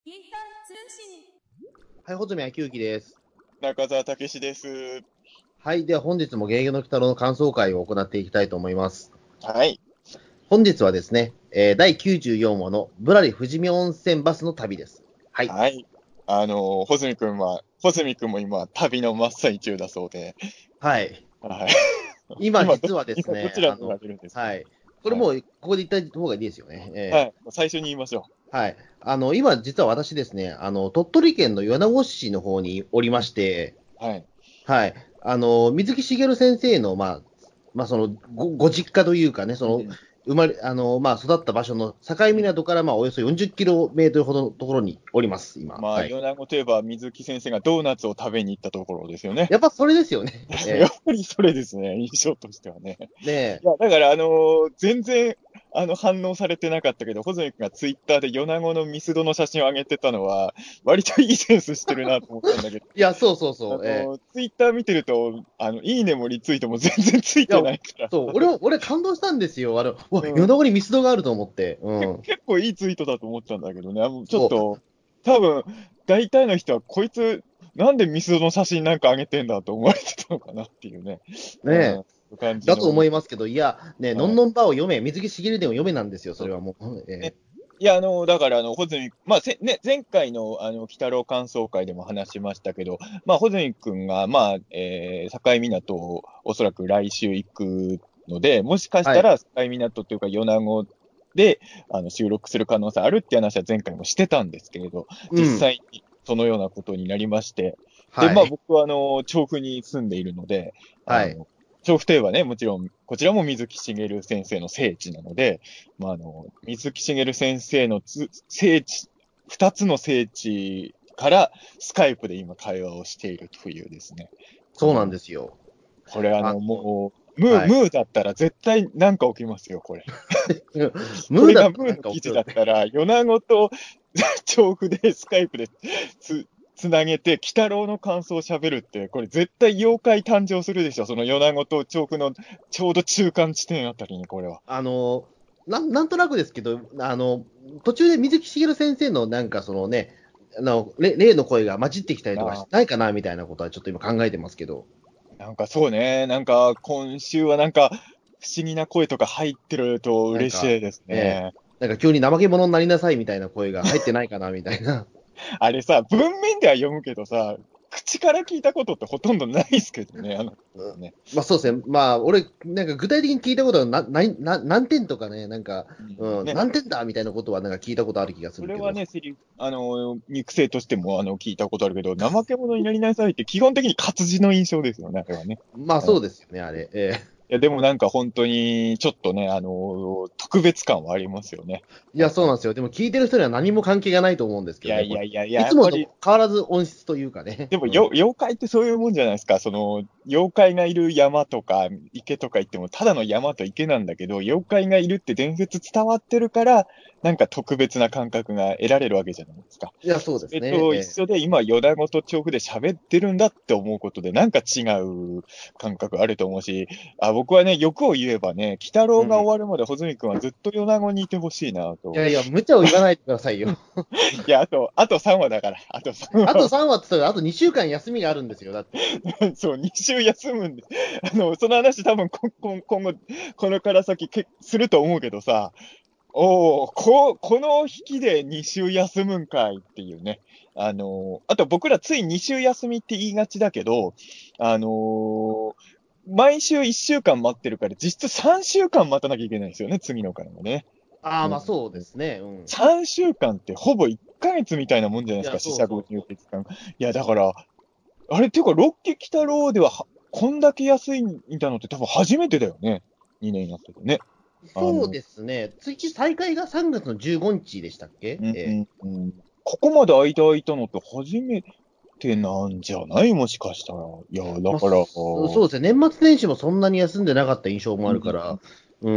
インター通信。 はい、穂積昭之です。 中澤武史です。 はい、では本日もゲゲゲの鬼太郎の感想会を行っていきたいと思います。 はい。 本日はですね、第94話のぶらり富士見温泉バスの旅です。はい。 はい。穂積くんも今、旅の真っ最中だそうで。 はい。 はい。 実はですね、 今どちらにいられるんですか？ はい。これはい。 もう、ここで言った方がいいですよね。 はい。最初に言いましょはい。今、実は私ですね、鳥取県の米子市の方におりまして、 う。はい。 はい。水木しげる先生の、ご実家というかね、 うん。 生まれ、育った場所の境港から、およそ40キロメートルほどのところにおります、今。 まあ、 はい。 米子といえば、水木先生がドーナツを食べに行ったところですよね。 やっぱそれですよね。 やっぱりそれですね、印象としてはね。 ねいや、だから、全然、反応されてなかったけど、穂積君がツイッターで米子のミスドの写真を上げてたのは、割といいセンスしてるなと思ったんだけど、 いや、そうそうそう。 ツイッター見てると、いいねもリツイートも全然ついいや、 てないから、 そう、俺感動したんですよ。 うん、 米子にミスドがあると思って。うん。 結構いいツイートだと思ったんだけどね、ちょっそと、多分、大体の人は、こいつ、なんでミスドの写真なんか上げてんだと思われてたのかなっていうね、 う。ね感じだと思の、 いますけど、いや、ね、のはい。 んのんばを読め、水木しげるでも読めなんですよ、それはもう。 ね、いや、だから、穂積、まあ、前回の、鬼太郎感想会でも話しましたけど、まあ、穂積くんが、まあ、境港をおそらく来週行くので、もしかしはい。 たら境港というか、米子で、収録する可能性あるっていう話は前回もしてたんですけれど、 うん。 実際にそのようなことになりまして、で、まあ、 はい。 僕は、調布に住んでいるので、 はい。 調布といえばね、もちろん、こちらも水木しげる先生の聖地なので、まあ、水木しげる先生の聖地、二つの聖地からスカイプで今会話をしているというですね。 そうなんうん。 ですよ。 これあの、 もう、 はい。 ムーだったら絶対なんか起きますよ、これ。これムーだったらなんがムーの記か起きるって。 事だったら、米子と調布でスカイプでつ、つなげて、鬼太郎の感想を喋るって、これ絶対妖怪誕生するでしょ。その米子と調布のちょうど中間地点あたりに、これは。 あの、なんとなくですけど、途中で水木しげる先生のなんかそのね、例の声が混じってきたりとかしなないかなみたいなことはちょっと今考えてますけど。 なんかそうね、なんか今週はなんか不思議な声とか入ってるとなんか、 嬉しいですね。 なんか急に怠け者になりなさいみたいな声が入ってないかなみたいな。 あれさ、文面では読むけどさ、口から聞いたことってほとんどないですけどね、ね。 そうですね。俺、なんか具体的に聞いたことは何点とかね、なんか、 ね、 何点だみたいなことはなんか聞いたことある気がするけど。 それはね、セリフ、肉声としても聞いたことあるけど、怠け者になりなさいって基本的に活字の印象ですよね、あれはね。 そうですよね、あれ。 いや、でもなんか本当に、ちょっとね、特別感はありますよね。 いや、 やっぱり。 そうなんですよ。でも聞いてる人には何も関係がないと思うんですけいやどね、これ。 いやいやいや、 いつもとやっぱり、 変わらず音質というかね。 でも妖怪ってそういうもんじゃないですか。その、妖怪がいる山とか池とか行っても、ただの山と池なんだけど、妖怪がいるって伝説伝わってるから、なんか特別な感覚が得られるわけじゃないですか。 いや、そうそれですね。 と一緒で、今、米子と調布で喋ってるんだって思うことで、なんか違う感覚あると思うし、僕はね、欲を言えばね、鬼太郎が終わるまで穂積君はずっと米子にいてほしいなと。 いやいや、無茶を言わないでくださいよ。 いや、あと3話だから、あと3 あと話。 3話って言ったら、あと2週間休みがあるんですよ、だって。 そう、2週休むんで、その話多分今後、このから先すると思うけどさ、この引きで2週休むんかいっていうね。あと僕らつい2週休みって言いがちだけど、あの毎週1週間待ってるから、実質3週間待たなきゃいけないんですよね、次のからもね。うん、 そうですね。うん。 3週間ってほぼ1ヶ月みたいなもんじゃないいや、 ですか、四そう捨五入そうそ月間。いや、だから、あれ、ていうか、ロッキー北郎では、こんだけ安いんだのって多分初めてだよね。2年やっててね。 う。そうですね。次、再開が3月の15日でしたっけ？ うんうんうん、ここまで間空いたのって初めてなんじゃないもしかしたら。いや、だから、 そうですね。年末年始もそんなに休んでなかった印象もあるから、うん。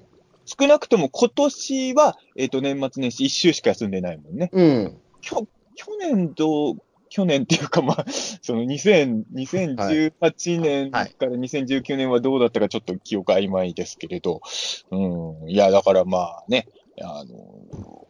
少なくとも今年は、年末年始1週しか休んでないもんね。 うん。 去年去年っていうか、まあ、そのはい。 2018年はい。 から2019年はどうだったかちょっと記憶曖昧ですけれど、うん、いや、だからまあね、あの、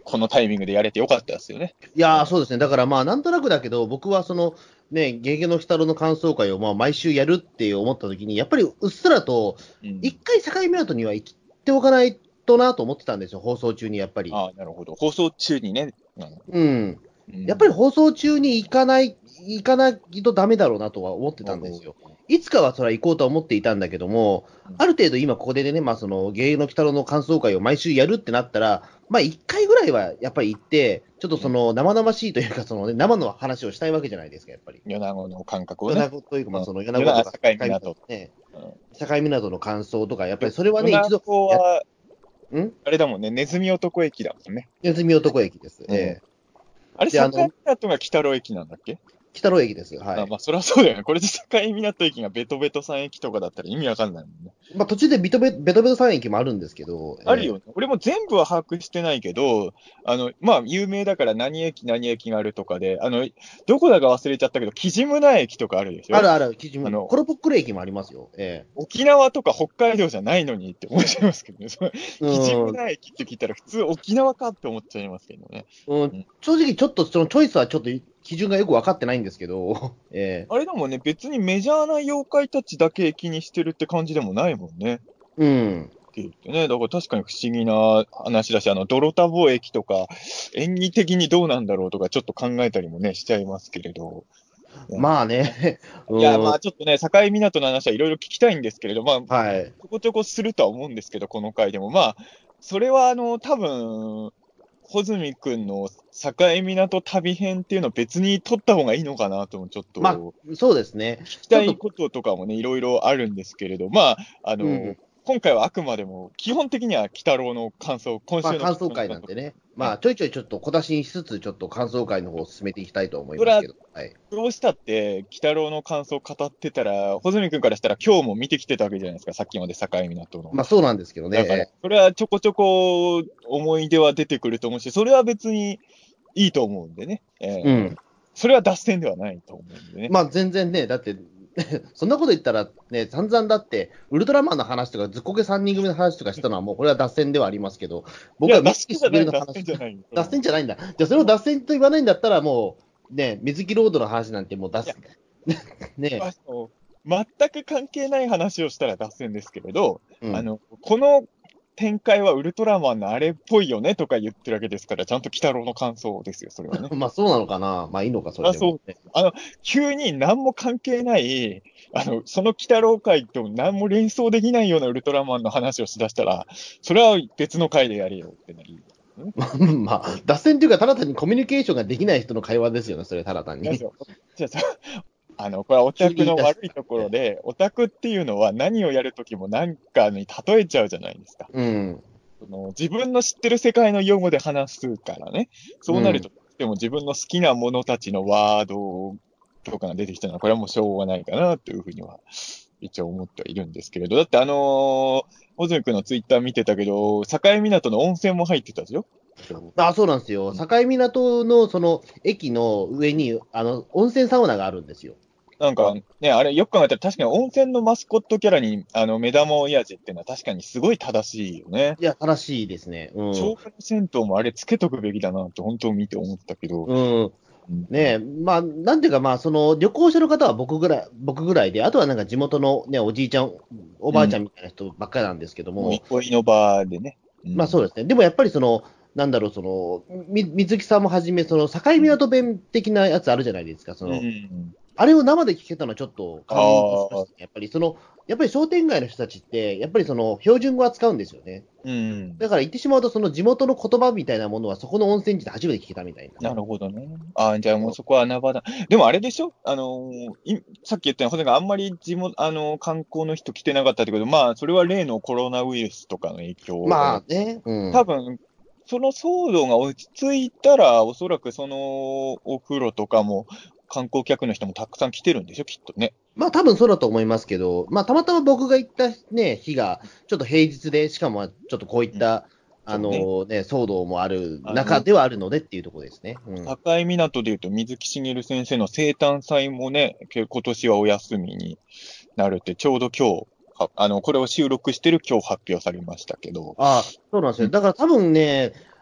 このタイミングでやれてよかったですよね。 いやー、そうですね。だからまあ、なんとなくだけど、僕はその、ね、ゲゲの鬼太郎の感想会をまあ毎週やるって思った時に、やっぱりうっすらと、 うん一回境港には行っておかないとなと思ってたんですよ、放送中にやっぱり。 ああ、なるほど。放送中にね。 うん。 うんやっぱり放送中に行かないとダメだろうなとは思ってたんですよ。いつかはそれは行こうとは思っていたんだけども、ある程度今ここでね、まあその、ゲゲの鬼太郎の感想会を毎週やるってなったら、まあ一回ぐらいはやっぱり行って、ちょっとその生々しいというか、そのね、生の話をしたいわけじゃないですか、やっぱり。 米子の感覚を米ね。 子というか、まあその米米子子とか境港。 ね、 うん境港の感想とか、やっぱりそれはね、 米一度子は、 んあれだもんね、ネズミ男駅だもんね。 ネズミ男駅です。 あれ、 で、 境港が北郎駅なんだっけ？ 北郎駅です。はい。 まあ、そりゃそうだよね。これで境港駅がベトベトさん駅とかだったら意味わかんないもんね。 まあ途中でベトベトさん駅もあるんですけど、 あるよね。俺も全部は把握してないけど、まあ、有名だから何駅何駅があるとかで、どこだか忘れちゃったけど、キジムナ駅とかあるでしょ？ あるある、基準あのコロポックル駅もありますよ。 沖縄とか北海道じゃないのにって思っちゃいますけどね。キジムうん、 ナ駅って聞いたら普通沖縄かって思っちゃいますけどね。 正直ちょっとそのチョイスはちょっと基準がよく分かってないんですけど、 あれでもね、別にメジャーな妖怪たちだけ駅にしてるって感じでもないもんね。 うん。 って言ってね。だから確かに不思議な話だし、泥田貿駅とか、演技的にどうなんだろうとか、ちょっと考えたりもね、しちゃいますけれど。 まあね、 いや、まあちょっとね、境港の話はいろいろ聞きたいんですけれど、まあ、 はい。 ちょこちょこするとは思うんですけど、この回でも。まあ、それは多分、穂積くんの境港旅編っていうのを別に撮った方がいいのかなともちょっと、 まあ、そうですね。 聞きたいこととかもね、いろいろあるんですけれど、まあ、 うん今回はあくまでも、基本的には鬼太郎の感想、今週の感想会なんでね。まあ、ちょいちょいちょっと小出しにしつつ、ちょっと感想会の方を進めていきたいと思いますけど。はい。 どうしたって、鬼太郎の感想を語ってたら、穂積君からしたら今日も見てきてたわけじゃないですか、さっきまで境港の。 まあ、そうなんですけどね。 だから、それはちょこちょこ思い出は出てくると思うし、それは別にいいと思うんでね。それは脱線ではないと思うんでね。 まあ、全然ね、だってそんなこと言ったらね、散々だって、ウルトラマンの話とか、ずっこけ3人組の話とかしたのは、もうこれは脱線ではありますけど、僕は脱線じゃない、 の話、 脱線じゃない。 脱線じゃないんだ。じゃあ、それを脱線と言わないんだったら、もう、ね、水木ロードの話なんてもう脱線。ね、 全く関係ない話をしたら脱線ですけれど、 うん、 この展開はウルトラマンのあれっぽいよねとか言ってるわけですから、ちゃんと鬼太郎の感想ですよ、それはね。 まあそうなのかな、まあいいのか、それでも、ね。 急に何も関係ない、その鬼太郎界と何も連想できないようなウルトラマンの話をしだしたら、それは別の回でやれよってなり。 まあ、脱線というか、ただ単にコミュニケーションができない人の会話ですよね、それ、ただ単に。 これはオタクの悪いところで、オタクっていうのは何をやるときも何かに例えちゃうじゃないですか。自分の知ってる世界の用語で話すからね。そうなると、でも自分の好きなものたちのワードとかが出てきたのは、これはもうしょうがないかなというふうには、一応思ってはいるんですけれど。だって穂積君のツイッター見てたけど、境港の温泉も入ってたでしょ？ そうなんですよ。境港のその駅の上に、温泉サウナがあるんですよ。 なんかね、あれよく考えたら確かに温泉のマスコットキャラに、目玉親父っていうのは確かにすごい正しいよね。 いや、正しいですね。 消化の銭湯もあれつけとくべきだなって本当見て思ったけど。 ねえ、まあ、なんていうか、まあ、その旅行者の方は僕ぐらいで、あとはなんか地元のね、おじいちゃん、おばあちゃんみたいな人ばっかりなんですけども。 憩いの場でね。 まあそうですね。でもやっぱりなんだろう、水木さんもはじめ、境港弁的なやつあるじゃないですか。あれを生で聞けたのはちょっと感動しましたね。やっぱり商店街の人たちって、やっぱり標準語は使うんですよね。だから言ってしまうと、その地元の言葉みたいなものは、そこの温泉地で初めて聞けたみたいな。 なるほどね。じゃあもうそこは穴場だ。でもあれでしょさっき言ったように、あんまり観光の人来てなかったってこと、まあ、それは例のコロナウイルスとかの影響。 まあね。 多分、その騒動が落ち着いたら、おそらくそのお風呂とかも、観光客の人もたくさん来てるんでしょ、きっとね。 まあ多分そうだと思いますけど、まあたまたま僕が行ったね、日が、ちょっと平日で、しかもちょっとこういった、騒動もある中ではあるのでっていうところですね。 境港でいうと、水木しげる先生の生誕祭もね、今年はお休みになるって、ちょうど今日、これを収録してる今日発表されましたけど。 そうなんですよ。だから多分ね、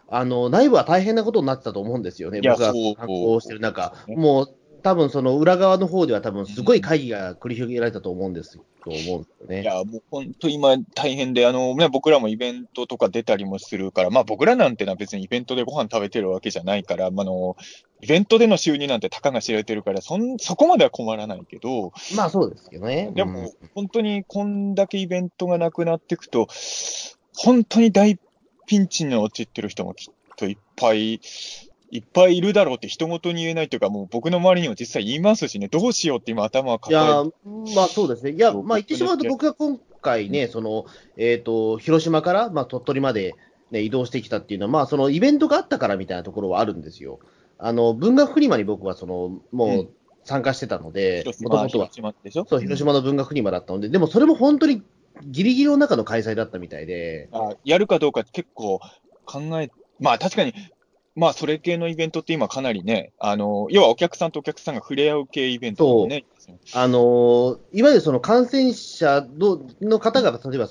内部は大変なことになってたと思うんですよね、僕が参考してる中、もう多分その裏側の方では、多分すごい会議が繰り広げられたと思うんですよね。 いや、もう本当今大変で、僕らもイベントとか出たりもするから、まあ僕らなんてのは別にイベントでご飯食べてるわけじゃないから、イベントでの収入なんてたかが知られてるから、そこまでは困らないけど、 まあそうですけどね。 でも、本当にこんだけイベントがなくなっていくと、本当に大ピンチに陥ってる人もきっといっぱいいるだろうって人事に言えないというか、もう僕の周りにも実際言いますしね、どうしようって今頭を抱えまあそうですね。いや、まあ言ってしまうと僕が今回ね、広島から、鳥取まで、ね、移動してきたっていうのは、まあそのイベントがあったからみたいなところはあるんですよ。文学フリマに僕はもう参加してたので、もともとは。そう、広島の文学フリマだったので、でもそれも本当にギリギリの中の開催だったみたいで。 やるかどうか結構まあ確かに、まあそれ系のイベントって今かなりね、要はお客さんとお客さんが触れ合う系イベントだね。 いわゆるその感染者の方が、例えば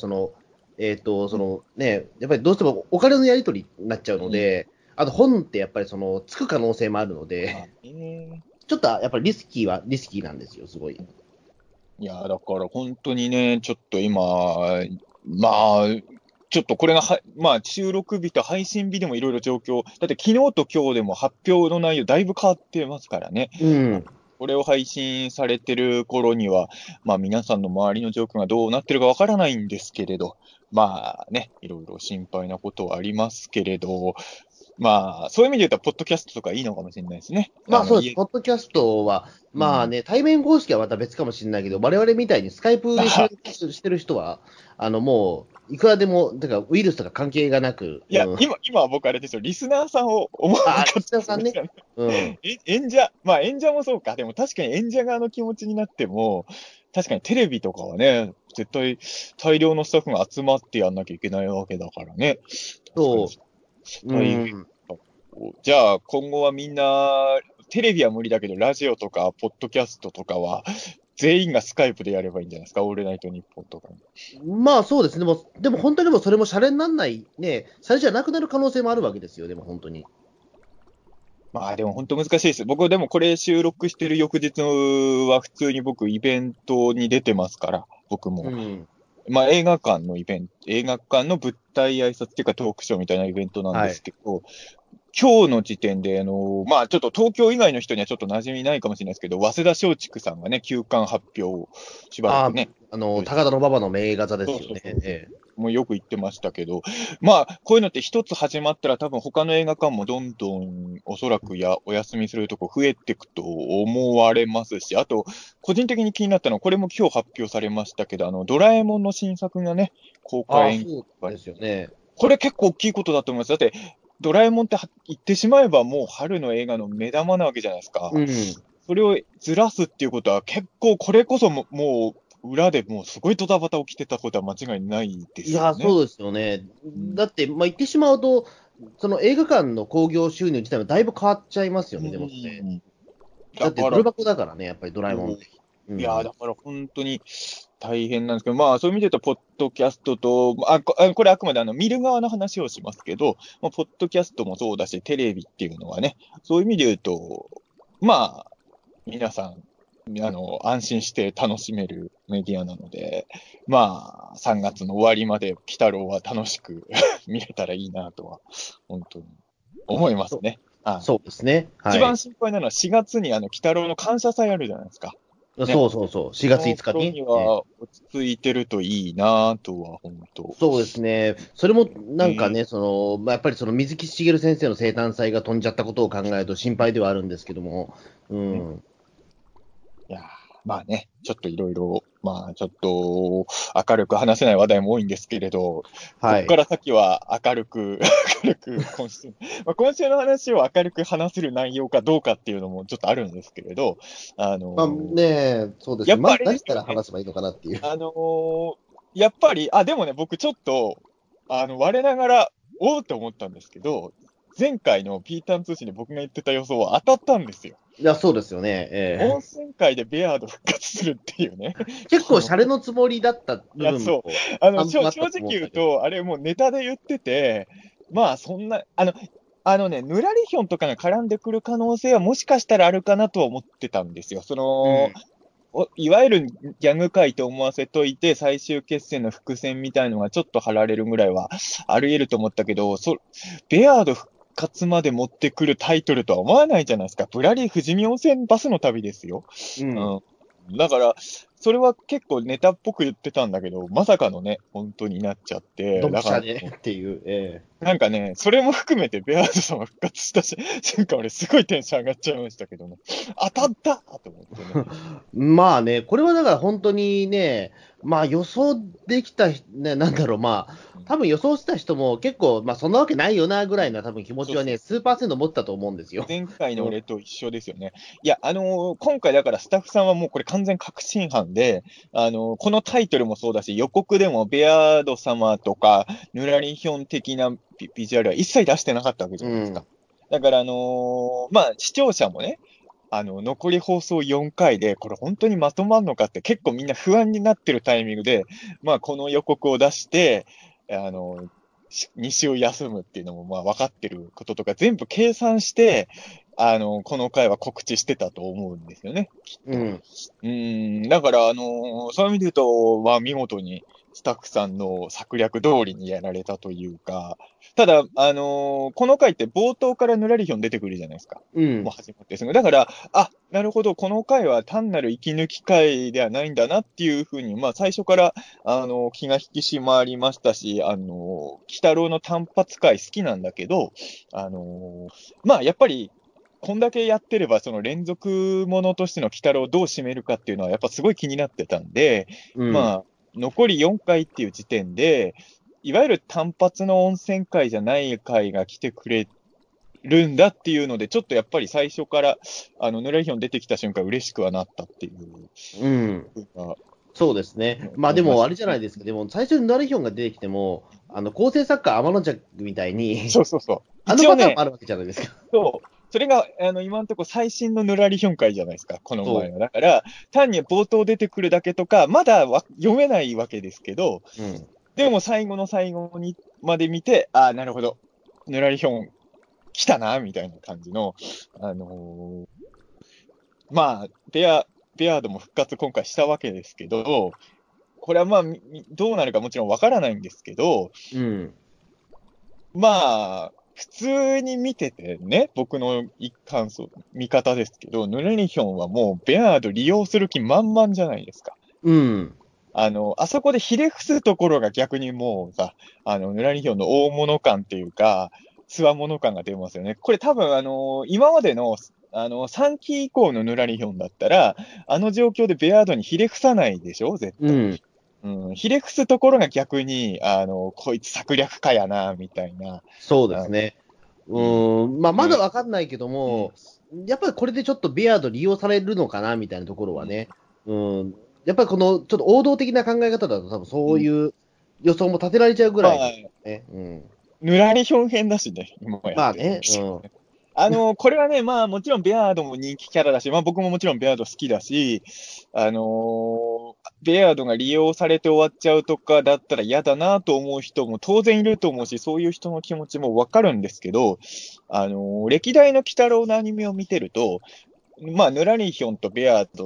やっぱりどうしてもお金のやり取りになっちゃうので、あと本ってやっぱりつく可能性もあるので、ちょっとやっぱりリスキーなんですよ、すごい。 いや、だから本当にね、ちょっと今、まあ、ちょっとこれがまあ収録日と配信日でもいろいろ状況、だって昨日と今日でも発表の内容だいぶ変わってますからね。これを配信されてる頃には、まあ皆さんの周りの状況がどうなってるかわからないんですけれど、まあね、いろいろ心配なことはありますけれど、まあ、そういう意味で言うと、ポッドキャストとかいいのかもしれないですね。 まあそうです。ポッドキャストは、まあね、対面方式はまた別かもしれないけど、我々みたいにスカイプで収録してる人は、もう、いくらでも、だからウイルスとか関係がなく。 いや、今は僕あれですよ、リスナーさんを思うかリスナーさんね。 演者もそうか。でも確かに演者側の気持ちになっても、確かにテレビとかはね、絶対大量のスタッフが集まってやんなきゃいけないわけだからね。 そう。 じゃあ、今後はみんな、テレビは無理だけど、ラジオとか、ポッドキャストとかは、全員がスカイプでやればいいんじゃないですか、オールナイトニッポンとか。 まあそうですね。でも本当にそれもシャレにならない、ね、シャレじゃなくなる可能性もあるわけですよ、でも本当に。 まあでも本当難しいです。僕でもこれ収録してる翌日は普通に僕イベントに出てますから、僕も。まあ映画館の舞台挨拶っていうかトークショーみたいなイベントなんですけど、今日の時点で、まあちょっと東京以外の人にはちょっと馴染みないかもしれないですけど、早稲田松竹さんがね、休館発表をしばらくね。 高田馬場の名画座ですよね。 もうよく言ってましたけど、まあ、こういうのって一つ始まったら多分他の映画館もどんどんおそらくお休みするとこ増えていくと思われますし、あと、個人的に気になったのは、これも今日発表されましたけど、ドラえもんの新作がね、公開延期ですよね。 これ結構大きいことだと思います。だって、ドラえもんって言ってしまえばもう春の映画の目玉なわけじゃないですか。それをずらすっていうことは結構これこそもう裏でもうすごいドタバタ起きてたことは間違いないですよね。 いや、そうですよね。だって、まあ、言ってしまうと、その映画館の興行収入自体はだいぶ変わっちゃいますよね、でもね。だってドル箱だからね、やっぱりドラえもんって。 いや、だから本当に大変なんですけど、まあそういう意味で言うと、ポッドキャストと、これあくまで見る側の話をしますけど、ポッドキャストもそうだし、テレビっていうのはね、そういう意味で言うと、まあ、皆さん、安心して楽しめるメディアなので、まあ、3月の終わりまで、鬼太郎は楽しく見れたらいいなとは、本当に思いますね。 そうですね。 一番心配なのは4月に鬼太郎の感謝祭あるじゃないですか。 そうそうそう、4月5日に。 は落ち着いてるといいなとは、本当。 そうですね。それもなんかね、やっぱり水木しげる先生の生誕祭が飛んじゃったことを考えると心配ではあるんですけども。 いやまあね、ちょっといろいろ、まあちょっと明るく話せない話題も多いんですけれど、ここから先は明るく今週、今週の話を明るく話せる内容かどうかっていうのもちょっとあるんですけれど、 そうですね。まあ何から話せばいいのかなっていう。 やっぱり、でもね、僕ちょっと、我ながら、おうって思ったんですけど、前回のピーターン通信で僕が言ってた予想は当たったんですよ。 いや、そうですよね。 温泉会でベアード復活するっていうね。 結構シャレのつもりだった部分も。 正直言うと、あれもうネタで言ってて、 まあ、そんな、ヌラリヒョンとかが絡んでくる可能性はもしかしたらあるかなとは思ってたんですよ。 うん。 いわゆるギャグ界と思わせといて、最終決戦の伏線みたいのがちょっと張られるぐらいはあり得ると思ったけど、ベアード復活まで持ってくるタイトルとは思わないじゃないですか。ぶらり富士見温泉バスの旅ですよ。 うん。 だから、それは結構ネタっぽく言ってたんだけど、まさかのね、本当になっちゃって、だから、 ドンピシャでっていう。 なんかね、それも含めてベアードさんが復活したし、なんか俺すごいテンション上がっちゃいましたけどね。当たったと思ってね。 まあね、これはだから本当にね、まあ予想できた、ね、なんだろう、まあ、多分予想した人も結構、まあそんなわけないよなぐらいな多分気持ちはね、 そうそう。 数パーセント持ってたと思うんですよ。 前回のうん。 俺と一緒ですよね。いや、今回だからスタッフさんはもうこれ完全確信犯で、このタイトルもそうだし、予告でもベアード様とか、ヌラリヒョン的なビジュアルは一切出してなかったわけじゃないですか。 うん。 だから、まあ、視聴者もね、残り放送4回で、これ本当にまとまんのかって結構みんな不安になってるタイミングで、まあ、この予告を出して、2週休むっていうのもまあ分かってることとか全部計算して、この回は告知してたと思うんですよね、きっと。 うん。 だから、そういう意味で言うと、まあ見事にスタッフさんの策略通りにやられたというか、ただ、この回って冒頭からヌラリヒョン出てくるじゃないですか。 うん。 もう始まってすぐ。だから、なるほど、この回は単なる息抜き回ではないんだなっていうふうに、まあ最初から、気が引き締まりましたし、鬼太郎の単発回好きなんだけど、まあやっぱり、こんだけやってれば、その連続ものとしての鬼太郎をどう締めるかっていうのは、やっぱすごい気になってたんで、 うん。 まあ、残り4回っていう時点で、いわゆる単発の温泉会じゃない会が来てくれるんだっていうので、ちょっとやっぱり最初から、ヌラヒョン出てきた瞬間嬉しくはなったっていううん。 ふうなそうですね。まあ思いまでも、あしたね。 れじゃないですか。でも、最初にナレヒョンが出てきても、構成作家天の弱みたいにそうそうそう。 あの一応ね、 パターンもあるわけじゃないですか。 そう。それが、今のところ最新のヌラリヒョン会じゃないですか、この前そは。だから、単に冒頭出てくるだけとか、まだ読めないわけですけど、 う。うん。 でも最後の最後にまで見て、なるほど。ヌラリヒョン来たな、みたいな感じの、あのーまあ、ベアードも復活今回したわけですけど、これはまあ、どうなるかもちろんわからないんですけど、 うん。 まあ、普通に見ててね、僕の感想、見方ですけど、ヌレニヒョンはもうベアード利用する気満々じゃないですか。 うん。 あそこでひれ伏すところが逆にもうさ、ヌラニヒョンの大物感っていうか、強者感が出ますよね。これ多分今までの、3期以降のヌラニヒョンだったら、あの状況でベアードにひれ伏さないでしょ絶対。 うん。 ひれ伏すところが逆に、こいつ策略家やな、みたいな。 そうであすね。 うん。 まあ、まだうん。 わかんないけどうん。 も、やっぱりこれでちょっとビアード利用されるのかなみたいなところはね。うん。やっぱりこのちょっと王道的な考え方だと多分うん。 そういう予想も立てられちゃうぐらいでまあ、 すね。うん。 ぬらりひょん編だしね、今やってるんまあね。 ですよ。 うん。 これはね、まあもちろんベアードも人気キャラだし、まあ僕ももちろんベアード好きだし、ベアードが利用されて終わっちゃうとかだったら嫌だなと思う人も当然いると思うし、そういう人の気持ちもわかるんですけど、歴代の鬼太郎のアニメを見てると、まあ、ヌラリヒョンとベアードって、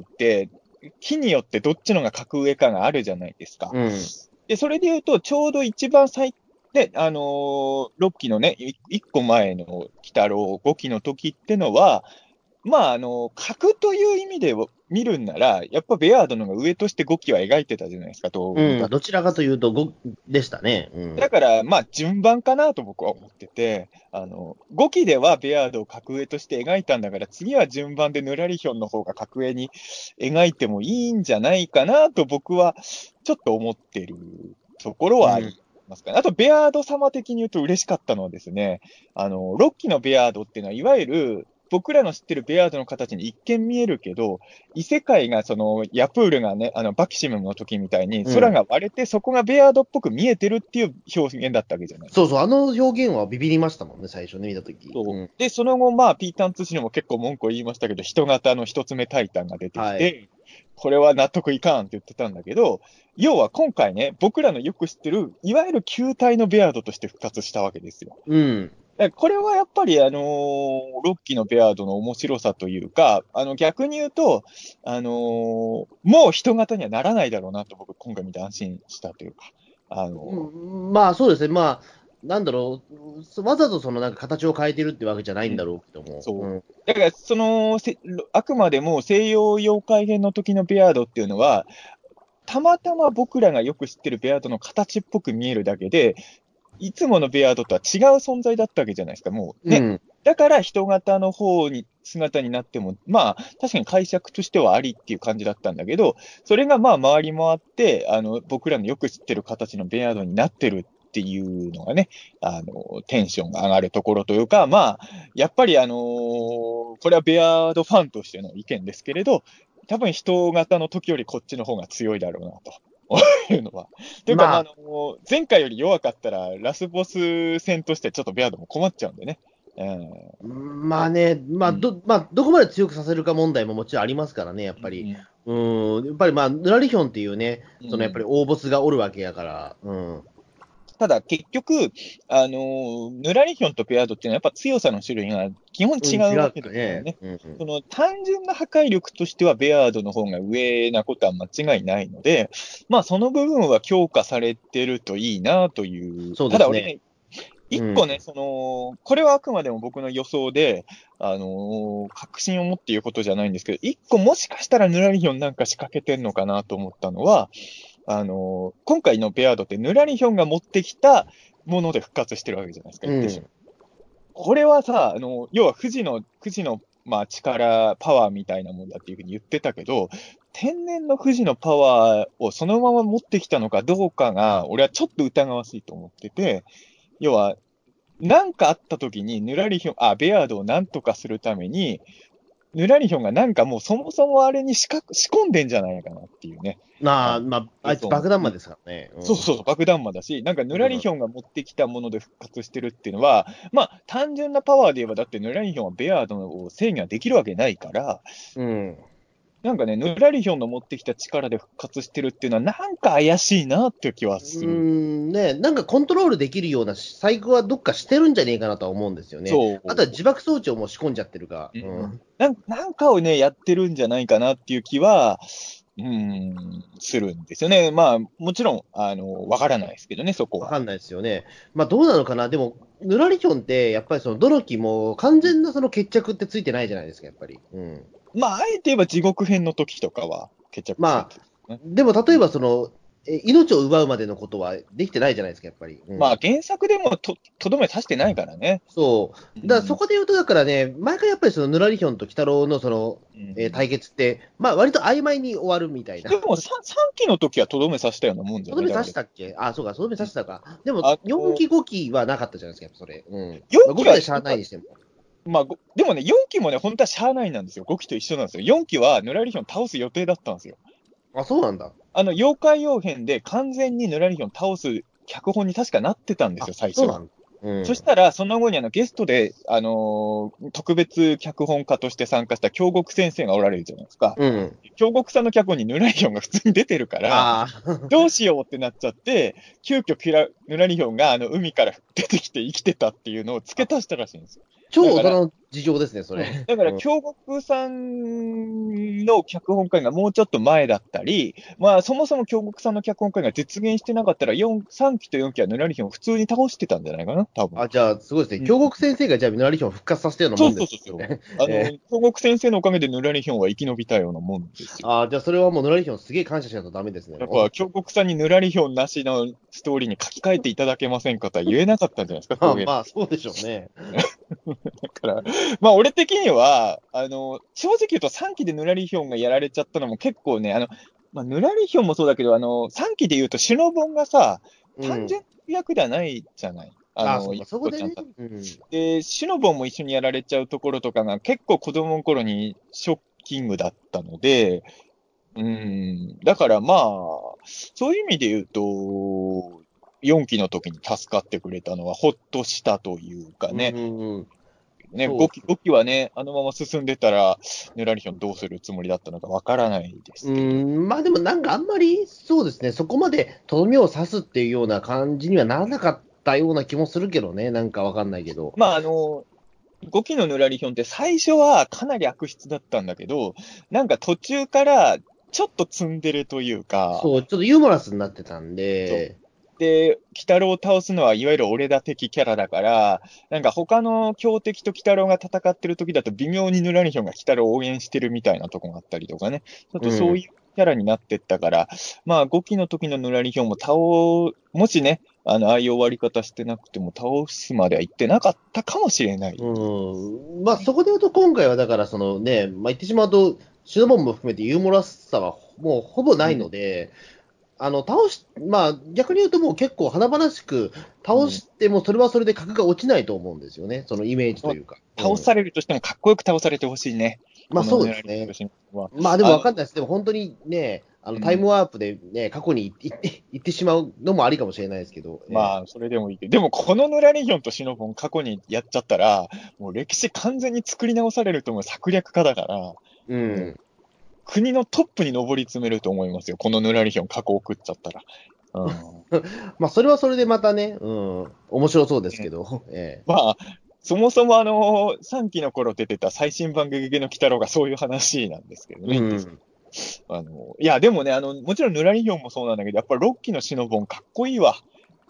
木によってどっちのが格上かがあるじゃないですか。 うん。 で、それで言うと、ちょうど一番で、6期のね、1個前の鬼太郎5期の時ってのは、まあ、格という意味で見るんなら、やっぱベアードの方が上として5期は描いてたじゃないですか、どう見うん。 たって。 どちらかというと5でしたね。うん。 だから、まあ、順番かなと僕は思ってて、5期ではベアードを格上として描いたんだから、次は順番でヌラリヒョンの方が格上に描いてもいいんじゃないかなと僕はちょっと思ってるところうん。 はありますかね。あと、ベアード様的に言うと嬉しかったのはですね、6期のベアードっていうのは、いわゆる、僕らの知ってるベアードの形に一見見えるけど、異世界が、ヤプールがね、バキシムの時みたいに空うん。 が割れて、そこがベアードっぽく見えてるっていう表現だったわけじゃないですか。 そうそう。あの表現はビビりましたもんね、最初ね、見たとき。うん。 そう。で、その後、まあ、ピータン通信でも結構文句を言いましたけど、人型の一つ目タイタンが出てきはい。 て、 これは納得いかんって言ってたんだけど、要は今回ね、僕らのよく知ってる、いわゆる球体のベアードとして復活したわけですよ。 うん。 これはやっぱり、ロッキーのベアードの面白さというか、逆に言うと、もう人型にはならないだろうなと僕、今回見て安心したというか、 まあそうですね、まあ、なんだろう、わざとそのなんか形を変えてるってわけじゃないんだろうけども。 そう。 うん。 だから、あくまでも西洋妖怪編の時のベアードっていうのは、たまたま僕らがよく知ってるベアードの形っぽく見えるだけで、いつものベアードとは違う存在だったわけじゃないですか、もうね。 うん。 だから人型の方に、姿になっても、まあ、確かに解釈としてはありっていう感じだったんだけど、それがまあ回り回って、僕らのよく知ってる形のベアードになってるっていうのがね、テンションが上がるところというか、まあ、やっぱりこれはベアードファンとしての意見ですけれど、多分人型の時よりこっちの方が強いだろうなと。いうのは。というか、まあ、 ま前回より弱かったら、ラスボス戦としてちょっとベアードも困っちゃうんでね。 まあね、まあ、どこまで強くさせるか問題ももちろんありますからね、やっぱり。やっぱりまあ、ヌラリヒョンっていうね、そのやっぱり大ボスがおるわけやから。 ただ結局、ヌラリヒョンとペアードっていうのはやっぱ強さの種類が基本違うわけですよね。その単純な破壊力としてはベアードの方が上なことは間違いないので、まあその部分は強化されてるといいなという。 そうですね。 ただ俺ね、一個ね、これはあくまでも僕の予想で、確信を持って言うことじゃないんですけど、一個もしかしたらヌラリヒョンなんか仕掛けてんのかなと思ったのは、今回のベアードってヌラリヒョンが持ってきたもので復活してるわけじゃないですか、言ってしまう。これはさ、要は富士の、まあ、力、パワーみたいなもんだっていうふうに言ってたけど、天然の富士のパワーをそのまま持ってきたのかどうかが、俺はちょっと疑わしいと思ってて、要は、なんかあった時に、ベアードをなんとかするために、ヌラリヒョンがなんかもうそもそもあれに仕込んでんじゃないかなっていうね。 まあ、あいつ爆弾魔ですからね。 そうそうそう、爆弾魔だし、なんかヌラリヒョンが持ってきたもので復活してるっていうのは、まあ、単純なパワーで言えば、だってヌラリヒョンはベアードを制御できるわけないから、なんかね、ヌラリヒョンの持ってきた力で復活してるっていうのは、なんか怪しいなっていう気はする。 ね、なんかコントロールできるような細工はどっかしてるんじゃねえかなとは思うんですよね。 そう。 あとは自爆装置をもう仕込んじゃってるか。 なんかをね、やってるんじゃないかなっていう気は、するんですよね。まあ、もちろん、わからないですけどね、そこは。 わかんないですよね。まあ、どうなのかな。でも、ヌラリヒョンって、やっぱりその、どの木も完全なその決着ってついてないじゃないですか、やっぱり。 まあ、あえて言えば地獄編の時とかは決着ついてる、ね。 でも例えばその、命を奪うまでのことはできてないじゃないですか、やっぱり。 まあ、原作でもとどめ刺してないからね。 そう。だからそこで言うと、だからね、毎回やっぱりそのヌラリヒョンと鬼太郎のその、対決って、まあ割と曖昧に終わるみたいな。 でも3期の時はとどめ刺したようなもんじゃない。 とどめ刺したっけ？あ、そうか、とどめ刺したか。でも、4期、5期はなかったじゃないですか、やっぱそれ。 4期は、 5期でしゃあないにしても。 まあ、でもね、4期もね、本当はしゃあないなんですよ。5期と一緒なんですよ。4期はヌラリヒョン倒す予定だったんですよ。 あ、そうなんだ。 妖怪用編で完全にヌラリヒョン倒す脚本に確かなってたんですよ、最初。 そうなんだ。 そしたら、その後にゲストで、特別脚本家として参加した京極先生がおられるじゃないですか。京極さんの脚本にヌラリヒョンが普通に出てるから、どうしようってなっちゃって、急遽ヌラリヒョンが海から出てきて生きてたっていうのを付け足したらしいんですよ。 超大人の事情ですね、それ。 だから、京極さんの脚本会がもうちょっと前だったり、まあ、そもそも京極さんの脚本会が実現してなかったら、3期と4期はヌラリヒョンを普通に倒してたんじゃないかな、多分。 じゃあ、すごいですね。京極先生がじゃあ、ヌラリヒョンを復活させたようなもんですね。 京極先生のおかげでヌラリヒョンは生き延びたようなもんですよ。 じゃあ、それはもうヌラリヒョンすげえ感謝しないとダメですね。 やっぱ、京極さんにヌラリヒョンなしのストーリーに書き換えていただけませんかとは言えなかったんじゃないですか、 まあ、そうでしょうね。 だから、まあ、俺的には、正直言うと3期でヌラリヒョンがやられちゃったのも結構ね、まあ、ヌラリヒョンもそうだけど、3期で言うとシノボンがさ、単純役ではないじゃない。 そうか、そこでね。 で、シノボンも一緒にやられちゃうところとかが結構子供の頃にショッキングだったので、だからまあ、そういう意味で言うと、4期の時に助かってくれたのはほっとしたというかね。 ね、5期はね、あのまま進んでたら、ヌラリヒョンどうするつもりだったのかわからないですけど。 まあでもなんかあんまりそうですね、そこまでとどめを刺すっていうような感じにはならなかったような気もするけどね、なんかわかんないけど。 まあ5期のヌラリヒョンって最初はかなり悪質だったんだけど、なんか途中からちょっと積んでるというか、 そう、ちょっとユーモラスになってたんで、 まあそこで言うと今回はだからそのね、まあ言ってしまうと、シノボンも含めてユーモラスさはもうほぼないので、まあ逆に言うともう結構華々しく倒してもそれはそれで格が落ちないと思うんですよね、そのイメージというか。 倒されるとしてもかっこよく倒されてほしいね。 まあそうですね。まあでもわかんないです。でも本当にね、タイムワープでね、過去に行ってしまうのもありかもしれないですけど。 まあ、それでもいいけど、でもこのヌラリヒョンとシノボン過去にやっちゃったら、もう歴史完全に作り直されると思う策略家だから、国のトップに上り詰めると思いますよ。このヌラリヒョン過去送っちゃったら。 まあそれはそれでまたね、面白そうですけど。 まあ、そもそも3期の頃出てた最新版ゲゲゲの鬼太郎がそういう話なんですけどね。いや、でもね、もちろんヌラリヒョンもそうなんだけど、やっぱ6期のシノボンかっこいいわ。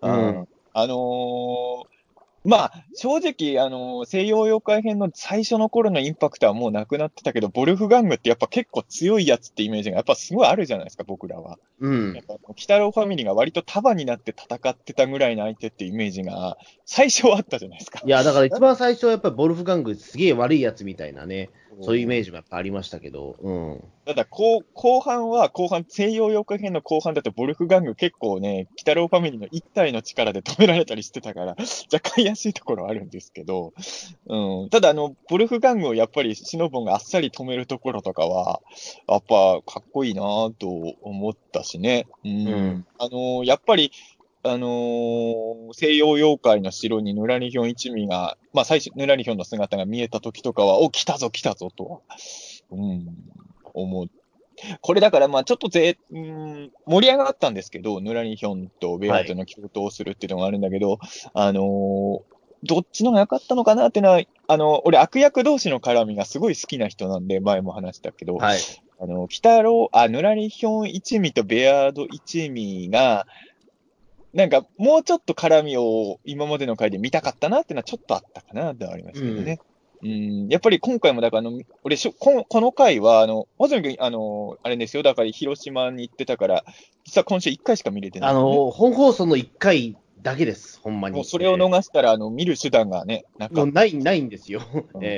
まあ、正直、西洋妖怪編の最初の頃のインパクトはもうなくなってたけど、ボルフガングってやっぱ結構強いやつってイメージがやっぱすごいあるじゃないですか、僕らは。やっぱ、鬼太郎ファミリーが割と束になって戦ってたぐらいの相手ってイメージが最初はあったじゃないですか。 いや、だから一番最初はやっぱりボルフガングすげえ悪いやつみたいなね、そういうイメージがやっぱありましたけど。 ただ後半、西洋妖怪編の後半だとボルフガング結構ね、鬼太郎ファミリーの一体の力で止められたりしてたから、若干怪しいところはあるんですけど、ただボルフガングをやっぱりシノボンがあっさり止めるところとかは、やっぱかっこいいなぁと思ったしね。やっぱり、西洋妖怪の城にヌラリヒョン一味が、まあ最初、ヌラリヒョンの姿が見えた時とかは、来たぞ来たぞとは、思う。これだから、まあちょっと盛り上がったんですけど、ヌラリヒョンとベアートの共闘するっていうのがあるんだけど、どっちの方が良かったのかなっていうのは、俺悪役同士の絡みがすごい好きな人なんで、前も話したけど、鬼太郎、ヌラリヒョン一味とベアード一味が、なんか、もうちょっと絡みを今までの回で見たかったなっていうのはちょっとあったかなってありますけどね。やっぱり今回も、だから俺この回は、穂積君、あれですよ、だから広島に行ってたから、実は今週1回しか見れてない、ね。 本放送の1回だけです、ほんまに。 もうそれを逃したら、見る手段がね、 もうないんですよ。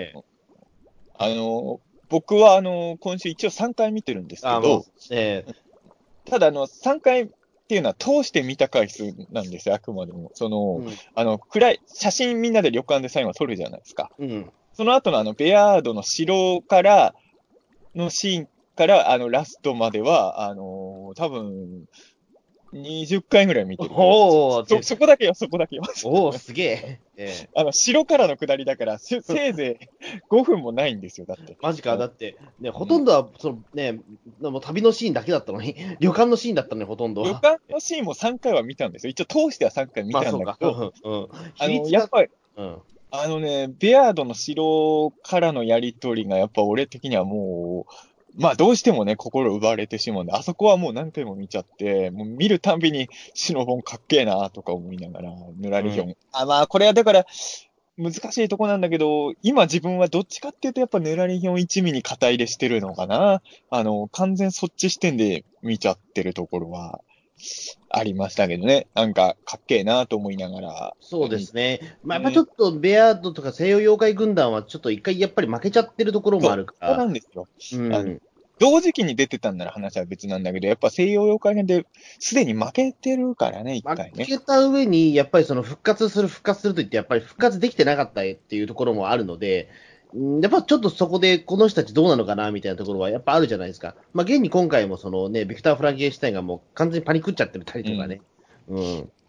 僕は、今週一応3回見てるんですけど、ただ、3回っていうのは通して見た回数なんですよ、あくまでも。写真みんなで旅館で最後撮るじゃないですか。その後のベアードの城からのシーンから、ラストまでは、多分、20回ぐらい見てる。そこだけよ。 すげえ。 城からの下りだから、せいぜい5分もないんですよ、だって。 マジか、だって、ね、ほとんどは、もう旅のシーンだけだったのに、旅館のシーンだったのに、ほとんどは。 旅館のシーンも3回は見たんですよ。一応通しては3回見たんだけど、やっぱり、ベアードの城からのやりとりが、やっぱ俺的にはもう、まあどうしてもね、心奪われてしまうんで、あそこはもう何回も見ちゃって、もう見るたんびにシノボンかっけえなとか思いながら、ヌラリヒョン。まあこれはだから、難しいとこなんだけど、今自分はどっちかっていうとやっぱヌラリヒョン一味に肩入れしてるのかな。完全そっち視点で見ちゃってるところはありましたけどね。なんかかっけえなと思いながら。 そうですね。まあやっぱちょっとベアードとか西洋妖怪軍団はちょっと一回やっぱり負けちゃってるところもあるから。 そうなんですよ。同時期に出てたんなら話は別なんだけど、やっぱ西洋妖怪編ですでに負けてるからね、一回ね。 負けた上に、やっぱりその復活すると言って、やっぱり復活できてなかったっていうところもあるので、やっぱちょっとそこでこの人たちどうなのかなみたいなところはやっぱあるじゃないですか。まあ現に今回もそのね、ビクター・フランケンシュタインがもう完全にパニックっちゃってたりとかね。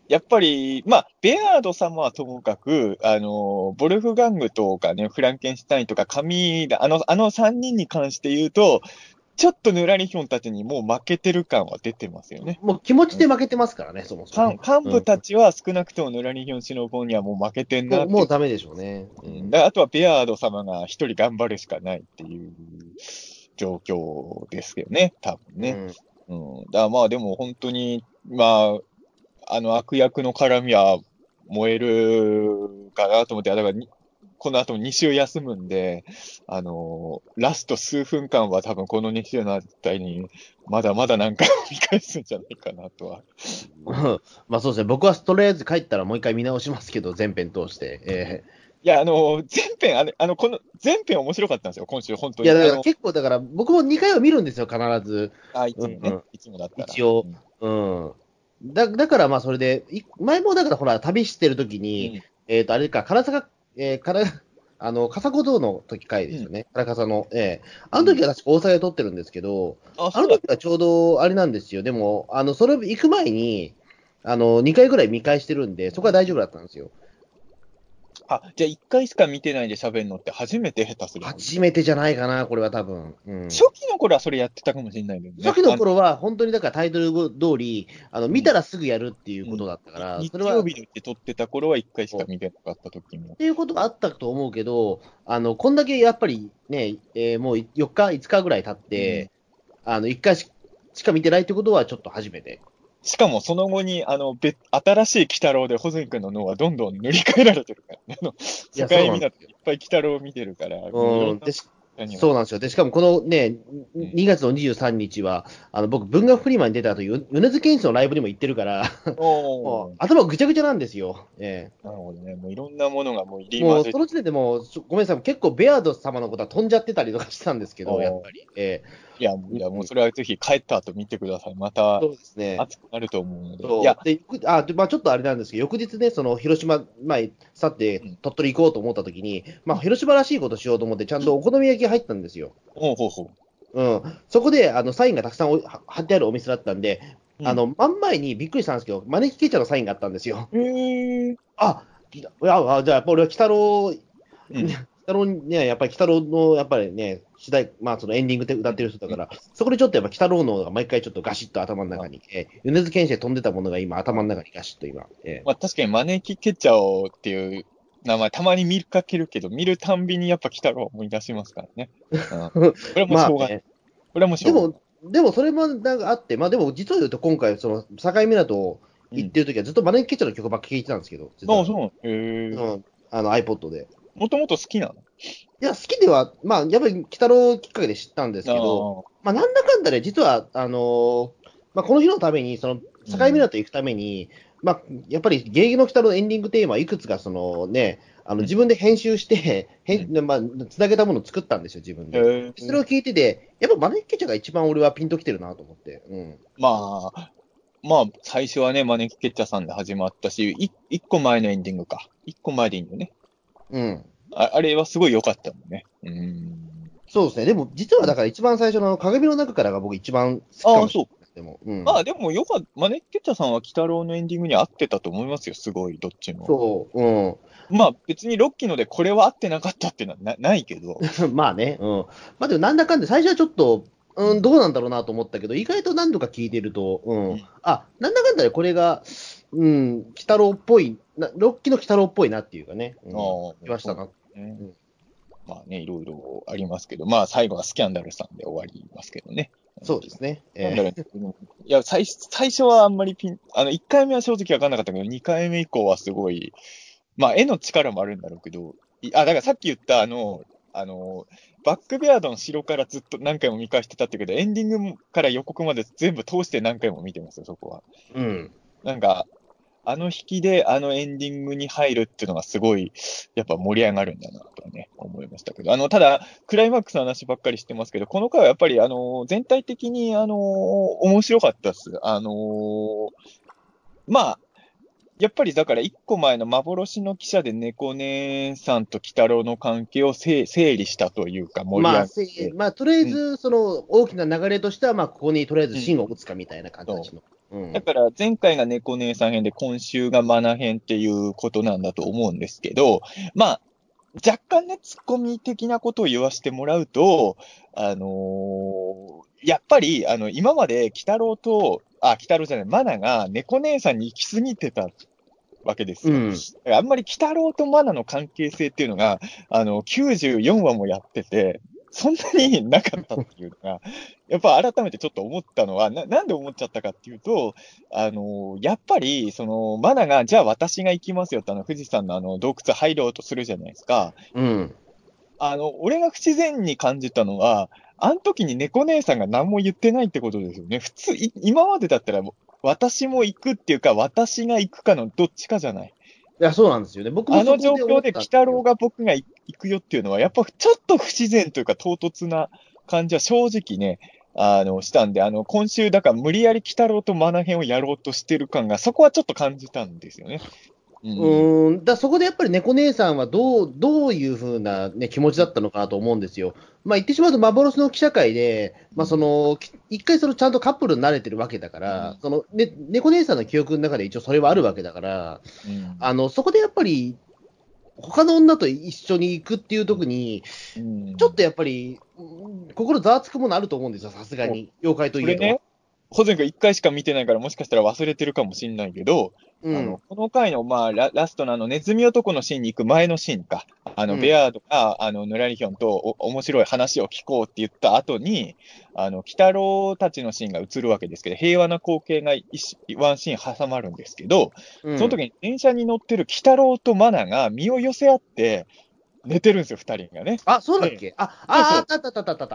やっぱり、まあ、ベアード様はともかく、ボルフガングとかね、フランケンシュタインとかカミーダ、あの3人に関して言うと、ちょっとヌラリヒョンたちにもう負けてる感は出てますよね。 もう気持ちで負けてますからね、そもそも。 幹部たちは少なくともヌラリヒョンシノボンにはもう負けてんなっていう。 もうダメでしょうね。 あとはベアード様が一人頑張るしかないっていう状況ですよね、多分ね。だからまあでも本当に、まあ、悪役の絡みは燃えるかなと思って、だからこの後2週休むんで、ラスト数分間は多分この2週のあたりに、まだまだ何回も見返すんじゃないかなとは。 まあそうですね、僕はとりあえず帰ったらもう一回見直しますけど、全編通して。 いや、全編、この全編面白かったんですよ、今週、本当に。 いや、だから結構、だから僕も2回は見るんですよ、必ず。 いつもね、いつもだったら。 一応。だからまあそれで、前もだからほら、旅してる時に、あれか、唐坂、笠子堂の時回ですよね、唐笠の。あの時は確か大阪で撮ってるんですけど、あの時はちょうどあれなんですよ。でも、それ行く前に、2回ぐらい見返してるんで、そこは大丈夫だったんですよ。 じゃあ1回しか見てないで喋るのって初めて下手するの？ 初めてじゃないかな、これは多分。 初期の頃はそれやってたかもしれないけどね。 初期の頃は本当にだからタイトル通り、見たらすぐやるっていうことだったから、 日曜日で撮ってた頃は1回しか見てなかった時も。 っていうことがあったと思うけど、こんだけやっぱりね、もう4日、5日ぐらい経って、1回しか見てないってことはちょっと初めて。 しかもその後に、新しい鬼太郎で穂積君の脳はどんどん塗り替えられてるからね。世界見だっていっぱい鬼太郎を見てるから。 そうなんですよ。で、しかもこのね、2月の23日は、僕、文学フリマに出た後、米津玄師のライブにも行ってるから、頭ぐちゃぐちゃなんですよ。 なるほどね。もういろんなものがもう入り混ぜて。もうその時点でもう、ごめんなさい、結構ベアード様のことは飛んじゃってたりとかしたんですけど、やっぱり。 いや、もうそれはぜひ帰った後見てください。また、 そうですね。 熱くなると思うので。 いや、まあちょっとあれなんですけど、翌日ね、その広島、去って鳥取行こうと思った時に、まあ広島らしいことしようと思って、ちゃんとお好み焼き入ったんですよ。そこで、サインがたくさん貼ってあるお店だったんで、真ん前にびっくりしたんですけど、招きケチャのサインがあったんですよ。じゃあやっぱ俺は鬼太郎、ね、やっぱり鬼太郎の、やっぱりね、まあそのエンディングで歌ってる人だから、そこでちょっとやっぱ鬼太郎のが毎回ちょっとガシッと頭の中に、米津玄師で飛んでたものが今頭の中にガシッと今。 まあ確かに招きケチャオっていう名前たまに見かけるけど、見るたんびにやっぱ鬼太郎を思い出しますからね。これもしょうがない。これもしょうがない。 でもそれもなんかあって、まあでも実を言うと今回、その境港行ってる時はずっと招きケチャの曲ばっかり聴いてたんですけど。 そう iPod で。 もともと好きなの？ いや、好きでは、まあ、やっぱり、鬼太郎きっかけで知ったんですけど、まあ、なんだかんだで、実は、まあ、この日のために、その、境港行くために、まあ、やっぱり、ゲゲゲの鬼太郎のエンディングテーマ、いくつか、そのね、自分で編集して、まあ、つなげたものを作ったんですよ、自分で。それを聞いてて、やっぱ、招きケチャが一番俺はピンときてるなと思って。 まあ、最初はね、招きケチャさんで始まったし、一個前のエンディングか。一個前でいいんだよね。あれはすごい良かったもんね。 そうですね。でも、実はだから一番最初の鏡の中からが僕一番好きかもしれない。でも、 まあでも招きケチャさんは鬼太郎のエンディングに合ってたと思いますよ、すごい、どっちも。まあ別にロッキーのでこれは合ってなかったっていうのはないけど。 まあね、まあでもなんだかんだ最初はちょっと、どうなんだろうなと思ったけど、意外と何度か聞いてると、なんだかんだでこれが、鬼太郎っぽい、ロッキーの鬼太郎っぽいなっていうかね、来ましたな。 まあね、いろいろありますけど、まあ最後はスキャンダルさんで終わりますけどね。 そうですね。 いや、最初はあんまり1回目は正直わかんなかったけど、2回目以降はすごい、まあ絵の力もあるんだろうけど、だからさっき言ったバックベアードの城からずっと何回も見返してたっていうけど、エンディングから予告まで全部通して何回も見てますよ、そこは。なんか、あの引きであのエンディングに入るっていうのがすごい、やっぱ盛り上がるんだなとね、思いましたけど。ただ、クライマックスの話ばっかりしてますけど、この回はやっぱり、全体的に、面白かったです。まあ、やっぱりだから一個前の幻の記者で猫姉さんと鬼太郎の関係を整理したというか盛り上げて。 まあとりあえず、その大きな流れとしては、まあここにとりあえず芯を打つかみたいな形の。 だから前回が猫姉さん編で今週がマナ編っていうことなんだと思うんですけど、まあ、若干ね、ツッコミ的なことを言わせてもらうと、やっぱり、今まで鬼太郎じゃない、マナが猫姉さんに行き過ぎてたわけですよ。だからあんまり鬼太郎とマナの関係性っていうのが、94話もやってて、そんなになかったっていうのが、やっぱ改めてちょっと思ったのは、なんで思っちゃったかっていうと、やっぱり、マナが、じゃあ私が行きますよって、富士山の洞窟入ろうとするじゃないですか。俺が不自然に感じたのは、あの時に猫姉さんが何も言ってないってことですよね。普通、今までだったら、私も行くっていうか、私が行くかのどっちかじゃない。 いや、そうなんですよね。僕もそこで状況で、鬼太郎が僕が行くよっていうのは、やっぱちょっと不自然というか唐突な感じは正直ね、したんで、今週、だから無理やり鬼太郎とマナ編をやろうとしてる感が、そこはちょっと感じたんですよね。 そこでやっぱり猫姉さんはどういうふうな、ね、気持ちだったのかなと思うんですよ。言ってしまうと幻の記者会で、一回ちゃんとカップルになれてるわけだから、猫姉さんの記憶の中で一応それはあるわけだから、そこでやっぱり、他の女と一緒に行くっていう時に、ちょっとやっぱり、心ざわつくものあると思うんですよ、さすがに。妖怪といえど。 保全君一回しか見てないからもしかしたら忘れてるかもしれないけど、この回の、ラストのネズミ男のシーンに行く前のシーンか。ベアードが、ヌラリヒョンと面白い話を聞こうって言った後に、鬼太郎たちのシーンが映るわけですけど、平和な光景がワンシーン挟まるんですけど、その時に電車に乗ってる鬼太郎とマナが身を寄せ合って、寝てるんですよ、二人がね。 そうだっけあった。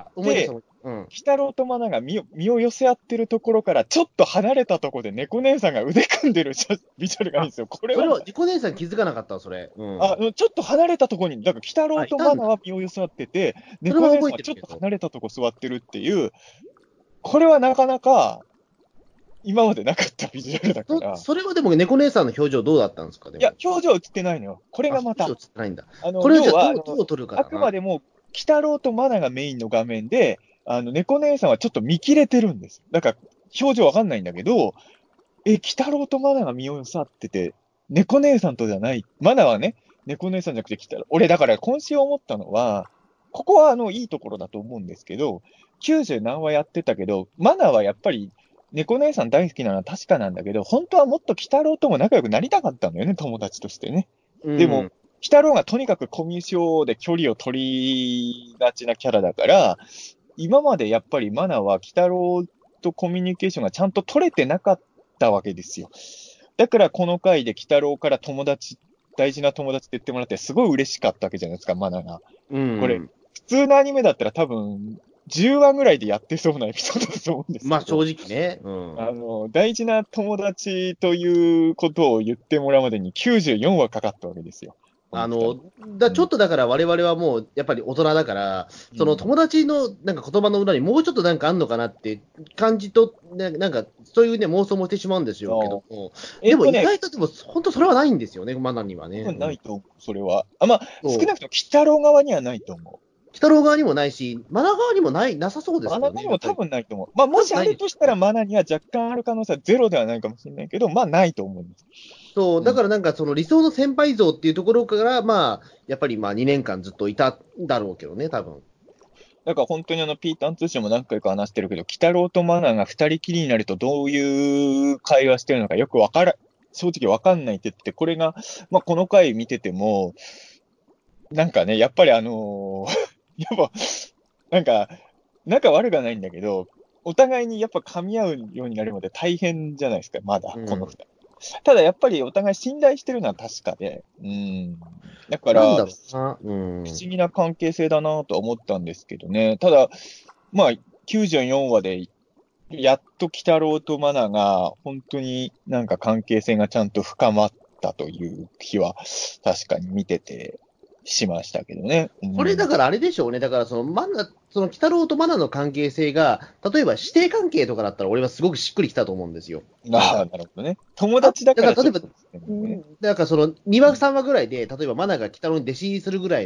思い出した。 鬼太郎とマナが身を寄せ合ってるところから、ちょっと離れたところで猫姉さんが腕組んでるビジュアルがいいんですよ。これは。 猫姉さん気づかなかった、それ。 ちょっと離れたところに、だから鬼太郎とマナは身を寄せ合ってて、猫姉さんはちょっと離れたところ座ってるっていう、これはなかなか、今までなかったビジュアルだから。 それはでも猫姉さんの表情どうだったんですか？ いや、表情映ってないのよ。これがまた。 映ってないんだ。これはどう撮るかな。 あくまでも、鬼太郎とマナがメインの画面で、猫姉さんはちょっと見切れてるんです。だから、表情わかんないんだけど、鬼太郎とマナが身を寄せ合ってて、猫姉さんとじゃない。マナはね、猫姉さんじゃなくて鬼太郎。俺、だから今週思ったのは、ここはいいところだと思うんですけど、90何話やってたけど、マナはやっぱり、猫姉さん大好きなのは確かなんだけど、本当はもっと鬼太郎とも仲良くなりたかったんだよね、友達としてね。でも、鬼太郎がとにかくコミュ障で距離を取りがちなキャラだから、今までやっぱりマナは鬼太郎とコミュニケーションがちゃんと取れてなかったわけですよ。だからこの回で鬼太郎から大事な友達って言ってもらってすごい嬉しかったわけじゃないですか、マナが。これ、普通のアニメだったら多分、10話ぐらいでやってそうなエピソードだと思うんですけど。 正直ね。 大事な友達ということを言ってもらうまでに94話かかったわけですよ。 ちょっとだから我々はもうやっぱり大人だから、その友達のなんか言葉の裏にもうちょっとなんかあんのかなって感じと、なんかそういうね妄想もしてしまうんですよけども、でも意外とでも本当それはないんですよね、マナにはね。 ないと思う、それは。少なくとも鬼太郎側にはないと思う。 鬼太郎側にもないし、マナ側にもなさそうですよね。 マナ側にも多分ないと思う。もしあるとしたらマナには若干ある可能性はゼロではないかもしれないけど、ないと思うんです。 そう、だからなんかその理想の先輩像っていうところから、やっぱり2年間ずっといたんだろうけどね、多分。 だから本当にピータン通信も何回か話してるけど、鬼太郎とマナが二人きりになるとどういう会話してるのかよく正直わかんないって言って、これが、この回見てても、なんかね、やっぱりやっぱ、なんか、仲悪がないんだけど、お互いにやっぱ噛み合うようになるまで大変じゃないですか、まだ、この二人。ただやっぱりお互い信頼してるのは確かで、だから、不思議な関係性だなと思ったんですけどね。ただ、94話で、やっと鬼太郎とマナが本当になんか関係性がちゃんと深まったという日は確かに見ててしましたけどね。 これだからあれでしょうね。だからその鬼太郎とマナの関係性が、例えば師弟関係とかだったら俺はすごくしっくりきたと思うんですよ。 なるほどね。友達だから例えば、だからその2話3話ぐらいで、例えばマナが鬼太郎に弟子入りするぐらいの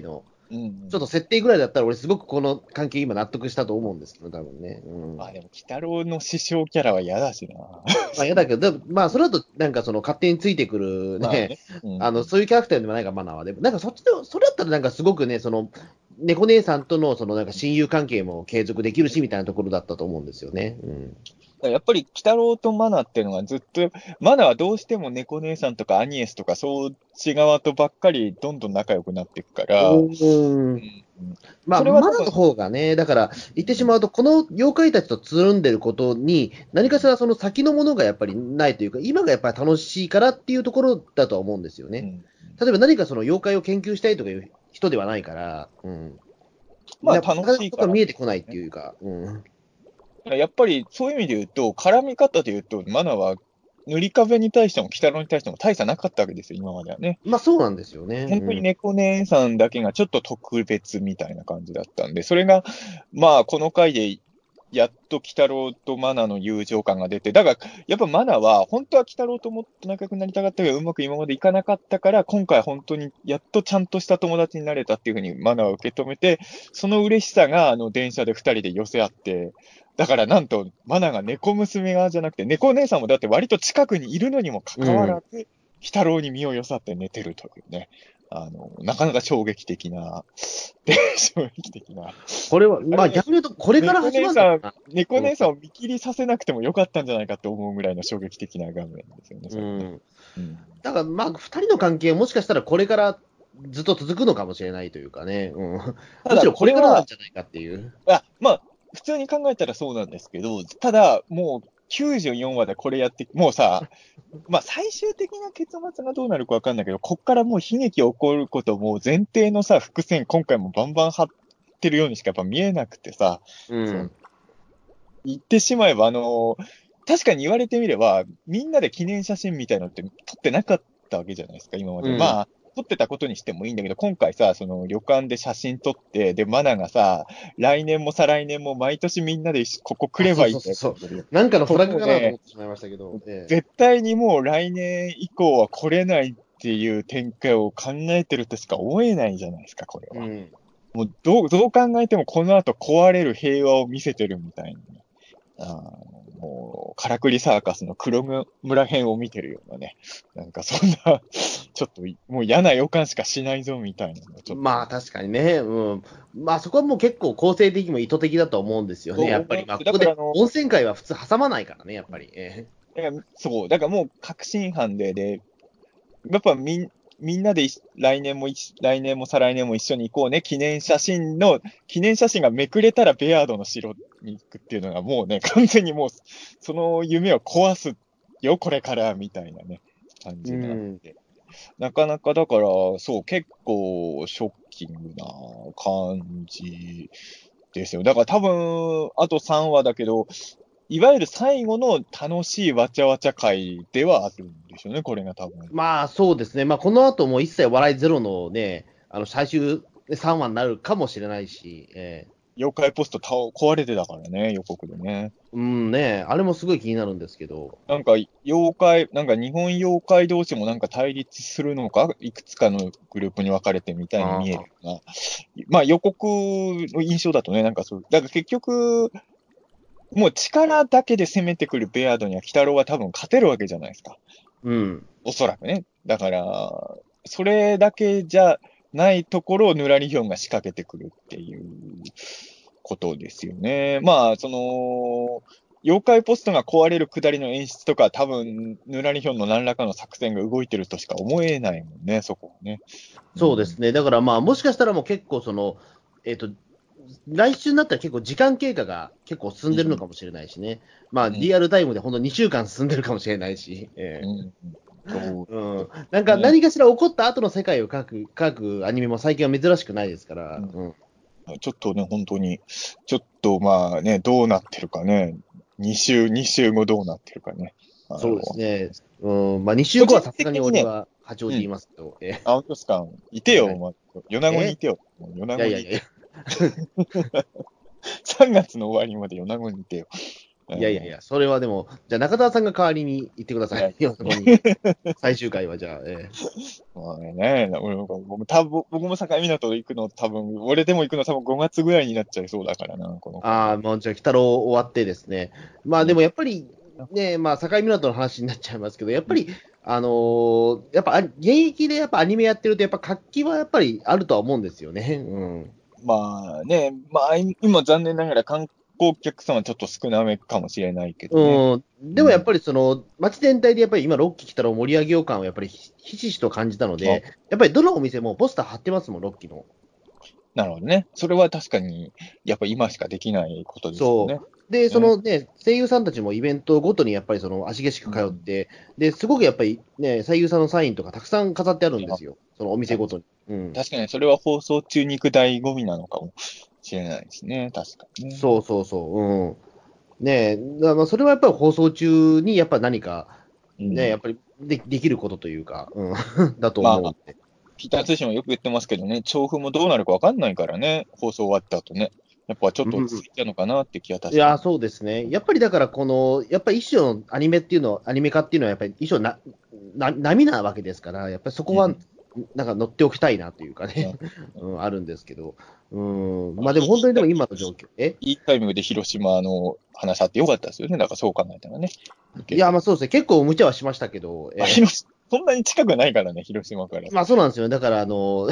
うんちょっと設定ぐらいだったら、俺すごくこの関係今納得したと思うんですけど、多分ね。 まあでも、鬼太郎の師匠キャラは嫌だしな。 まあ嫌だけど、まあそれだとなんかその勝手についてくるね、 まあね。 そういうキャラクターでもないからマナーは。でもなんかそっちで、それだったらなんかすごくね、その、猫姉さんとのそのなんか親友関係も継続できるしみたいなところだったと思うんですよね。 やっぱり、鬼太郎とマナっていうのがずっと、マナはどうしても猫姉さんとかアニエスとか、そっち側とばっかりどんどん仲良くなっていくから、 まあ、 それは多分、 マナの方がね、だから、言ってしまうと、この妖怪たちとつるんでることに、何かしらその先のものがやっぱりないというか、今がやっぱり楽しいからっていうところだとは思うんですよね。例えば何かその妖怪を研究したいとかいう人ではないから、 まあなかなかそこが楽しいから、 見えてこないっていうか、 やっぱりそういう意味で言うと、絡み方で言うと、マナは塗り壁に対しても、鬼太郎に対しても大差なかったわけですよ、今まではね。 まあそうなんですよね。 本当に猫姉さんだけがちょっと特別みたいな感じだったんで、それが、まあ、この回で、やっと鬼太郎とマナの友情感が出て、だから、やっぱマナは、本当は鬼太郎ともっと仲良くなりたかったけど、うまく今までいかなかったから、今回本当にやっとちゃんとした友達になれたっていうふうにマナは受け止めて、その嬉しさが、電車で二人で寄せ合って、だからなんと、マナが猫娘側じゃなくて、猫姉さんもだって割と近くにいるのにもかかわらず、鬼太郎に身を寄さって寝てるというね。なかなか衝撃的な、衝撃的な。 これは、まあ逆に言うと、これから始まるんだろうな。 猫姉さんを見切りさせなくてもよかったんじゃないかと思うぐらいの衝撃的な画面ですよね、それね。 だからまあ、二人の関係はもしかしたらこれからずっと続くのかもしれないというかね。むしろこれからなんじゃないかっていう。 まあ、普通に考えたらそうなんですけど、ただ、もう94話でこれやって、もうさ、まあ最終的な結末がどうなるかわかんないけど、こっからもう悲劇起こることも前提のさ、伏線今回もバンバン張ってるようにしかやっぱ見えなくてさ、そう言ってしまえば、確かに言われてみれば、みんなで記念写真みたいなのって撮ってなかったわけじゃないですか、今まで。まあ、撮ってたことにしてもいいんだけど、今回さ、その旅館で写真撮って、で、マナがさ、来年も再来年も毎年みんなでここ来ればいいんだよ。 そう。なんかのフラグかなと思ってしまいましたけど。 絶対にもう来年以降は来れないっていう展開を考えてるとしか思えないじゃないですか、これは。もうどう考えてもこの後壊れる平和を見せてるみたいな。もう、からくりサーカスの黒村編を見てるようなね。なんかそんな、ちょっともう嫌な予感しかしないぞみたいなのちょっと。 まあ確かにね。まあそこはもう結構構成的にも意図的だと思うんですよね。やっぱり。まあここで温泉街は普通挟まないからね、やっぱり。 そう。だからもう確信犯で、やっぱみんなで来年も再来年も一緒に行こうね。記念写真がめくれたらベアードの城に行くっていうのがもうね、完全にもう、その夢を壊すよ、これから、みたいなね、感じなんで。なかなかだから、そう、結構ショッキングな感じですよ。だから多分、あと3話だけど、いわゆる最後の楽しいわちゃわちゃ会ではあるんでしょうね、これが多分。 まあそうですね。まあこの後も一切笑いゼロのね、最終3話になるかもしれないし、 妖怪ポスト壊れてたからね、予告でね。 あれもすごい気になるんですけど。 なんかなんか日本妖怪同士もなんか対立するのか、いくつかのグループに分かれてみたいに見えるような。まあ予告の印象だとね、なんかそう。だから結局、もう力だけで攻めてくるベアードには鬼太郎は多分勝てるわけじゃないですか。おそらくね。だから、それだけじゃないところをヌラリヒョンが仕掛けてくるっていうことですよね。まあ、妖怪ポストが壊れるくだりの演出とか、多分、ヌラリヒョンの何らかの作戦が動いてるとしか思えないもんね、そこはね。 そうですね。だからまあ、もしかしたらもう結構来週になったら結構時間経過が結構進んでるのかもしれないしね。まあ、リアルタイムでほんと2週間進んでるかもしれないし。なんか何かしら起こった後の世界を描くアニメも最近は珍しくないですから。 ちょっとね、本当に、ちょっとまあね、どうなってるかね。2週後どうなってるかね。 そうですね。まあ2週後はさすがに俺は八王子いますけど。 本当ですか。いてよ、まあ、米子にいてよ。米子にいてよ。3月の終わりまで米子にいてよ。 いやいやいや、それはでも、じゃあ中澤さんが代わりに行ってください。そこに最終回はじゃあ、 まあね、僕も境港行くの俺でも行くの多分5月ぐらいになっちゃいそうだからな、この。 ああ、もうじゃあ、鬼太郎終わってですね。まあでもやっぱり、ね、まあ、境港の話になっちゃいますけど、やっぱり、やっぱ、現役でやっぱアニメやってると、やっぱ活気はやっぱりあるとは思うんですよね。うん。 まあね、まあ今残念ながら観光客さんはちょっと少なめかもしれないけどね。 うん。でもやっぱりその、街全体でやっぱり今、ロッキー来たら盛り上げよう感をやっぱりひしひしと感じたので、やっぱりどのお店もポスター貼ってますもん、ロッキーの。 なるほどね。それは確かに、やっぱ今しかできないことですよね。 そう。で、そのね、声優さんたちもイベントごとにやっぱりその足げしく通って、で、すごくやっぱりね、声優さんのサインとかたくさん飾ってあるんですよ。そのお店ごとに。うん。 確かにそれは放送中に行く醍醐味なのかもしれないですね。確かにね。 そうそうそう。うん。ねえ、まあそれはやっぱり放送中にやっぱ何か、ね、やっぱりできることというか、うん、だとまあ、 思うんで。 北津市もよく言ってますけどね、調布もどうなるかわかんないからね、放送終わった後ね。やっぱちょっと落ち着いたのかなって気は確かに。 いや、そうですね。やっぱりだから、やっぱり一種のアニメっていうのは、アニメ化っていうのは、やっぱり一種波なわけですから、やっぱりそこは、なんか乗っておきたいなというかね、あるんですけど、まあでも本当にでも今の状況、 いいタイミングで広島の話あってよかったですよね。だからそう考えたらね。 いや、まあそうですね、結構無茶はしましたけど、 そんなに近くないからね、広島から。 まあそうなんですよ。だから、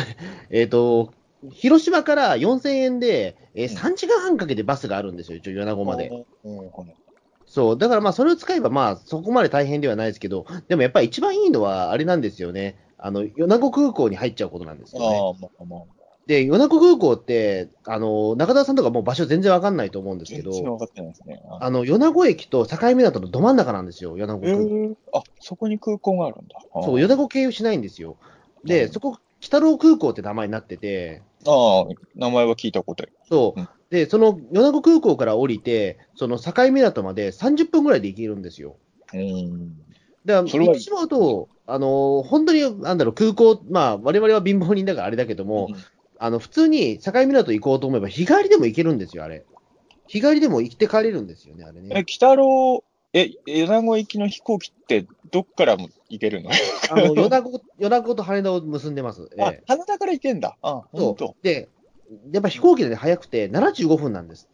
広島から4000円で、3時間半かけてバスがあるんですよ、一応、米子まで。そう、だからまあ、それを使えば、まあ、そこまで大変ではないですけど、でもやっぱり一番いいのは、あれなんですよね。米子空港に入っちゃうことなんですよね。 まあまあ。 で、米子空港って、中田さんとかもう場所全然わかんないと思うんですけど、 全然分かってないですね。 米子駅と境港のど真ん中なんですよ、米子空港。 そこに空港があるんだ。 そう、米子経由しないんですよ。で、そこ、鬼太郎空港って名前になってて、 名前は聞いたことある。 そう。で、その米子空港から降りて、その境港まで30分ぐらいで行けるんですよ。で、行ってしまうと、本当に、なんだろう、空港、まあ、我々は貧乏人だからあれだけども、普通に境港行こうと思えば、日帰りでも行けるんですよ、あれ。日帰りでも行って帰れるんですよね、あれね。 鬼太郎、米子行きの飛行機ってどっからも行けるの？ 米子と羽田を結んでます。 羽田から行けんだ。 そう。で、やっぱ飛行機で早くて75分なんですって。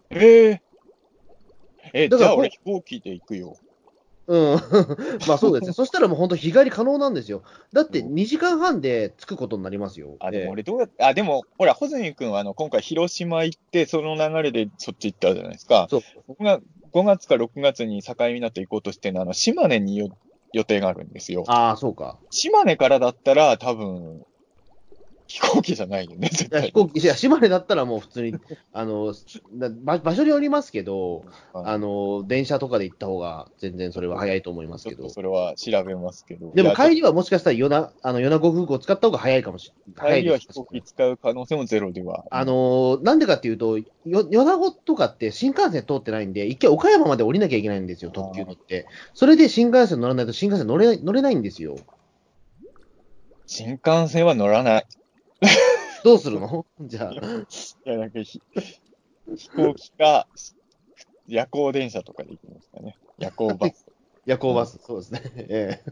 じゃあ俺飛行機で行くよ。 まあそうですね。そしたらもう本当日帰り可能なんですよ。だって2時間半で着くことになりますよ。 でも俺どうやって、でも、ほら、穂積君は今回広島行って、その流れでそっち行ったじゃないですか。 そう。 僕が5月か6月に境港行こうとしてるのは、島根に予定があるんですよ。 そうか。 島根からだったら多分、飛行機じゃないよね、絶対。 飛行機、島根だったらもう普通に、場所によりますけど、電車とかで行った方が全然それは早いと思いますけど。 それは調べますけど。 でも帰りはもしかしたら米子空港を使った方が早いかもしれない。 帰りは飛行機使う可能性もゼロでは。 なんでかっていうと、米子とかって新幹線通ってないんで、一回岡山まで降りなきゃいけないんですよ、特急乗って。それで新幹線乗らないと新幹線乗れないんですよ。 新幹線は乗らない。 どうするのじゃあ。 なんか飛行機か、夜行電車とかで行きますかね。夜行バス。 夜行バス、そうですね。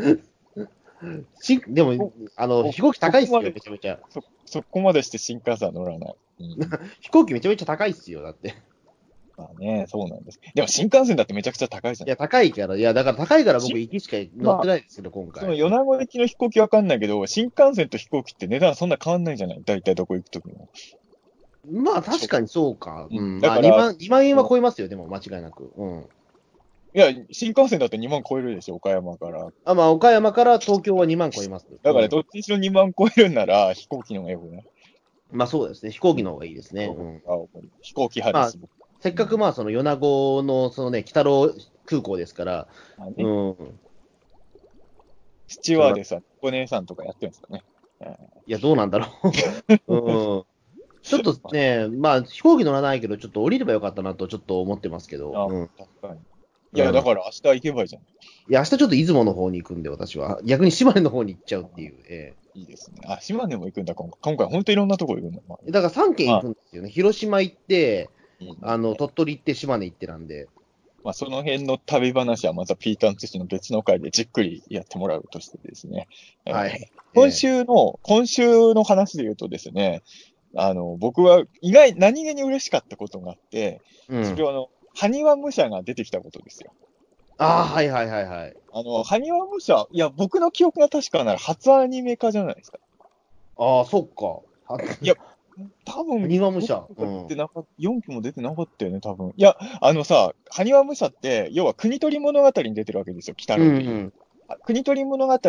でも、飛行機高いっすよ、めちゃめちゃ。 そこまでして新幹線は乗らない。 飛行機めちゃめちゃ高いっすよ、だって。 まあね、そうなんです。でも新幹線だってめちゃくちゃ高いじゃん。 いや、高いから、だから高いから僕行きしか乗ってないですけど、今回。 その米子行きの飛行機わかんないけど、新幹線と飛行機って値段そんな変わんないじゃない？大体どこ行くときも。 まあ確かにそうか。だから2万円は超えますよ、でも間違いなく。 いや、新幹線だって2万超えるでしょ、岡山から。 まあ岡山から東京は2万超えます。 だからどっちにしろ2万超えるんなら飛行機の方がよくない？ まあそうですね、飛行機の方がいいですね。 飛行機派です。 せっかくまあその米子のそのね、鬼太郎空港ですから、 スチュワーデスはお姉さんとかやってるんですかね。 いや、どうなんだろう。ちょっとね、まあ飛行機乗らないけど、ちょっと降りればよかったなとちょっと思ってますけど。 確かに。いや、だから明日行けばいいじゃん。いや、明日ちょっと出雲の方に行くんで、私は。逆に島根の方に行っちゃうっていう。 いいですね。島根も行くんだ、今回。本当いろんなとこ行くんだ。 だから3県行くんですよね。広島行って、鳥取行って、島根行ってなんで。 まあ、その辺の旅話はまたピータン通信の別の回でじっくりやってもらうとしてですね。 はい。 今週の話で言うとですね、僕は何気に嬉しかったことがあって、 うん。 それは埴輪武者が出てきたことですよ。 ああ、はいはいはいはい。 埴輪武者、いや、僕の記憶が確かなら初アニメ化じゃないですか。 ああ、そっか。 いや、多分、 埴輪武 4 者。 期うん。 が出てなかった、4期も出てなかったよね、多分。いや、埴輪武者って、要は国取物語に出てるわけですよ、鬼太うん郎でいう。 うん。 国取物語って、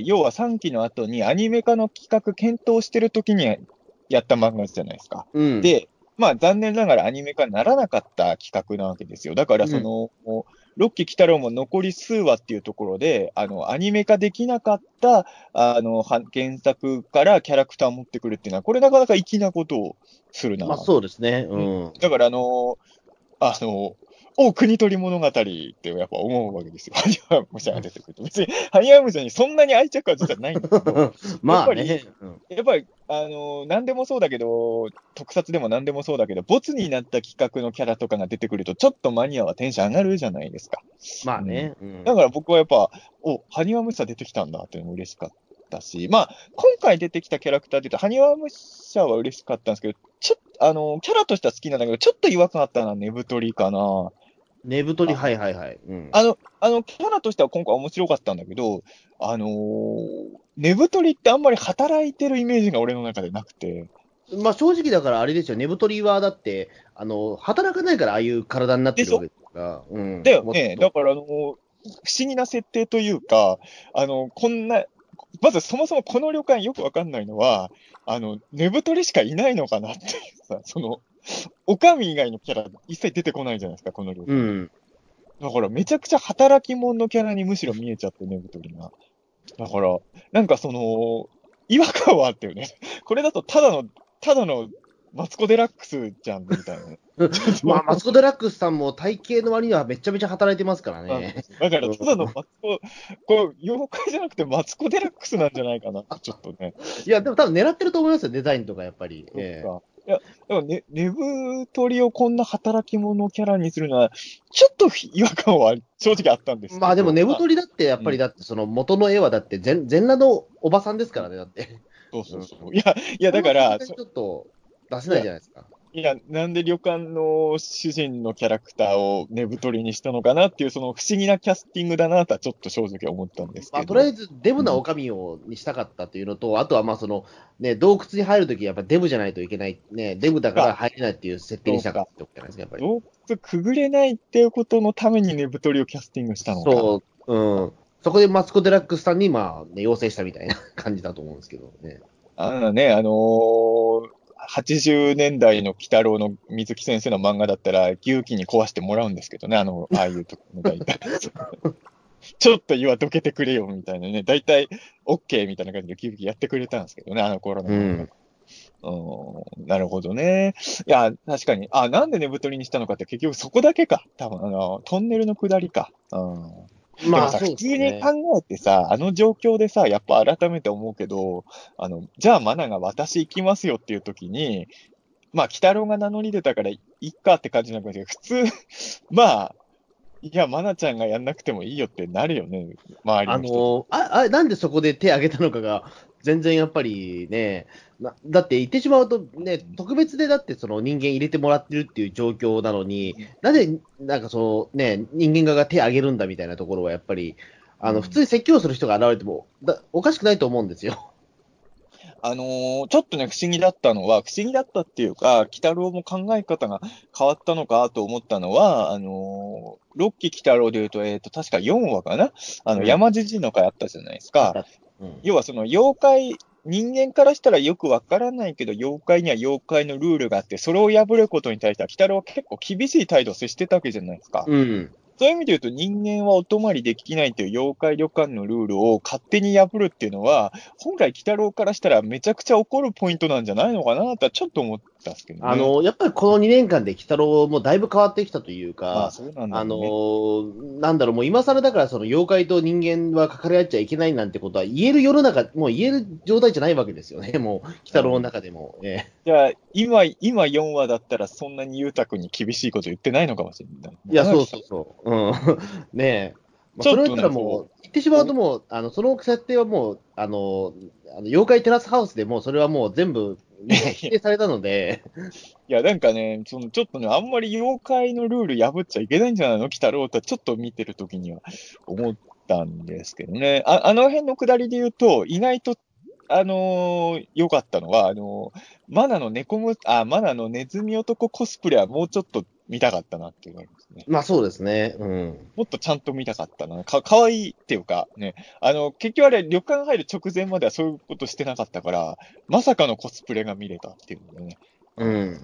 要は3期の後にアニメ化の企画検討してる時にやった漫画じゃないですか。 うん。 で、まあ残念ながらアニメ化にならなかった企画なわけですよ。だからうん。 6期鬼太郎も残り数話っていうところで、アニメ化できなかった、原作からキャラクターを持ってくるっていうのは、これなかなか粋なことをするな。 まあそうですね。ううん。 ん。 だからあの、国取物語ってやっぱ思うわけですよ。ハニワムシャが出てくると。別に、ハニワムシャにそんなに愛着は実はないんだけど、やっぱり、 まあね。うん。 やっぱり、何でもそうだけど、特撮でも何でもそうだけど、ボツになった企画のキャラとかが出てくると、ちょっとマニアはテンション上がるじゃないですか。うん。 まあね。うん。 だから僕はやっぱ、ハニワムシャ出てきたんだっていうのも嬉しかったし、まあ、今回出てきたキャラクターで言うと、ハニワムシャは嬉しかったんですけど、キャラとしては好きなんだけど、ちょっと違和感あったな、ねぶとりかな。 ねぶとり、 あはいはいはい。うん。 キャラとしては今回面白かったんだけど、ねぶとりってあんまり働いてるイメージが俺の中でなくて。 まあ正直だからあれですよ。ねぶとりはだって、働かないからああいう体になってでしょ？ るわけですから。うん。 だよね。だもっと。 から不思議な設定というか、こんな、まずそもそもこの旅館よくわかんないのは、ねぶとりしかいないのかなっていうさ、おかみ以外のキャラ一切出てこないじゃないですか、この旅館。 うん。 だからめちゃくちゃ働き者のキャラにむしろ見えちゃってねぶとりが。だから、なんか違和感はあったよね。これだとただのマツコ・デラックスじゃん、みたいな。ちょっまあ、マとツコ・デラックスさんも体型の割にはめちゃめちゃ働いてますからね。 なんですよ。だから、 うん、 ただのマツコ、妖怪じゃなくてマツコ・デラックスなんじゃないかなって、ちょっとね。 いや、でも多分狙ってると思いますよ、デザインとかやっぱり。 そっか。いや、でもねぶとりをこんな働き者キャラにするのは、ちょっと違和感は正直あったんですまあでも、 けど、 ねぶとりだって、やっうん。 ぱりだって、その元の絵はだって全裸のおばさんですからね、だって。 そうそうん、 うそう。いや、 これはさすだから、 がにちょっと出せいや、 ないじゃないですか。 なんで旅館の主人のキャラクターをねぶとりにしたのかなっていう、その不思議なキャスティングだなとはちょっと正直思ったんですまあ、 けど。 とりあえずデブなおかみにしたかったというのと、あとはまあその、ね、洞窟に入るときやっぱデブじゃないといけない、ね、デブだからか、 入れないっていう設定にしたかっそうか。 たってことじゃないですか、やっぱり。 洞窟くぐれないっていうことのためにねぶとりをキャスティングしたのか。 そう、うん。そこでマツコ・デラックスさんに、まあ、ね、要請したみたいな感じだと思うんですけどね。 80年代の鬼太郎の水木先生の漫画だったら、牛気に壊してもらうんですけどね、ああいうとこの大体。ちょっと岩どけてくれよ、みたいなね。大体、OK みたいな感じで牛気やってくれたんですけどね、あの頃の漫画。 うん。 なるほどね。いや、確かに。なんで寝太りにしたのかって結局そこだけか。多分、トンネルの下りか。でもまあ、 さ、普そうですね。 通に考えてさ、あの状況でさ、やっぱ改めて思うけど、じゃあマナが私行きますよっていう時に、まあ、鬼太郎が名乗り出たからいっかって感じなんだけど、普通、まあ、いや、マナちゃんがやんなくてもいいよってなるよね、周りの人と。 なんでそこで手挙げたのかが、全然やっぱりね、だって言ってしまうと、ね、特別でだってその人間入れてもらってるっていう状況なのに、なぜ、なんかそのね、人間側が手挙げるんだみたいなところはやっぱり、普通に説教する人が現れてもおかしくないと思うんですよ。 ちょっとね、不思議だったのは、不思議だったっていうか、鬼太郎も考え方が変わったのかと思ったのは、六期鬼太郎で言うと、確か4話かなうん。 山じじいの回あったじゃないですか。 あった。うん。 要はその妖怪、人間からしたらよくわからないけど、妖怪には妖怪のルールがあって、それを破ることに対しては、鬼太郎は結構厳しい態度を接してたわけじゃないですか。 うん。 そういう意味で言うと、人間はお泊まりできないという妖怪旅館のルールを勝手に破るっていうのは、本来、鬼太郎からしたらめちゃくちゃ怒るポイントなんじゃないのかなとはちょっと思ったんですけどね。 やっぱりこの2年間で鬼太郎もだいぶ変わってきたというか、 そうなんだろうね。 なんだろう、もう今更だから、その妖怪と人間は関わり合っちゃいけないなんてことは言える世の中、もう言える状態じゃないわけですよね、もう、鬼太郎の中でも。 じゃあ、今4話だったらそんなに裕太君に厳しいこと言ってないのかもしれない。 いや、そうそうそう。ねえ。まあ、それを言ったらもう、言ってしまうともう、その設定はもう、妖怪テラスハウスでもうそれはもう全部、ね、否定されたので。 いや、なんかね、ちょっとね、あんまり妖怪のルール破っちゃいけないんじゃないの鬼太郎とはちょっと見てるときには思ったんですけどね。あの辺のくだりで言うと、意外と、良かったのは、マナのネズミ男コスプレはもうちょっと見たかったなっていうのがありますね。 まあそうですね。うん。 もっとちゃんと見たかったな。かわいいっていうか、ね。結局あれ、旅館入る直前まではそういうことしてなかったから、まさかのコスプレが見れたっていうのでね。 うん。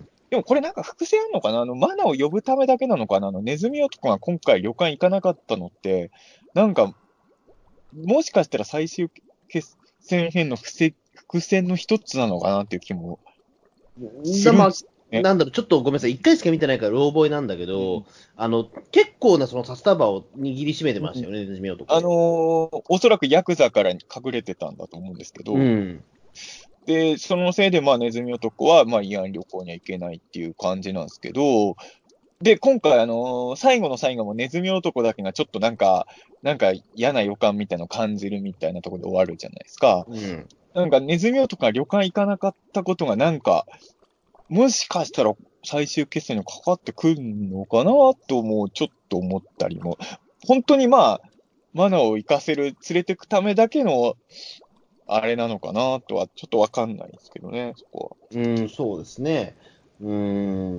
でもこれなんか伏線あるのかなマナを呼ぶためだけなのかなネズミ男が今回旅館行かなかったのって、なんか、もしかしたら最終決戦編の伏線の一つなのかなっていう気もするんまあ、 ですね。 なんだろう、ちょっとごめんなさい、1回しか見てないから、うろ覚えなんだけど、結構なその札束を握りしめてましたよね、ネズミ男。 おそらくヤクザから隠れてたんだと思うんですけど、 うん。 で、そのせいで、まあ、ネズミ男は、まあ、慰安旅行には行けないっていう感じなんですけど、で、今回、最後の最後もネズミ男だけがちょっとなんか嫌な予感みたいなのを感じるみたいなところで終わるじゃないですか。 うん。 なんかネズミ男が旅館行かなかったことがなんか、もしかしたら最終決戦にかかってくるのかなともちょっと思ったりも、本当にまあ、マナーを活かせる、連れてくためだけの、あれなのかなとはちょっとわかんないですけどね、そこは。 うん、そうですね。うん。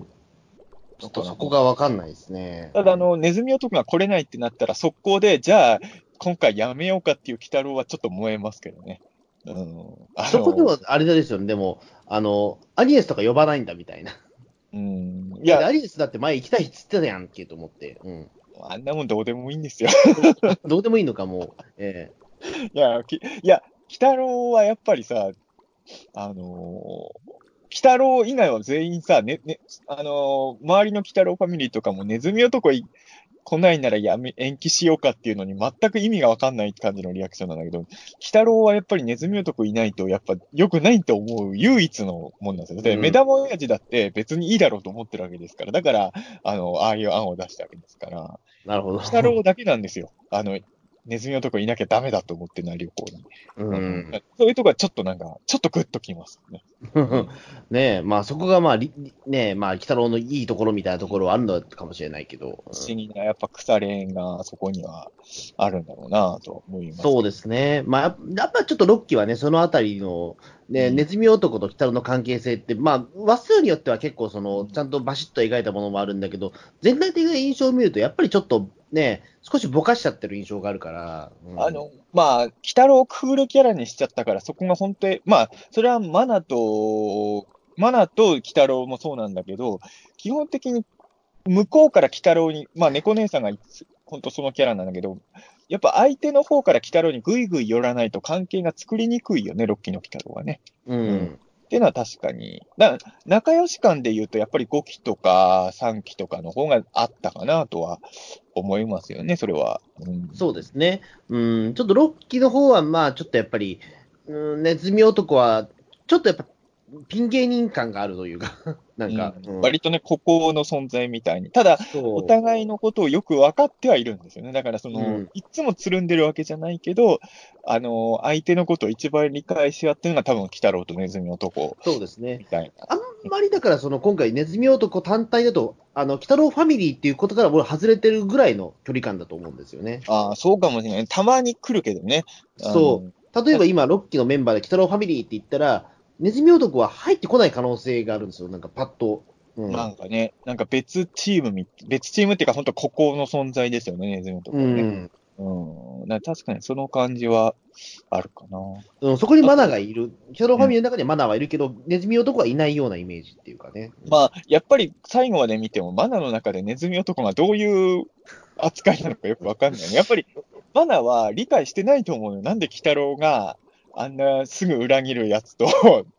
ちょっとそこがわかんないですね。 ただ、ネズミ男が来れないってなったら、速攻で、じゃあ、今回やめようかっていう鬼太郎はちょっと燃えますけどね。うん。 そこでもあれですよね、でも、アニエスとか呼ばないんだみたいな。 いいや、 や、 アニエスだって前行きたいっつってたやんけと思って。うん。 あんなもんどうでもいいんですよ。 どうでもいいのかも。 いや、鬼太郎はやっぱりさ、あのー鬼太郎以外は全員さ、周りの鬼太郎ファミリーとかもネズミ男来ないなら延期しようかっていうのに全く意味がわかんない感じのリアクションなんだけど、鬼太郎はやっぱりネズミ男いないとやっぱ良くないと思う唯一のもんなんですよ。で、目玉親父だって別にいいだろうと思ってるわけですから、だから、ああいう案を出したわけですから、 なるほど。 鬼太郎だけなんですよ。ネズミ男いなきゃダメだと思ってない旅行に。そういうとこはちょっとちょっとグッときますね。 ねえ、まあそこがまあ、ねえ、まあ、鬼太郎のいいところみたいなところはあるのかもしれないけど。 不思議な、やっぱ腐れ縁がそこにはあるんだろうなと思います。 そうですね。まあ、やっぱちょっとロッキーはね、そのあたりの、ね、ネズミ男と鬼太郎の関係性って、まあ、話数によっては結構ちゃんとバシッと描いたものもあるんだけど、全体的な印象を見ると、やっぱりちょっとね、少しぼかしちゃってる印象があるから。 まあ、鬼太郎をクールキャラにしちゃったから、そこが本当に、まあ、それはマナと鬼太郎もそうなんだけど、基本的に向こうから鬼太郎に、まあ、猫姉さんが本当そのキャラなんだけど、やっぱ相手の方から鬼太郎にぐいぐい寄らないと関係が作りにくいよね、ロッキーの鬼太郎はね。っていうのは確かに。仲良し感で言うと、やっぱり5期とか3期とかの方があったかなとは思いますよね、それは。 そうですね。ちょっとロッキーの方は、まあ、ちょっとやっぱり、ネズミ男は、ちょっとやっぱ、ピン芸人感があるというか、なんか、 割とね、孤高の存在みたいに。ただ、お互いのことをよく分かってはいるんですよね。だから、いつもつるんでるわけじゃないけど、相手のことを一番理解し合ってるのが多分、鬼太郎とネズミ男。 そうですね。 みたいな。 あんまりだから、今回、ネズミ男単体だと、鬼太郎ファミリーっていうことから、俺、外れてるぐらいの距離感だと思うんですよね。 ああ、そうかもしれない。たまに来るけどね。 そう。例えば今、ロッキーのメンバーで、鬼太郎ファミリーって言ったら、ネズミ男は入ってこない可能性があるんですよ、なんかパッと。 なんかね、なんか別チームっていうか、本当孤高の存在ですよね、ネズミ男はね。確かにその感じはあるかな。 そこにマナがいる。鬼太郎ファミリーの中にはマナはいるけど、ネズミ男はいないようなイメージっていうかね。 まあ、やっぱり最後まで見ても、マナの中でネズミ男がどういう扱いなのかよくわかんないね。やっぱり、マナは理解してないと思うよ。なんで鬼太郎があんなすぐ裏切るやつと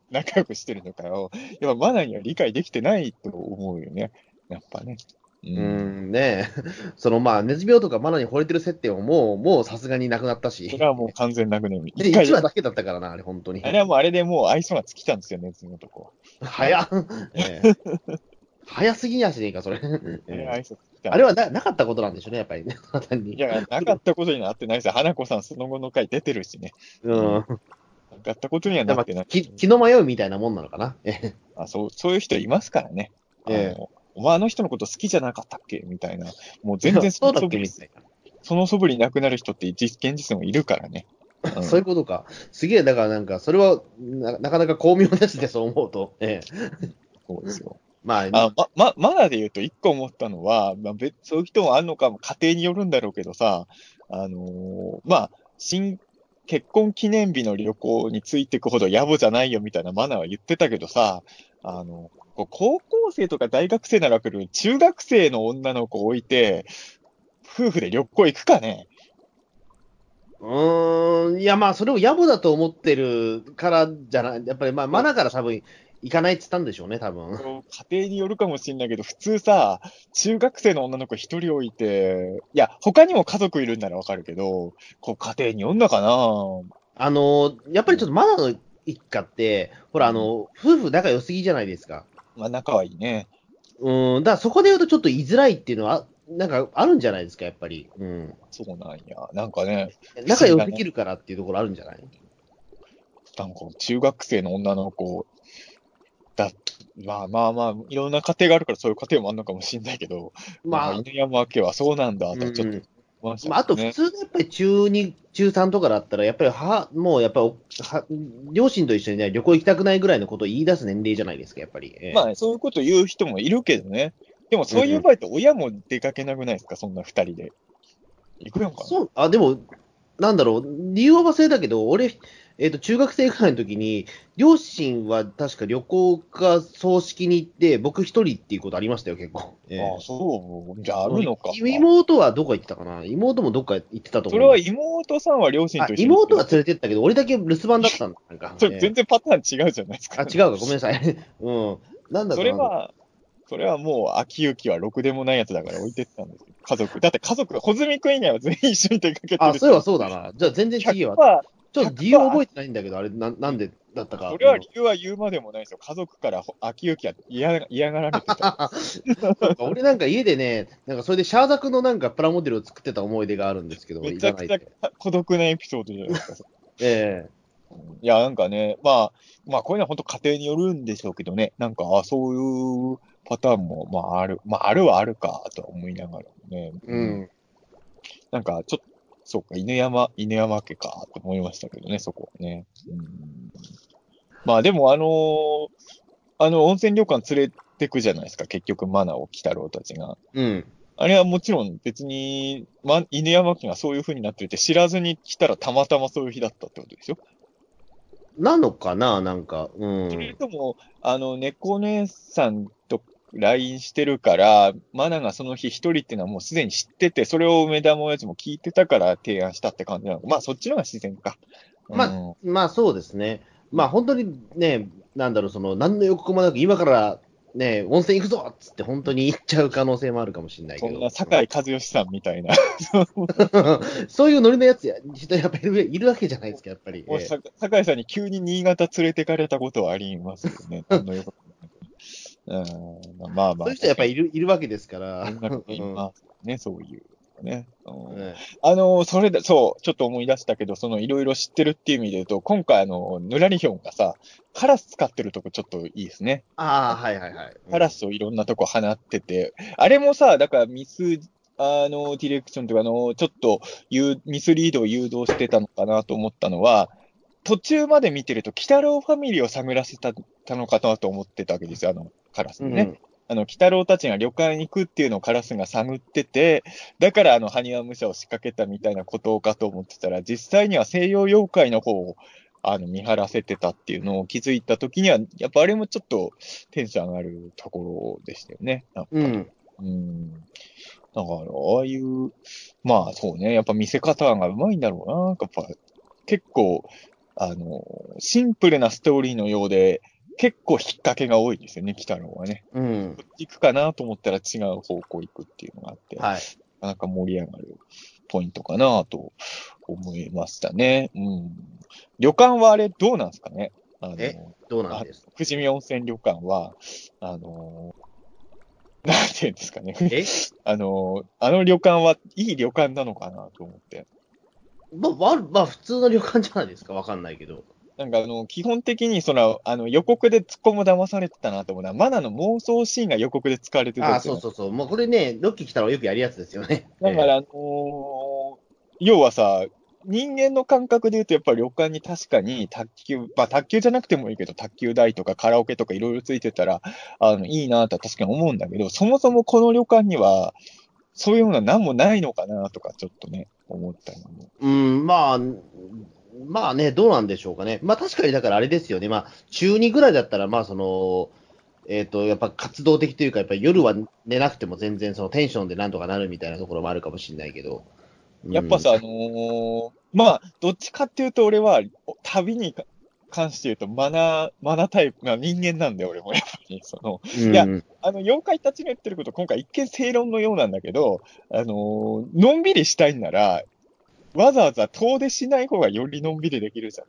仲良くしてるのかを、やっぱマナには理解できてないと思うよね。やっぱね。 ねえ。まあ、ネズミ男がマナに惚れてる設定ももうさすがになくなったし。 それはもう完全なくね。 で、 一回 1話だけだったからな、あれ、本当に。 あれはもうあれでもう愛想が尽きたんですよね、そのとこ。 早っ。ええ早すぎやしねえか、それ。 あれは愛想尽きた。 あれはなかったことなんでしょうね、やっぱりね。単に。 いや、なかったことになってないですよ。花子さんその後の回出てるしね。 うん。 なかったことにはでまあ、 なってない。 気の迷うみたいなもんなのかな。 そういう人いますからね。 えお前あの人のこと好きじゃなかったっけみたいな。もうえ全然そうだっけみたいその素振りなくなる人って現実にもいるからね。 な。そういうことか。すげえ、だからなんか、それはなかなか巧妙ですね、そう思うと。 そうですよ。 まあ、 まだで言うと一個思ったのは、そういう人もあるのかも家庭によるんだろうけどさ、まあ、結婚記念日の旅行についていくほど野暮じゃないよみたいなマナーは言ってたけどさ、高校生とか大学生ならわかる中学生の女の子を置いて、夫婦で旅行行くかね。 いや、まあ、それを野暮だと思ってるからじゃない、やっぱり、まあ、マナから多分、行かないって言ったんでしょうね、多分。 家庭によるかもしれないけど、普通さ、中学生の女の子一人置いて、いや、他にも家族いるんならわかるけど、家庭によんのかな。 やっぱりちょっとマナの一家って、ほら、夫婦仲良すぎじゃないですか。 まあ、仲はいいね。 だからそこで言うとちょっと居づらいっていうのは、なんかあるんじゃないですか、やっぱり。 そうなんや。なんかね、不仲思議だね。 良すぎるからっていうところあるんじゃない？ なんか、中学生の女の子だ、いろんな家庭があるからそういう家庭もあるのかもしれないけど、 まあ、 犬山家はそうなんだとはちょっとうん。 思いましたまあ、あと普けどね。 通のやっぱり中2、中3とかだったら、やっぱりもうやっぱり両親と一緒にね、旅行行きたくないぐらいのことを言い出す年齢じゃないですか、やっぱり。 まあ、そういうこと言う人もいるけどね。でも、そういう場合って親も出かけなくないですか、そんな二人で。行くのかな。 でも、なんだろう、理由は忘れたけど、俺、中学生くらいの時に、両親は確か旅行か葬式に行って、僕一人っていうことありましたよ、結構。 ああ、そう。じゃあ、あるのか。 妹はどこ行ってたかな、妹もどっか行ってたとそれは思うんだけど。 妹さんは両親と一緒に行ってる。 妹は連れてったけど、俺だけ留守番だったんだ。なんか、 それ全然パターン違うじゃないですか。 違うか、ごめんなさい。なんだったかな。 それはもう、秋行はろくでもないやつだから置いてったんですよ。家族。だって家族、穂積君以外は全員一緒に出かけてるし。 そういえばそうだな。じゃあ全然違うわ。ちょっと理由覚えてないんだけど、あれ、なんでだったか。 それは理由は言うまでもないですよ。家族から秋行は嫌がられてた。 そうか俺なんか家でね、なんかそれでシャーザクのなんかプラモデルを作ってた思い出があるんですけど、 めちゃくちゃ孤独なエピソードじゃないですか。 ええいや、なんかね、こういうのは本当家庭によるんでしょうけどね、なんか、そういうパターンも、ある。あるはあるか、とは思いながらね。なんか、そうか、犬山家か、と思いましたけどね、そこはね。でも、温泉旅館連れてくじゃないですか、結局、マナを鬼太郎たちが。あれはもちろん別に、犬山家がそういう風になっていて、知らずに来たらたまたまそういう日だったってことでしょ。 なのかな、なんか。 それとも、猫姉さんと LINE してるから、マナがその日一人っていうのはもうすでに知ってて、それを梅田もやつも聞いてたから提案したって感じなのか。そっちの方が自然か。 まあそうですね。まあ本当にね、なんだろう、何の予告もなく、今からね、温泉行くぞっつって本当に行っちゃう可能性もあるかもしれないけど。 そんな坂井和義さんみたいな。 そういうノリのやつ人やっぱりいるわけじゃないですか、やっぱり。 もう坂井さんに急に新潟連れてかれたことはありますよね。そういう人やっぱりいるわけですから。 ね、そういう。ね。そう、ちょっと思い出したけど、いろいろ知ってるっていう意味で言うと、今回ぬらりひょんがさ、カラス使ってるとこちょっといいですね。 はいはいはい。 カラスをいろんなとこ放ってて、あれもさ、だからディレクションというか、ちょっとミスリードを誘導してたのかなと思ったのは、途中まで見てると、鬼太郎ファミリーを探らせたのかなと思ってたわけですよ、カラスでね。鬼太郎たちが旅館に行くっていうのをカラスが探ってて、だから埴輪武者を仕掛けたみたいなことかと思ってたら、実際には西洋妖怪の方を見張らせてたっていうのを気づいたときには、やっぱあれもちょっとテンション上がるところでしたよね。だから、ああいう、そうね、やっぱ見せ方がうまいんだろうな。やっぱ結構、 シンプルなストーリーのようで、結構引っ掛けが多いですよね、鬼太郎はね。 うん。 こっち行くかなと思ったら違う方向行くっていうのがあって、 はい。 なかなか盛り上がるポイントかなと思いましたね。うん。旅館はあれどうなんですかね。 どうなんですか？ 富士見温泉旅館は、なんていうんですかね。あの旅館はいい旅館なのかなと思って。 まあ、普通の旅館じゃないですか、わかんないけど。 なんか基本的に予告で突っ込む騙されてたなと思うのは、マナの妄想シーンが予告で使われてたああ、 やつよね。 そうそうそう。もうこれね、ロッキー来たらよくやるやつですよね。 だから、要はさ、人間の感覚で言うと、やっぱり旅館に確かに卓球じゃなくてもいいけど、卓球台とかカラオケとかいろいろついてたら、いいなとは確かに思うんだけど、そもそもこの旅館には、そういうものは何もないのかなとか、ちょっとね、思ったりも。 うん、まあね、どうなんでしょうかね。まあ確かにだからあれですよね。まあ、中2ぐらいだったら、まあやっぱ活動的というか、やっぱり夜は寝なくても全然そのテンションでなんとかなるみたいなところもあるかもしれないけど。うん。 やっぱさ、まあ、どっちかっていうと、俺は、旅に関して言うと、マナタイプな人間なんだよ、俺も。やっぱり、いや、 うん。 妖怪たちの言ってること、今回一見正論のようなんだけど、のんびりしたいんなら、わざわざ遠出しない方がよりのんびりできるじゃん。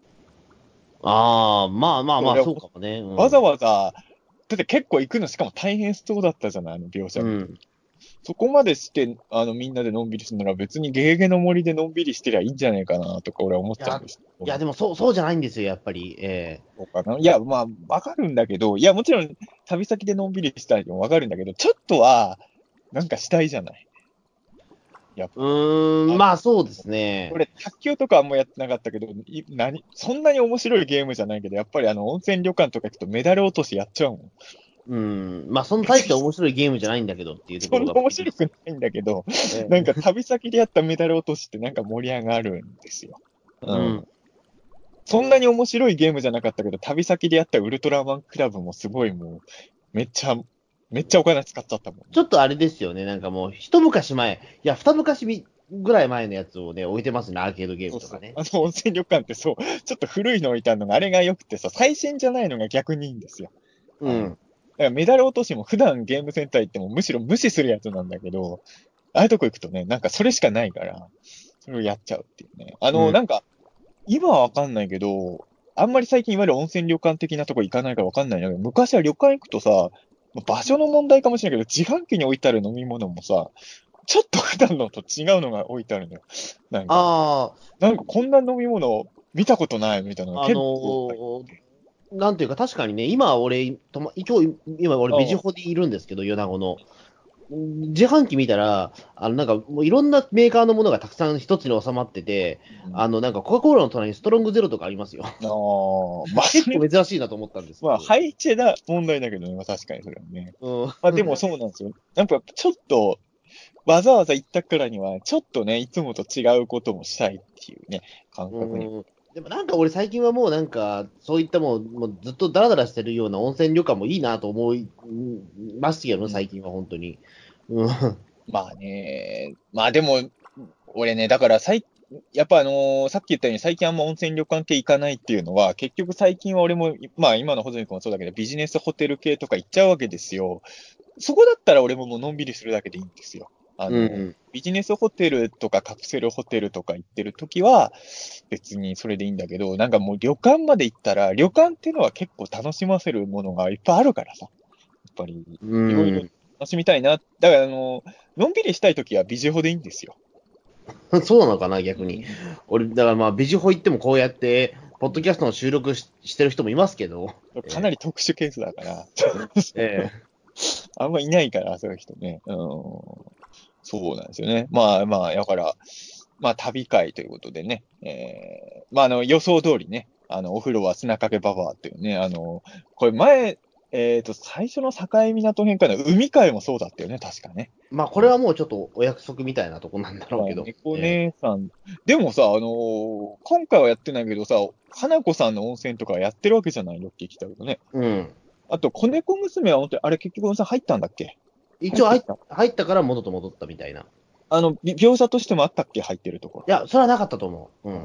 ああ、まあまあまあ、 俺はそうかもね。うわざん。 わざ、だって結構行くの、しかも大変そうだったじゃない、描写見て。 うん。 そこまでして、みんなでのんびりするなら別にゲーゲの森でのんびりしてりゃいいんじゃないかな、とか俺は思っいや、 ちゃうんですけいや、 ど。 でもそうじゃないんですよ、やっぱり。 そうかな。いや、まあ、わかるんだけど、いや、もちろん、旅先でのんびりしたいのもわかるんだけど、ちょっとは、なんかしたいじゃない。やっぱ。あまあそうですね。 俺、卓球とかあんまやってなかったけど、そんなに面白いゲームじゃないけど、やっぱり温泉旅館とか行くとメダル落としやっちゃうもん。 まあそんな大して面白いゲームじゃないんだけどっていうとこそんなろが。 面白くないんだけど、 えなんか旅先でやったメダル落としってなんか盛り上がるんですよ。 ううん。 ん。 そんなに面白いゲームじゃなかったけど、旅先でやったウルトラマンクラブもすごいもう、めっちゃ、めっちゃお金使っちゃったもん。 ちょっとあれですよね、なんかもう、一昔前、いや、二昔ぐらい前のやつをね、置いてますね、アーケードゲーそうそう。 ムとかね。 温泉旅館ってそう、ちょっと古いの置いてあるのが、あれが良くてさ、最新じゃないのが逆にいいんですよ。 うん。 だからメダル落としも普段ゲームセンター行ってもむしろ無視するやつなんだけど、ああいうとこ行くとね、なんかそれしかないから、それをやっちゃうっていうね。 うん。 なんか、今はわかんないけど、あんまり最近いわゆる温泉旅館的なとこ行かないからわかんないんだけど、昔は旅館行くとさ、場所の問題かもしれないけど、自販機に置いてある飲み物もさ、ちょっと普段のと違うのが置いてあるのよ。なんか、 あなんかこんな飲み物見たことないみたいなのがあ、 結構、 なんていうか、確かにね、今俺、一応、今俺、ビジあホでいるんですけど、米子の。自販機見たら、なんか、もういろんなメーカーのものがたくさん一つに収まってて、なんか、コカ・コーラの隣にストロングゼロとかありますよ。 まあ、それ、 結構珍しいなと思ったんですけまあ、 ど。 ハイチェだ問題だけどね、まあ確かにそれはね。 うん。 まあでもそうなんですよ。なんかちょっと、わざわざ行ったからには、ちょっとね、いつもと違うこともしたいっていうね、感覚に。 うん。でもなんか俺最近はもうなんか、そういったもうずっとダラダラしてるような温泉旅館もいいなと思いますけどね、 うん、 最近は本当に。うん。 まあね、まあでも、俺ね、だからやっぱさっき言ったように最近あんま温泉旅館系行かないっていうのは、結局最近は俺も、まあ今のホズミ君もそうだけど、ビジネスホテル系とか行っちゃうわけですよ。そこだったら俺ももうのんびりするだけでいいんですよ。 うん。 ビジネスホテルとかカプセルホテルとか行ってるときは、別にそれでいいんだけど、なんかもう旅館まで行ったら、旅館っていうのは結構楽しませるものがいっぱいあるからさ。やっぱり、 ういろいろん。 楽しみたいな。だからのんびりしたいときはビジホでいいんですよ。 そうなのかな、逆に。 うん。 俺、だからまあ、ビジホ行ってもこうやって、ポッドキャストの収録してる人もいますけど。 かなり特殊ケースだから、 えあんまいないから、そういう人ね。そうなんですよね。まあまあ、だから、まあ旅会ということでね、まあ予想通りね、お風呂は砂かけババアっていうね、これ前、最初の境港編かな、海会もそうだったよね、確かね。 まあ、これはもうちょっとお約束みたいなとこなんだろうけど。 猫姉さん。でもさ、今回はやってないけどさ、花子さんの温泉とかやってるわけじゃないよって聞いたけどね。 うん。 あと、子猫娘は本当に、あれ結局温泉入ったんだっけ？ 一応た入ったから戻ったみたいな。い描写としてもあったっけ？入ってるところ。 や、それはなかったと思う。うん。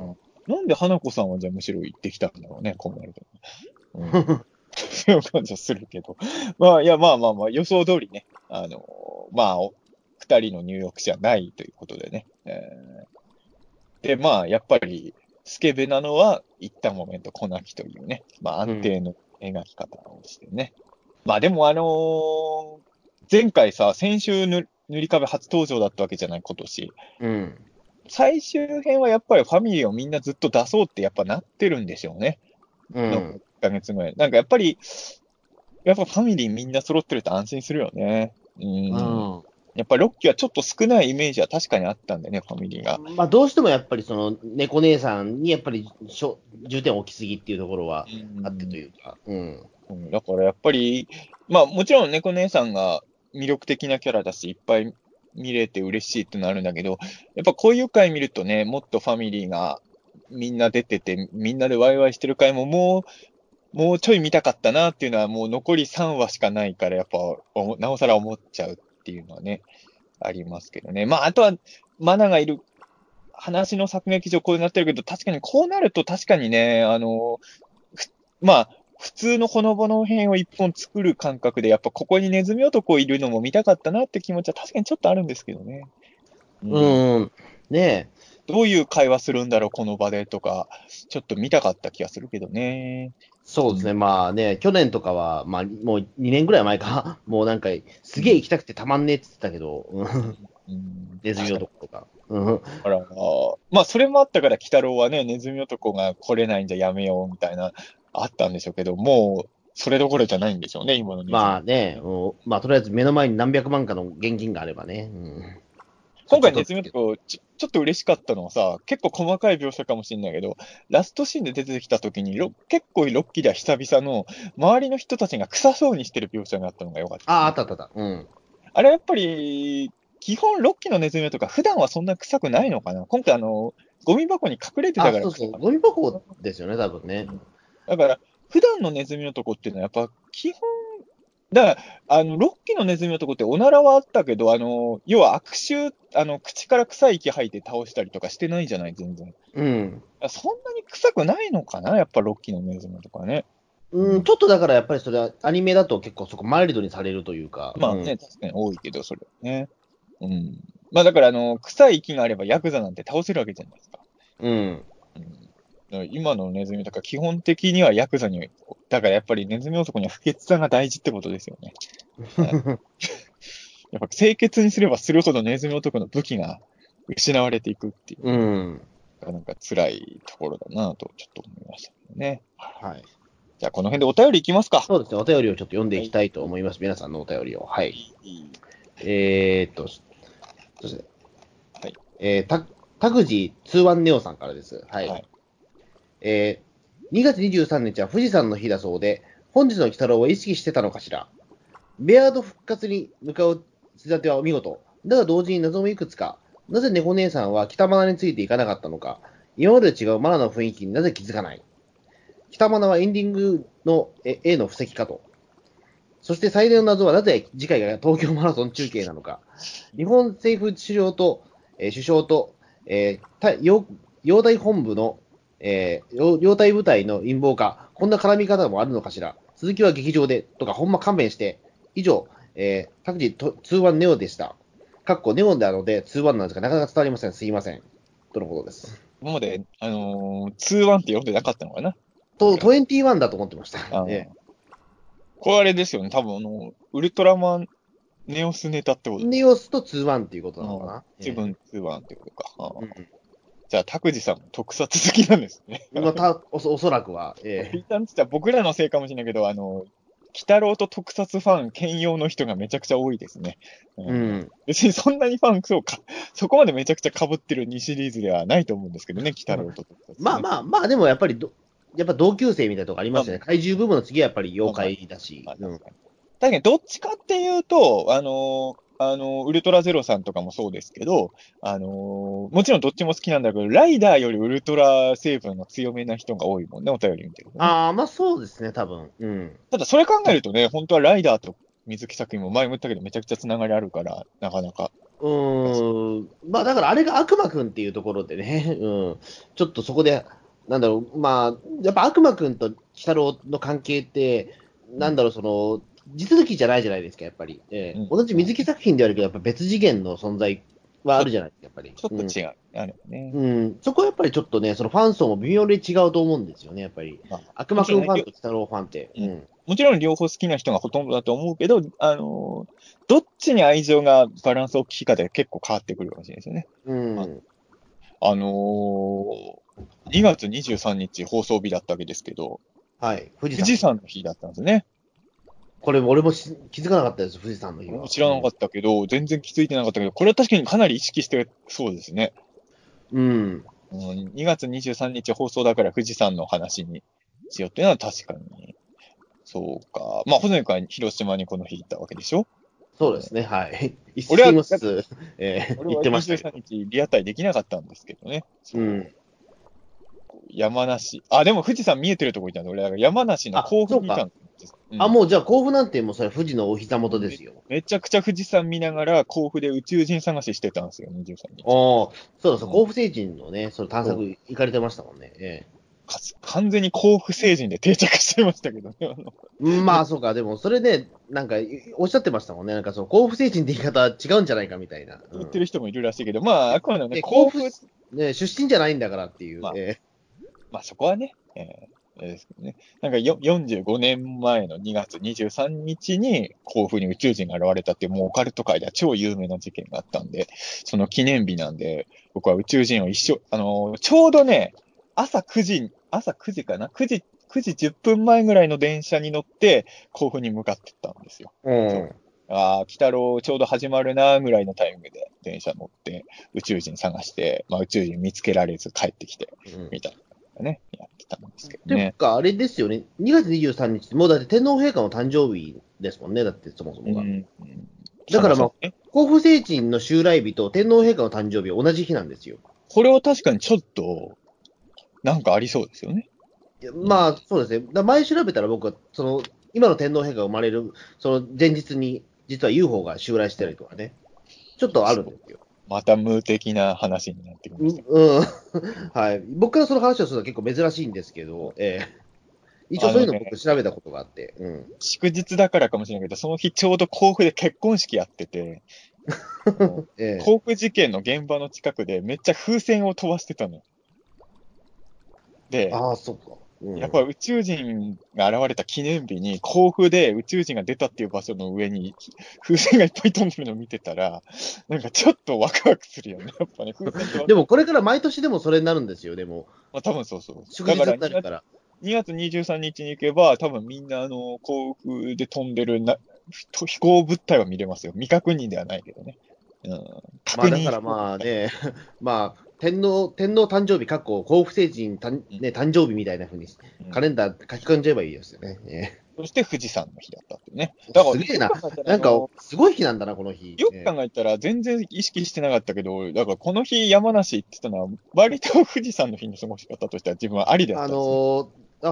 なんで花子さんはじゃあむしろ行ってきたんだろうね、こうなると。うん、そういう感じはするけど。まあ、いや、まあまあまあ、予想通りね、まあ、二人のニューヨークじゃないということでね。で、まあ、やっぱり、スケベなのは、一旦モメント小泣きというね、まあ、安定の描き方をしてね。まあ、でも前回さ、先週塗り壁初登場だったわけじゃない、今年。 うん。 最終編はやっぱりファミリーをみんなずっと出そうってやっぱなってるんでしょうね。残りうん。 1ヶ月ぐらい。なんかやっぱり、やっぱファミリーみんな揃ってると安心するよね。 うん。 やっぱロッキーはちょっと少ないイメージは確かにあったんでね、ファミリーが。 まあ、どうしてもやっぱりその、猫姉さんにやっぱり重点を置きすぎっていうところはあってというか、うん。 だからやっぱり、まあもちろん猫姉さんが魅力的なキャラだし、いっぱい見れて嬉しいってのあるんだけど、やっぱこういう回見るとね、もっとファミリーがみんな出てて、みんなでワイワイしてる回ももうちょい見たかったなっていうのはもう残り3話しかないから、やっぱなおさら思っちゃうっていうのはね、ありますけどね。まああとは、マナがいる話の作劇上こうなってるけど、確かにこうなると確かにね、まあ、普通のほのぼの編を一本作る感覚で、やっぱここにネズミ男いるのも見たかったなって気持ちは確かにちょっとあるんですけどね。うん。 うん。ねえ。 どういう会話するんだろう、この場でとか、ちょっと見たかった気がするけどね。 そうですね。 うん。 まあね、去年とかは、まあ、もう2年ぐらい前か、もうなんか、すげえ行きたくてたまんねえって言ってたけど、うん、 うん。 ネズミ確かに。 男とか。うん。 だから、まあ、それもあったから、鬼太郎はね、ネズミ男が来れないんじゃやめようみたいな、あったんでしょうけど、もう、それどころじゃないんでしょうね、今のネズミ。 まあね、まあとりあえず目の前に何百万かの現金があればね、うん、そっちを今回ネ取るけど。 ズミ男、ちょっと嬉しかったのはさ、結構細かい描写かもしれないけど、ラストシーンで出てきた時に結構ロッキーでは久々の、周りの人たちが臭そうにしてる描写があったのが良かったああ、あよね。 ったあったあった。うん。 あれやっぱり、基本ロッキーのネズミ男、普段はそんな臭くないのかな。今回ゴミ箱に隠れてたあ、 からそうそう、 臭かった。 ゴミ箱ですよね、多分ね。 だから、普段のネズミ男っていうのはやっぱ基本、だから、ロッキーのネズミ男っておならはあったけど、要は悪臭、口から臭い息吐いて倒したりとかしてないじゃない、全然。 うん。 そんなに臭くないのかな、やっぱロッキーのネズミとかね。ううん、 ん、 ちょっとだからやっぱりそれはアニメだと結構そこマイルドにされるというか、うん。 まあね、確かに多いけど、それはね。うん。まあだから、臭い息があればヤクザなんて倒せるわけじゃないですか。 うん。 うん。だから今のネズミとか基本的にはヤクザに、だからやっぱりネズミ男には不潔さが大事ってことですよね。はい。やっぱ清潔にすればするほどネズミ男の武器が失われていくっていううね。 ん。 なんか辛いところだなとちょっと思いましたけどね。 はい。 じゃあこの辺でお便りいきますか。 そうですね、お便りをちょっと読んではい。 いきたいと思います。皆さんのお便りを。はい。 いい。 そして、 はい。 タグジー2ワンネオさんからです。はい。 はい。 2月23日は富士山の日だそうで、本日の鬼太郎は意識してたのかしら。ベアード復活に向かう手立てはお見事。だが同時に謎もいくつか。なぜ猫姉さんは北マナについていかなかったのか。今までと違うマナの雰囲気になぜ気づかない。北マナはエンディングの A の布石かと。そして最大の謎はなぜ次回が東京マラソン中継なのか。日本政府首相と、洋大本部の、洋大部隊の陰謀か、こんな絡み方もあるのかしら。続きは劇場で、とか、ほんま勘弁して。以上、各自2-1ネオでした。かっこネオンなので2-1なんですが、なかなか伝わりません。すいません。とのことです。 今まで、2-1って読んでなかったのかな僕ら。 21だと思ってました。 あーこれあれですよね。多分ウルトラマンネオスネタってことです。 ネオスと2-1っていうことなのかな。 自分2-1ってことか。 うん、 じゃあ、拓司さんも特撮好きなんですね。 おそらくは。 ピーターンって言ったら僕らのせいかもしれないけど、鬼太郎と特撮ファン兼用の人がめちゃくちゃ多いですね。別にそんなにファン、そこまでめちゃくちゃ被ってる2シリーズではないと思うんですけどね、鬼太郎と特撮、ね。 まあまあまあ、でもやっぱりやっぱ同級生みたいなとこありますよね。 まあ怪獣部分の次はやっぱり妖怪だし。 確かにどっちかっていうと、ウルトラゼロさんとかもそうですけど、もちろんどっちも好きなんだけど、ライダーよりウルトラ成分が強めな人が多いもんね、お便り見てるとね。 ああ、まあそうですね、多分。 ただそれ考えるとね、本当はライダーと水木作品も前も言ったけどめちゃくちゃつながりあるから、なかなか。 まあだからあれが悪魔くんっていうところでね、ちょっとそこで、なんだろう、まあ、やっぱ悪魔くんと鬼太郎の関係って、なんだろう、地続きじゃないじゃないですか、やっぱり。同じ水木作品であるけど、やっぱ別次元の存在はあるじゃないですか、やっぱり。 ちょっと違う。あるよね。 そこはやっぱりちょっとね、そのファン層も微妙に違うと思うんですよね、やっぱり。悪魔くんファンと鬼太郎ファンって。 もちろん両方好きな人がほとんどだと思うけど、どっちに愛情がバランス大きいかで結構変わってくるかもしれないですよね。2月23日放送日だったわけですけど、 はい。 富士山の日だったんですね。 これ、俺も気づかなかったです、富士山の日は。 知らなかったけど、全然気づいてなかったけど、これは確かにかなり意識してそうですね。2月23日放送だから富士山の話にしようっていうのは確かに。そうか。まあ、細かに広島にこの日行ったわけでしょ？ そうですね、はい。 俺は、 言ってましたけど。 23日リアタイできなかったんですけどね。山梨。あ、でも富士山見えてるとこ行ったんで、俺、山梨の甲府にいたんです。 もうじゃあ甲府なんてもうそれ富士のお膝元ですよ。 めちゃくちゃ富士山見ながら甲府で宇宙人探ししてたんですよ、23日。 そう甲府星人のね、その探索行かれてましたもんね。 完全に甲府星人で定着してましたけどね。 まあそうか、でもそれね、なんかおっしゃってましたもんね。なんか甲府星人って言い方違うんじゃないかみたいな。 言ってる人もいるらしいけど、まあ、あくまでもね、 甲府、ね、出身じゃないんだからっていう。 まあそこはね、ですけどね。なんか45年前の2月23日に甲府に宇宙人が現れたっていう、もうオカルト界では超有名な事件があったんで、その記念日なんで、僕は宇宙人をちょうどね、朝9時かな ?9 時10分前ぐらいの電車に乗って甲府に向かってったんですよ。鬼太郎ちょうど始まるなぐらいのタイミングで電車乗って宇宙人探して、まあ宇宙人見つけられず帰ってきて、みたいな。ね、やってたんですけどね。 ていうか、あれですよね、2月23日、もうだって天皇陛下の誕生日ですもんね、だってそもそもが。だからまあ、甲府星人の襲来日と天皇陛下の誕生日は同じ日なんですよ。 これは確かにちょっと、なんかありそうですよね。 まあ、そうですね。前調べたら僕は、今の天皇陛下が生まれる、その前日に、実は UFO が襲来してたりとかね、ちょっとあるんですよ。 また無的な話になってきました。 はい。僕からその話をするのは結構珍しいんですけど、一応そういうのを僕調べたことがあって。 祝日だからかもしれないけど、その日ちょうど甲府で結婚式やってて、甲府事件の現場の近くでめっちゃ風船を飛ばしてたの。で、 そうか。 やっぱ宇宙人が現れた記念日に甲府で宇宙人が出たっていう場所の上に風船がいっぱい飛んでるのを見てたら、なんかちょっとワクワクするよね、やっぱね。 でもこれから毎年でもそれになるんですよ、でも。 まあ多分そうそう。 祝日になるから。 2月23日に行けば、多分みんな甲府で飛んでる飛行物体は見れますよ。未確認ではないけどね。 まあだからまあね、まあ、天皇誕生日、甲府星人誕生日みたいな風に、カレンダー書き込んじゃえばいいですよね。 そして富士山の日だったってね。 だからすげえな。なんか、すごい日なんだな、この日。 よく考えたら全然意識してなかったけど、だからこの日山梨行ってたのは、割と富士山の日の過ごし方としては自分はありだったんです、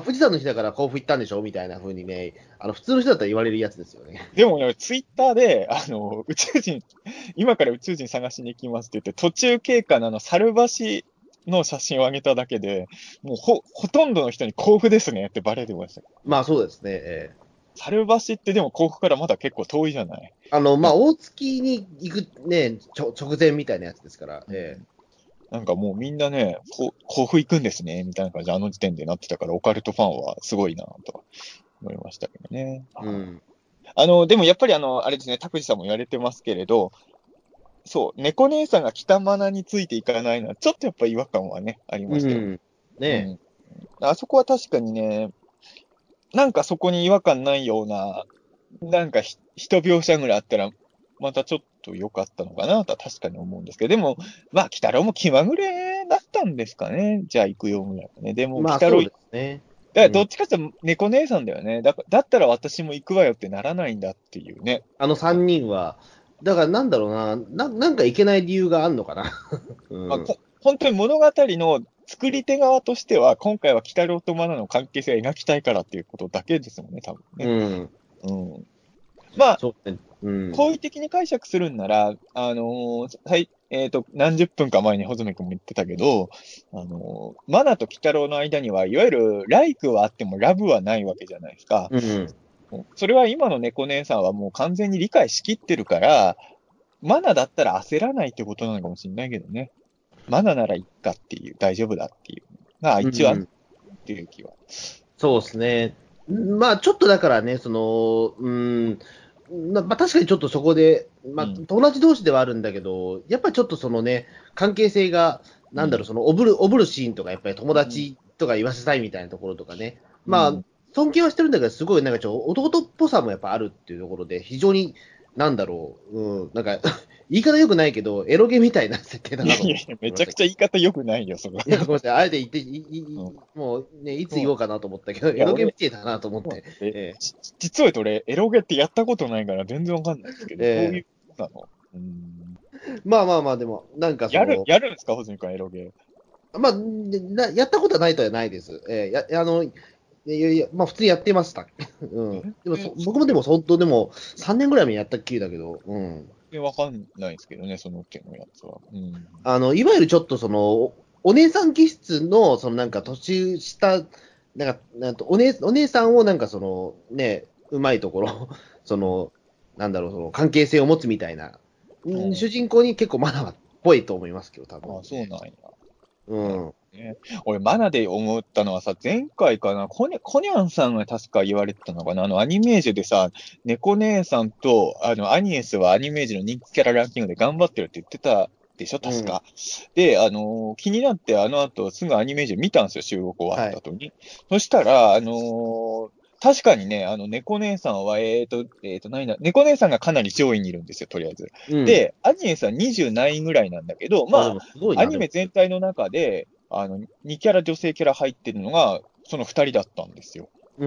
富士山の日だから甲府行ったんでしょみたいな風にね、普通の人だったら言われるやつですよね。 でもね、ツイッターで、宇宙人、今から宇宙人探しに行きますって言って、途中経過の猿橋の写真を上げただけで、もうほとんどの人に甲府ですねってバレてました。 まあそうですね。 猿橋ってでも甲府からまだ結構遠いじゃない。 まあ大月に行くね、直前みたいなやつですから。 なんかもうみんなね、甲府行くんですね、みたいな感じで時点でなってたから、オカルトファンはすごいなと思いましたけどね。でもやっぱりあれですね、拓司さんも言われてますけれど、そう、猫姉さんが北マナについていかないのは、ちょっとやっぱ違和感はね、ありましたよ。あそこは確かにね、なんかそこに違和感ないような、なんか一描写ぐらいあったら、またちょっと良かったのかなとは確かに思うんですけど、でも、まあ、鬼太郎も気まぐれだったんですかね。じゃあ行くよぐらいね。でも、鬼太郎、だからどっちかっていうと猫姉さんだよね。だったら私も行くわよってならないんだっていうね。 3人は、だからなんだろうなんかいけない理由があるのかな。 まあ、本当に物語の作り手側としては、今回は鬼太郎とマナの関係性を描きたいからっていうことだけですもんね、多分ね。 まあ、 そうね。うん。 好意的に解釈するんなら、はい、何十分か前に穂積君も言ってたけど、マナと鬼太郎の間には、いわゆる、ライクはあってもラブはないわけじゃないですか。 うん。 それは今の猫姉さんはもう完全に理解しきってるから、マナだったら焦らないってことなのかもしれないけどね。マナならいっかっていう、大丈夫だっていう。まあ、一応、 うん。 っていう気は。 そうですね。まあ、ちょっとだからね、まあ、確かにちょっとそこで、まあ、 うん。 友達同士ではあるんだけど、やっぱりちょっとそのね、関係性が、 うん。 おぶるシーンとか、やっぱり友うん。 達とか言わせたいみたいなところとかね、まあ、 うん。 尊敬はしてるんだけど、すごいなんか弟っぽさもやっぱあるっていうところで、非常に、なんか言い方良くないけど、エロゲみたいな設定だなと思いやいやいや、めちゃくちゃ言い方良くないよ、それは。 いや、ごめんなさい。あえて言って、 うん。 もうね、いつそう言おうかなと思ったけど、 いや、 エロゲみてえだなと思って。 実を言うと俺、エロゲってやったことないから全然わかんないですけど、そういえうことなの？ まあまあまあ、でも、なんかやるんですか、穂積君、エロゲ？ まあ、やったことはないとはないです。まあ普通にやってました。うん。でも僕もでも相当でも3年ぐらい前にやったっきりだけど、うん。 わかんないですけどね、その手のやつは。 いわゆるちょっとお姉さん気質の、なんか年下、お姉さんをなんかね、うまいところ、その、関係性を持つみたいな、主人公に結構マナーっぽいと思いますけど、多分、 あ、そうなんや。 うなるほん。 どね。俺、マナで思ったのはさ、前回かな、コニャンさんが確か言われてたのかな、アニメージュでさ、猫姉さんと、アニエスはアニメージュの人気キャラランキングで頑張ってるって言ってたでしょ、 うん。 確か。で、気になってあの後すぐアニメージュ見たんですよ、収録終わっはい。 た後に。そしたら、確かにね、猫姉さんは、何だ、猫姉さんがかなり上位にいるんですよ、とりあえず。 うん。 で、アニエスは20何位ぐらいなんだけど、 あ、でまもすごいあ、アな、でも。 ニメ全体の中で、2キャラ女性キャラ入ってるのが、その2人だったんですよ。 うん。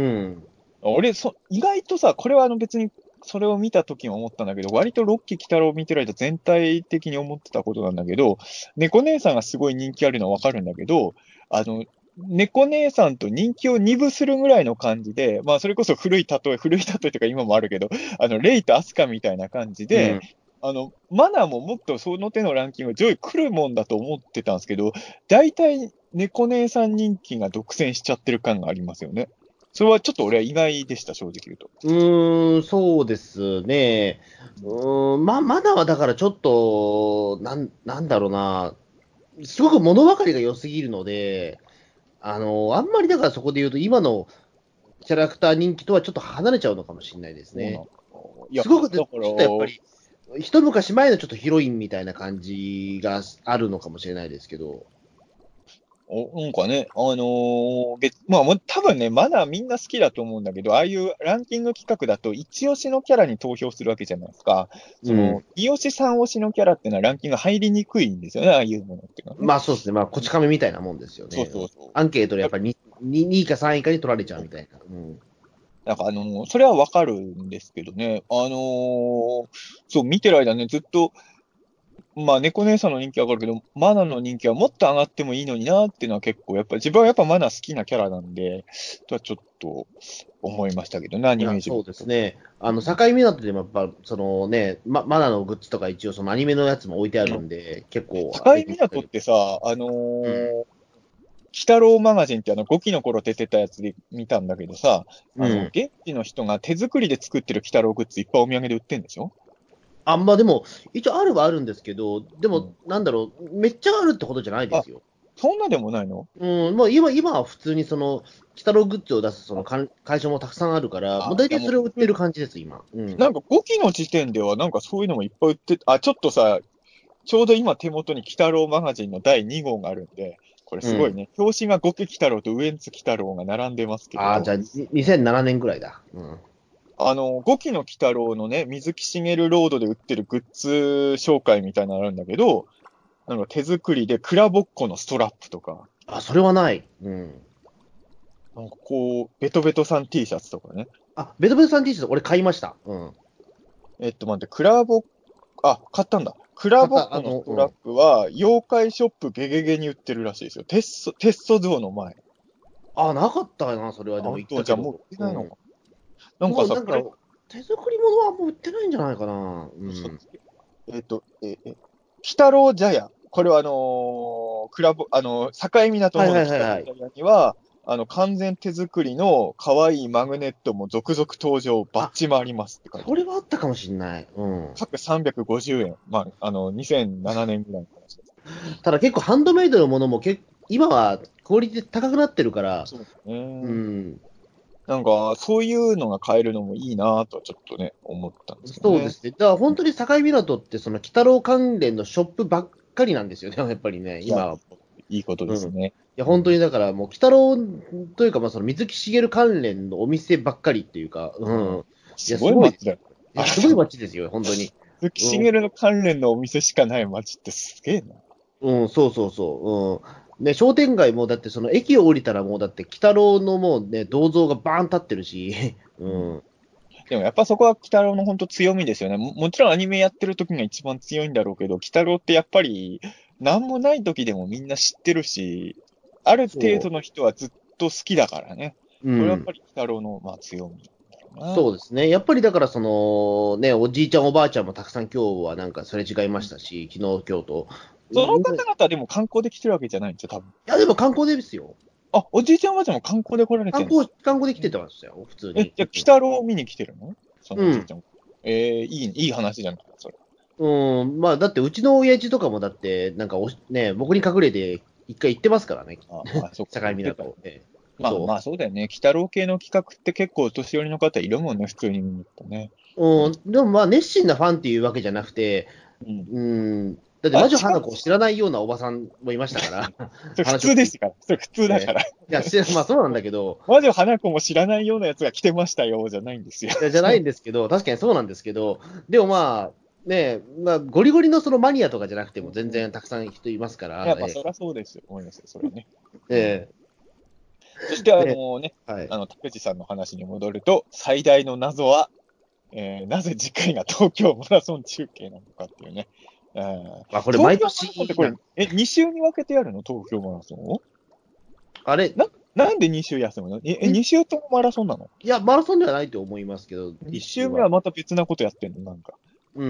俺、意外とさ、これは別に、それを見た時に思ったんだけど、割とロッキー鬼太郎を見てる間全体的に思ってたことなんだけど、猫姉さんがすごい人気あるのはわかるんだけど、猫姉さんと人気を二分するぐらいの感じで、まあ、それこそ古い例えというか今もあるけど、レイとアスカみたいな感じで、 うん。 マナーももっとその手のランキング上位来るもんだと思ってたんですけど、大体猫姉さん人気が独占しちゃってる感がありますよね。それはちょっと俺は意外でした、正直言うと。 そうですね。まだはだからちょっと、なんだろうな。すごく物分かりが良すぎるので、あんまりだからそこで言うと、今のキャラクター人気とはちょっと離れちゃうのかもしれないですね。 そうなんだ。いや、 すごくちょだから、 っとやっぱり、一昔前のちょっとヒロインみたいな感じがあるのかもしれないですけど。 なんかね、まあ、もう多分ね、まだみんな好きだと思うんだけど、ああいうランキング企画だと、一押しのキャラに投票するわけじゃないですか。 うん。 二押し、三押しのキャラっていうのはランキング入りにくいんですよね、ああいうものっていうのはね。 まあそうですね。まあ、こち亀みたいなもんですよそうね。 そうそアンケートでやっう。 ぱり2位か3位かに取られちゃうみたいな。うん。 なんかそれはわかるんですけどね。そう、見てる間ね、ずっと、まあ、猫姉さんの人気は上がるけど、マナの人気はもっと上がってもいいのになっていうのは結構、やっぱり自分はやっぱマナ好きなキャラなんで、とはちょっと思いましたけどね、アいや、 ニメージュ見そうると。 ですね。境港でもやっぱ、マナのグッズとか一応そのアニメのやつも置いてあるんで、結構境見ましたけど。 港ってさ、 うん。 鬼太郎マガジンって5期の頃出てたやつで見たんだけどさ、 うん。 現地の人が手作りで作ってる鬼太郎グッズいっぱいお土産で売ってんでしょ？ まあでも、一応あるはあるんですけど、でも、 うん。 めっちゃあるってことじゃないであ、 すよ。 そんなでもないの？ まあ今は普通に鬼太郎グッズを出す会社もたくさんあるから、もう大じゃあもう、 体それを売ってる感じです、今。うん。 なんか5期の時点ではなんかそういうのもいっぱい売ってちょっとさ、ちょうど今手元に鬼太郎マガジンの第2号があるんで、これうん。 すごいね。表紙が五期鬼太郎とウエンツ鬼太郎が並んでますけれど、 じゃあ、2007年ぐらいだ。うん。 五期の鬼太郎のね、水木しげるロードで売ってるグッズ紹介みたいなのあるんだけど、なんか手作りでクラボッコのストラップとか、 それはない。うん。 なんかこう、ベトベトさん T シャツとかね。 ベトベトさん T シャツ、俺買いました。うん。 待って、買ったんだ。クラボッコのストラップは、妖怪ショップゲゲゲに売ってるらしいですよ。テッソ像の前。 なかったかな、それは。でも本言っ当じゃあもう売たけど。うん。 ってないのか。なんかさ、 もうなんか、 これ、 手作り物はもう売ってないんじゃないかな。うん。 北郎茶屋。これは境港はいのはいはいはい。 北郎茶屋には、完全手作りの可愛いマグネットも続々登場、バッあ、 ジもありますって書いてそある。 れはあったかもしんない。うん。 各350円。まあ、2007年ぐらいの話です。 ただ結構ハンドメイドのものも今はクオリティ高くなってるから、 そうですうね。 ん。 なんか、そういうのが買えるのもいいなと、ちょっとね、思ったんですけどね。 そうですね。だから本当に境港ってその鬼太郎関連のショップばっかりなんですよね、やっぱりね、 いや、 今は。 いいことうん。いですね。 や、 うん。 本当にだからもう鬼太郎というか、まあその水木しげる関連のお店ばっかりっていうか、うん。いや、 すごすごいです。 い街だよ。 いや、すごいあなた、 街ですよ、本当に。 鈴木うん。 しげるの関連のお店しかない街ってすげえな。 うん、そうそうそう。うん。ね、商店街もだってその駅を降りたらもうだって鬼太郎のもうね、銅像がバーン立ってるし、ううん。 ん。 でもやっぱそこは鬼太郎の本当強みですよね。もちろんアニメやってる時が一番強いんだろうけど、鬼太郎ってやっぱり、なんもない時でもみんな知ってるし、ある程度その人はずっと好きだからね。 う。うん。 これはやっぱり鬼太郎の、まあ、強みだろうな。 そうですね。やっぱりだからその、ね、おじいちゃんおばあちゃんもたくさん今日はなんかすれ違いましたし、昨日、今日と。 そのい方々はでも観光で来てるわけじゃないんですよ、多分。 や、でも観光ですよ。 あ、おじいちゃんおばあちゃんも観光で来られてるの？ 観光で来てましたよ、普通に。 じゃあ、鬼太郎を見に来てるの？そのうん。 おじいちゃん。いい話じゃない、それ。 うん。まあ、だってうちの親父とかもだって、なんかね、僕に隠れて一回行ってますからね。 そっか、 境言ってた。 港。ね、 まあまそあ、そうだよね。鬼太郎系の企画って結構お年寄りの方いるもんね、普通に見に行くとね。 う。うん。でもまあ、熱心なファンっていうわけじゃなくて、 うん。 うん。だってあ、違魔女花う。 子を知らないようなおばさんもいましたから、 それ普話を聞い通ですから。それ普通だかて。 ら。 いや、まあそうなんだけど、 魔女花子も知らないようなやつが来てましたよ、じゃないんですよ。 いや、じゃないんですけど、確かにそうなんですけど、でもまあ、ね、まあ、ゴリゴリのそのマニアとかじゃなくても全然たくさん人いますから、 いや、まあ、そりゃそうですよ。思いますよ、それはね。うん。 えそして、 はい。 拓司さんの話に戻ると、最大の謎は、なぜ次回が東京マラソン中継なのかっていうね。 まあ、これ毎東京マラソンってこれ、 年 2週に分けてやるの？東京マラソンを？ あれ、 なんで2週休むの？ に 2週ともマラソンなの？ いや、マラソンではないと思いますけど、 2 一周は。 週目はまた別なことやってんの？なんか。 うん。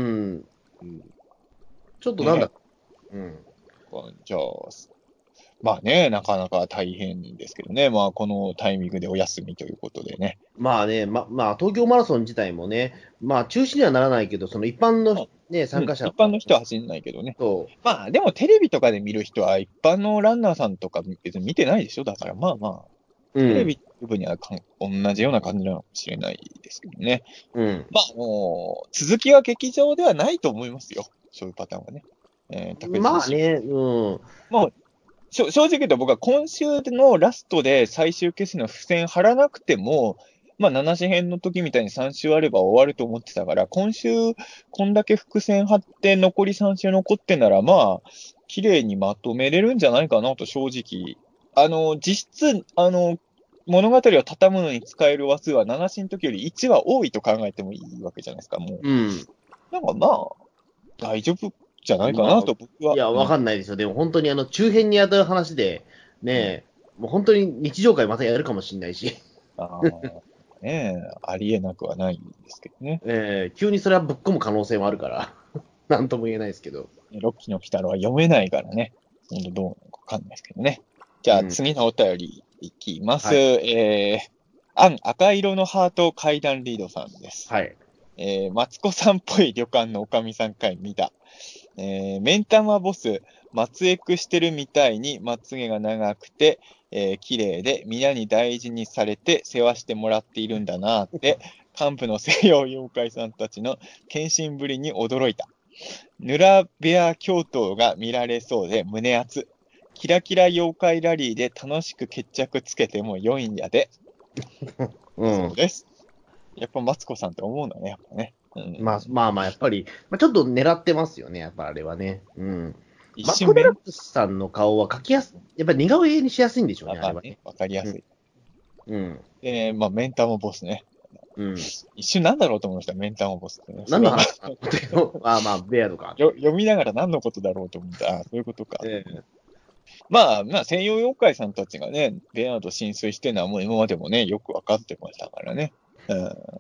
ちょっとなんねだ、うん。 じゃあ、まあね、なかなか大変ですけどね。まあ、このタイミングでお休みということでね。 まあね、まあ、東京マラソン自体もね、まあ、中止にはならないけど、その一般のまあ、 ね、 うん。 参加者は、 一般の人は走んないけどね。 そまあ、でもテレビとかで見る人は一般のランナーさんとか別に見てないでしょ？だからまあまあ、 う、うん、 テレビ部には同じような感じなのかもしれないですけどね。 うん。 まあ、続きは劇場ではないと思いますよ。そういうパターンはね。拓司自身。 まあね、うん。 もう、正直言うと僕は今週のラストで最終決戦の付箋貼らなくても、まあ、7次編の時みたいに3週あれば終わると思ってたから、今週こんだけ伏線貼って残り3週残ってなら、まあ、綺麗にまとめれるんじゃないかなと正直。実質、物語を畳むのに使える話数は7シの時より1は多いと考えてもいいわけじゃないですか、もう。 うん。 なんかまあ、大丈夫じゃないかまあ、 なと僕は。 いや、わうん。 かんないですよ。でも本当に中編に当たる話で、 うん。 ね、もう本当に日常会またやるかもしれないし、 ああ、ねえ、ありえなくはないんですけどね。 急にそれはぶっ込む可能性もあるから、なんとも言えないですけど。 ロッキーの鬼太郎は読めないからね。ほんとどうなのかわかんないですけどね。じゃあうん。 次のお便りいきます。 はい。 赤色のハート階段リードさんです。 はい。 マツコさんっぽい旅館のおかみさん会見た。目ん玉ボス、まつエクしてるみたいにまつげが長くて、綺麗で皆に大事にされて世話してもらっているんだなって、幹部の西洋妖怪さんたちの献身ぶりに驚いた。ヌラベア教頭が見られそうで胸熱。キラキラ妖怪ラリーで楽しく決着つけても良いんやで。 うん。 だそうです。やっぱマツコさんって思うのね、やっぱね。うん。 まあ、やっぱり、まあ、ちょっと狙ってますよね、やっぱあれはね。うん。 一マツコ・デラッ瞬目、 クスさんの顔は描きやす、やっぱり似顔絵にしやすいんでしょうね、あまあね、 れはね。 わかりやうん。 すい。 うん。 まあ、メンタモボスね。 うん。 一瞬なんだろうと思いました、メンタモボスってね。そ何のれ今、 話かなと思ったけど、まあ、ベアとか。 読みながら何のことだろうと思った。あ、そういうことか。 ええ。 まあ、西洋妖怪さんたちがね、ベアード浸水してるのはもう今までもね、よくわかってましたからね。うん。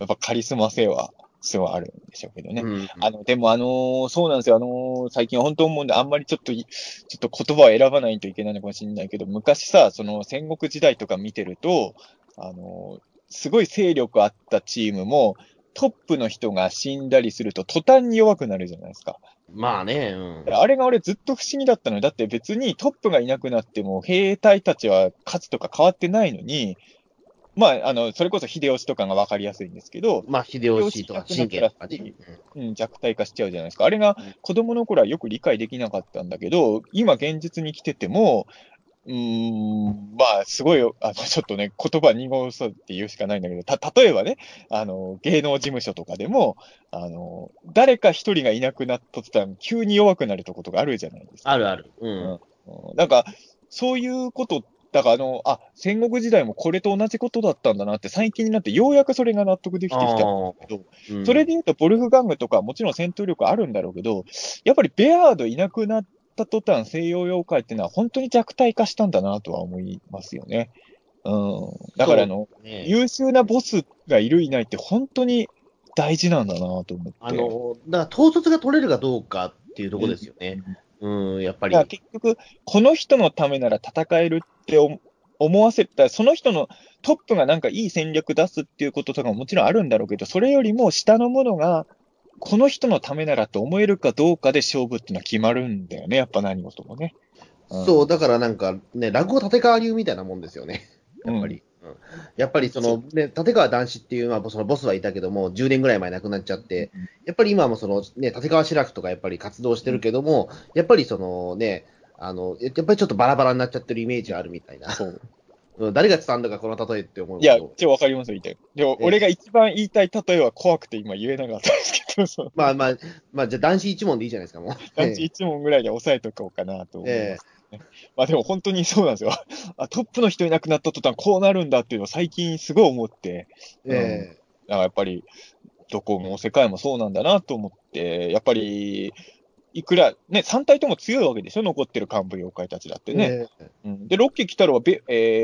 やっぱカリスマ性は、すごいあるんでしょうけどね。 うん。 でもそうなんですよ。最近本当思うんで、あんまりちょっと言葉を選ばないといけないのかもしれないけど、昔さ、その戦国時代とか見てると、あのすごい勢力あったチームも、トップの人が死んだりすると途端に弱くなるじゃないですか。 まあね、うん。 あれが俺ずっと不思議だったのよ。だって別にトップがいなくなっても兵隊たちは勝つとか変わってないのに、まあ、それこそ秀吉とかがわかりやすいんですけど、 まあ、秀秀吉とか吉いなくなったら信玄とかね。 弱体化しちゃうじゃないですか。あれが子供の頃はよく理解できなかったんだけど、今現実に来てても、まあ、すごい、ちょっとね、言葉濁そうって言うしかないんだけど、例えばね、芸能事務所とかでも、誰か一人がいなくなった途端、急に弱くなるとことがあるじゃないですか。 あるある。うん。 なんか、そういうこと、だから戦国時代もこれと同じことだったんだなって最近になってようやくそれが納得できてきたんだああ。 けど、 うん。 それで言うとボルフガングとかもちろん戦闘力あるんだろうけど、やっぱりベアードいなくなった途端西洋妖怪っていうのは本当に弱体化したんだなとは思いますよね。だからそうね。 優秀なボスがいるいないって本当に大事なんだなと思って。 だから統率が取れるかどうかっていうところうんですよね。うん、やっぱだからり。 結局、この人のためなら戦えるって思わせたら、その人のトップがなんかいい戦略出すっていうこととかももちろんあるんだろうけど、それよりも下のものが、この人のためならと思えるかどうかで勝負っていうのは決まるんだよね、やっぱ何事もね。 そう、だからなんかね、落語立川流みたいなもんですよね。やっぱり。やっぱりそう。 立川談志っていう、まあ、そのボスはいたけども、10年ぐらい前亡くなっちゃって、やっぱり今も立川志らくとかやっぱり活動してるけども、やっぱりやっぱりちょっとバラバラになっちゃってるイメージがあるみたいな。 そう。 誰が伝んだか、この例えって思ういや、 けど。 わかりますよ、言いたい。でも、俺えが一番言いたい例えは怖くて今言えなかったんですけど、 まあまあ、まあ、じゃあ男子一問でいいじゃないですか、もう。 団地一問ぐらいで抑えとこうかなと思いまえすね。まあでも本当にそうなんですよ。トップの人いなくなった途端こうなるんだっていうのを最近すごい思って、 ええだからやっぱりどこも世界もそうなんだなと思って、やっぱり、いくら、ね、3体とも強いわけでしょ、残ってる幹部妖怪たちだってね。 ええで、ロッキー来たらは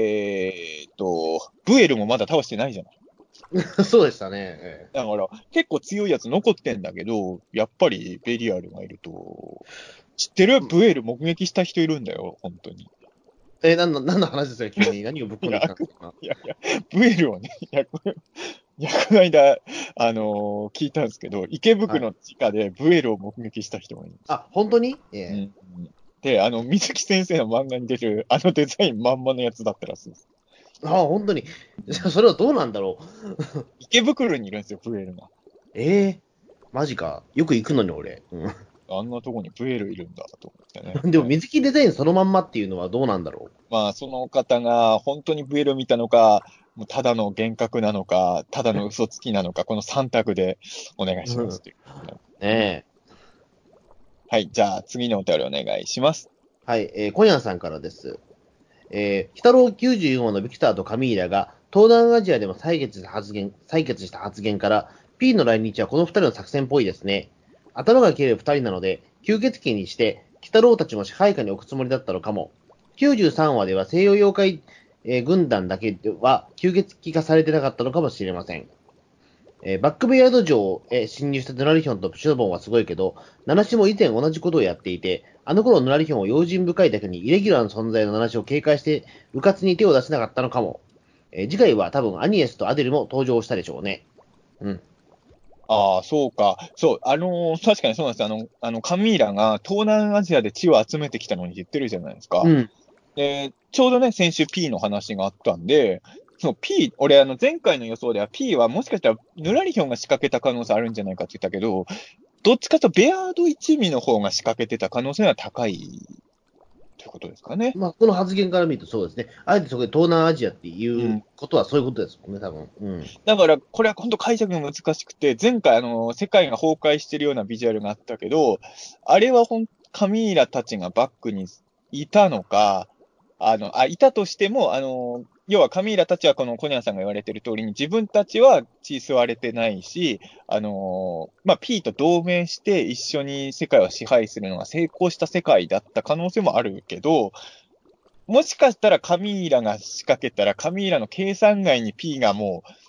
ブエルもまだ倒してないじゃない。 そうでしたね。 だから、結構強いやつ残ってんだけど、やっぱりベリアルがいると、知ってるブエル目撃した人いるんだよ、本当に。 何の話ですか、急に。何をぶっ込んできたんですか。 いやいや、ブエルをね、この間、聞いたんですけど、池はい。 袋の地下でブエルを目撃した人がいるんですよ。 あ、本当にうん。で、水木先生の漫画に出る、あのデザインまんまのやつだったらしいです。 あ、本当に。じゃあ、 うん。 それはどうなんだろ池袋にいるんですよ、ブエルが。 う。マジか。よく行くのに、俺。 あんなとこにブエルいるんだと思ってね。 でも、水木デザインそのまんまっていうのはどうなんだろまあ、その方が本当にブエルを見たのか、もうただの幻覚なのか、ただの嘘つきなのか、この3択でお願いしう。うん。 ますっていう。 ねえ。 はい、じゃあ次のお便りお願いします。 はい、今夜さんからです。鬼太郎94号のビクターとカミーラが東南アジアでも採決した発言から、P の来日はこの二人の作戦っぽいですね。頭が切れる二人なので、吸血鬼にして、鬼太郎たちも支配下に置くつもりだったのかも。93話では西洋妖怪、軍団だけでは吸血鬼化されてなかったのかもしれません。バックベヤード城へ侵入したヌラリヒョンとプシュボンはすごいけど、ナナシも以前同じことをやっていて、あの頃ヌラリヒョンを用心深いだけにイレギュラーの存在のナナシを警戒して、迂闊に手を出せなかったのかも。次回は多分アニエスとアデルも登場したでしょうね。うん。 ああ、そうか。そう、確かにそうなんですよ。カミーラが東南アジアで血を集めてきたのに言ってるじゃないですか。 うん。 で、ちょうどね、先週 P の話があったんで、その P、俺前回の予想では P はもしかしたらヌラリヒョンが仕掛けた可能性あるんじゃないかって言ったけど、どっちかというとベアード一味の方が仕掛けてた可能性が高いということですかね。 まあ、この発言から見るとそうですね。あえてそこで東南アジアっていううん。 ことはそういうことですもんね、多分。うん。 だから、これは本当解釈が難しくて、前回世界が崩壊してるようなビジュアルがあったけど、あれはカミーラたちがバックにいたのか、いたとしても、要はカミーラたちはこのコニャンさんが言われてる通りに自分たちは血吸われてないし、まあ、P と同盟して一緒に世界を支配するのが成功した世界だった可能性もあるけど、もしかしたらカミーラが仕掛けたらカミーラの計算外に P がもう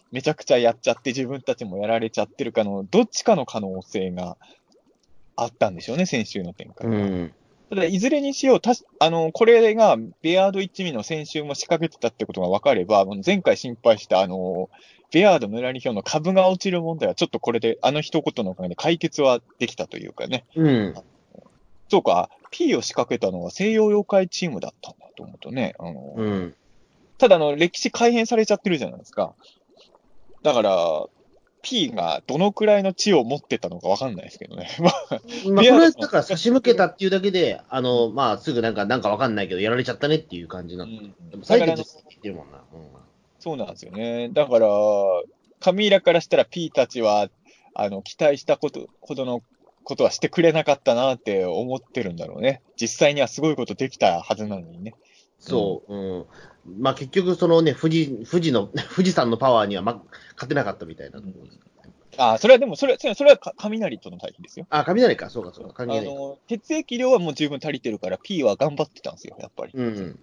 めちゃくちゃやっちゃって自分たちもやられちゃってるかの、どっちかの可能性があったんでしょうね、先週の展開は。ただ、いずれにしよう、これが、ベアード一味の先週も仕掛けてたってことが分かれば、前回心配した、ベアード村に表の株が落ちる問題は、ちょっとこれで、一言のおかげで解決はできたというかね。そうか、P を仕掛けたのは西洋妖怪チームだったんだと思うとね。ただ、歴史改変されちゃってるじゃないですか。だから、P がどのくらいの地を持ってたのかわかんないですけどね。 これはだから差し向けたっていうだけで、すぐなんかわかんないけど、やられちゃったねっていう感じなんでも最後実際言ってるもんな。 そうなんですよね。だから、カミーラからしたら P たちは、期待したほどのことはしてくれなかったなって思ってるんだろうね。実際にはすごいことできたはずなのにね。 そう。結局そのね、富士山のパワーには、勝てなかったみたいなところですかね。それはでも、それは雷との対比ですよ。 雷か、そうか。 血液量はもう十分足りてるから、P は頑張ってたんですよ、やっぱり。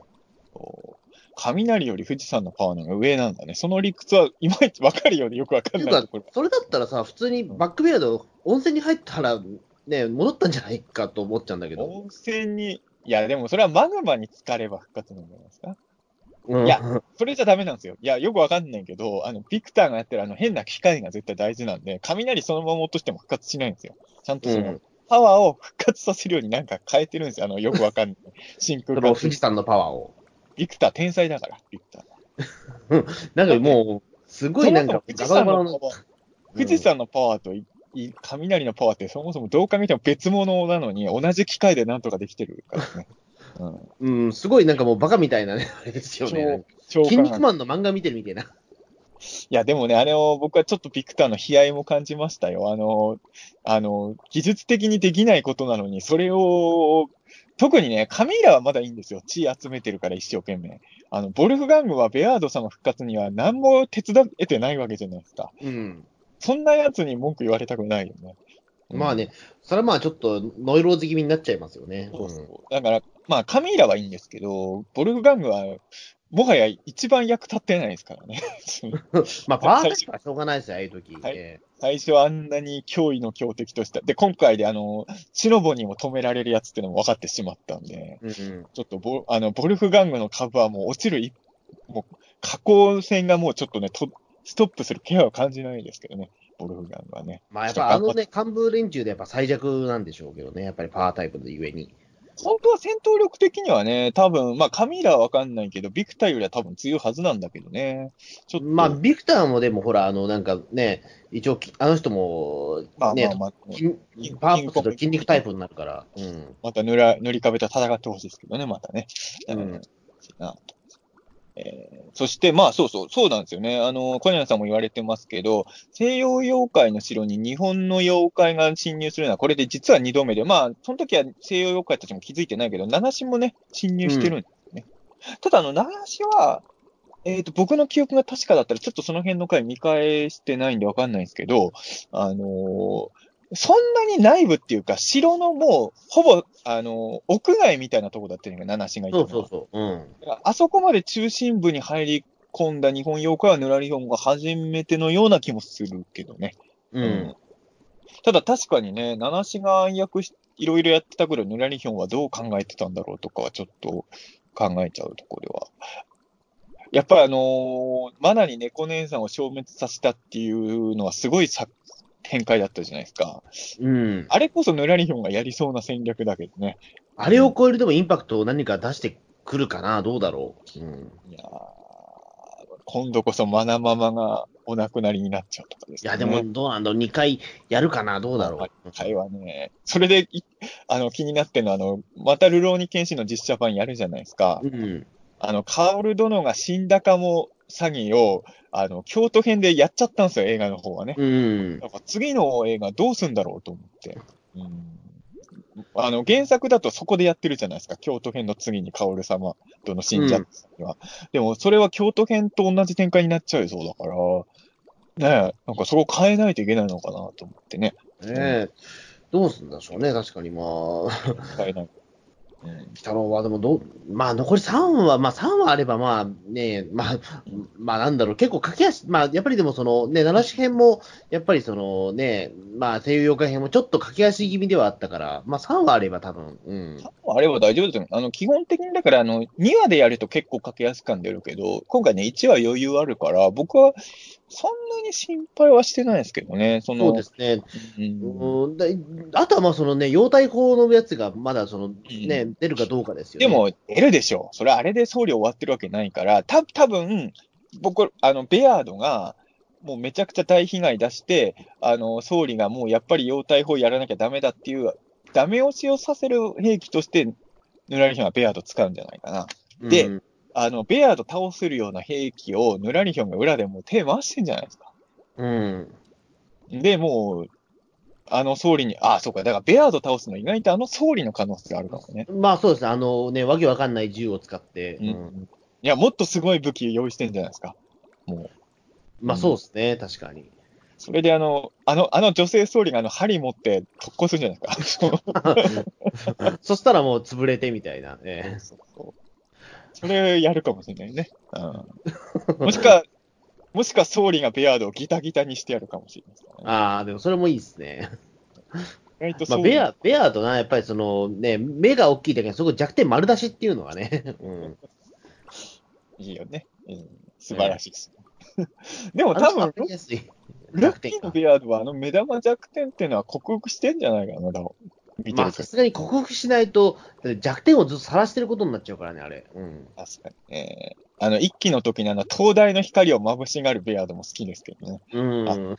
雷より富士山のパワーの方が上なんだね。その理屈はいまいち分かるようでよく分かんないところ。 それだったらさ、普通にバックベアード、温泉に入ったら、ね、戻ったんじゃないかと思っちゃうんだけど。 温泉に、いや、でもそれはマグマに浸かれば復活なんじゃないですか。いや、それじゃダメなんですよ。いや、よくわかんないけど、ビクターがやってる変な機械が絶対大事なんで、雷そのまま落としても復活しないんですよ。ちゃんとパワーを復活させるようになんか変えてるんですよ。よくわかんない。真空管。富士山のパワーを。 ビクター天才だから、ビクター。なんかもう、すごいなんか、 富士山のパワーと雷のパワーってそもそもどう考えても別物なのに、同じ機械でなんとかできてるからね。 すごいなんかもうバカみたいなね、あれですよね。筋肉マンの漫画見てるみたいな。いや、でもね、僕はちょっとビクターの悲哀も感じましたよ。技術的にできないことなのに、それを、特にね、カミーラはまだいいんですよ。血集めてるから一生懸命。ボルフガングはベアード様復活には何も手伝えてないわけじゃないですか。そんなやつに文句言われたくないよね。 まあね、それはちょっとノイローズ気味になっちゃいますよね。 だから、カミーラはいいんですけど、ボルフガングは、もはや一番役立ってないですからね。 パワータイプはしょうがないですよ、ああいう時。 最初あんなに脅威の強敵とした。で、今回でシノボにも止められるやつっていうのも分かってしまったんで、ちょっとボルフガングの株はもう落ちるもう、下降線がもうちょっとね、ストップする気配は感じないですけどね、ボルフガングはね。 やっぱ幹部連中でやっぱ最弱なんでしょうけどね、やっぱりパワータイプのゆえに。 本当は戦闘力的にはね、多分、カミーラはわかんないけど、ビクターよりは多分強いはずなんだけどね。 ちょっとビクターもでもほら、なんかね、一応、あの人も、ね、パワーアップすると筋肉タイプになるから。 また塗り壁と戦ってほしいですけどね、またね。そして、そうなんですよね。小柳さんも言われてますけど、西洋妖怪の城に日本の妖怪が侵入するのは、これで実は2度目で、その時は西洋妖怪たちも気づいてないけど、七子もね、侵入してるんですね。ただ、七子は、僕の記憶が確かだったら、ちょっとその辺の回見返してないんでわかんないんですけど、そんなに内部っていうか、城のもう、ほぼ、屋外みたいなとこだったのが、七子がいたの。 そう。 あそこまで中心部に入り込んだ日本妖怪はヌラリヒョンが初めてのような気もするけどね。ただ確かにね、七子が暗躍いろいろやってた頃、ヌラリヒョンはどう考えてたんだろうとかはちょっと考えちゃうところでは。やっぱりマナに猫姉さんを消滅させたっていうのはすごい展開だったじゃないですか。あれこそヌラリヒョンがやりそうな戦略だけどね。 あれを超えるでもインパクトを何か出してくるかな、どうだろう。 いや今度こそマナママがお亡くなりになっちゃうとかですね。 いや、でもどうなんだろう、2回やるかな、どうだろう。 2回はね、それで気になってるのは、またルローニケンシンの実写版やるじゃないですか。カオル殿が死んだかも詐欺を、京都編でやっちゃったんですよ、映画の方はね。だから次の映画どうすんだろうと思って。原作だとそこでやってるじゃないですか。京都編の次にカオル様との死んじゃったには。でも、それは京都編と同じ展開になっちゃうそうだから、ねえ、なんかそこ変えないといけないのかなと思ってね。 どうすんでしょうね、確かに変えない。 鬼太郎はでもまあ残り3話、まあ3話あればまあね、まあなんだろう、結構駆け足、まあやっぱりでもそのね、七種編も、やっぱりそのね、まあ西洋妖怪編もちょっと駆け足気味ではあったから、まあ3話あれば多分、うん。 あれは大丈夫ですよ。基本的にだから、2話でやると結構駆けやす感出るけど、今回ね、1話余裕あるから、僕はそんなに心配はしてないですけどね。 そうですね。 うん、 あとはまあそのね、妖体法のやつがまだそのね、 うん。 出るかどうかですよね。 でも、出るでしょう。それあれで送料終わってるわけないから、多分僕、ベアードが、もうめちゃくちゃ大被害出して、総理がもうやっぱり妖体法やらなきゃダメだっていう、ダメ押しをさせる兵器として、ヌラリヒョンはベアード使うんじゃないかな。で、 うん。 ベアード倒せるような兵器をヌラリヒョンが裏でもう手回してんじゃないですか。 うん。 で、もう、総理に、あ、そうか、だからベアード倒すの意外と総理の可能性があるかもね。 まあそうですね、わけわかんない銃を使って、 うん。 うん。 いや、もっとすごい武器用意してんじゃないですか。もう。 まあそううん。 ですね、確かに。 それで女性総理が針持って特攻するんじゃないですか。 そしたらもう潰れてみたいな。 そうそうそう。それやるかもしれないね。うん。もしくは、もしくは総理がベアードをギタギタにしてやるかもしれないですからね。 ああ、でもそれもいいですね。 意外とまあ、 総理、 ベアとな、やっぱりそのね、目が大きいだけど、そこ弱点丸出しっていうのがね、うん。 いいよね。うん。素晴らね、 しいです。でもあの人わ多分、 かりやすいロッキーの弱点が。 ベアードは目玉弱点っていうのは克服してんじゃないかな、見てまあ、 るかさすがに克服しないと、弱点をずっと晒してることになっちゃうからね、あれ。うん。 ら。確かに。一期の時に灯台の光を眩しがるベアードも好きですけどね。 うあ、 ん。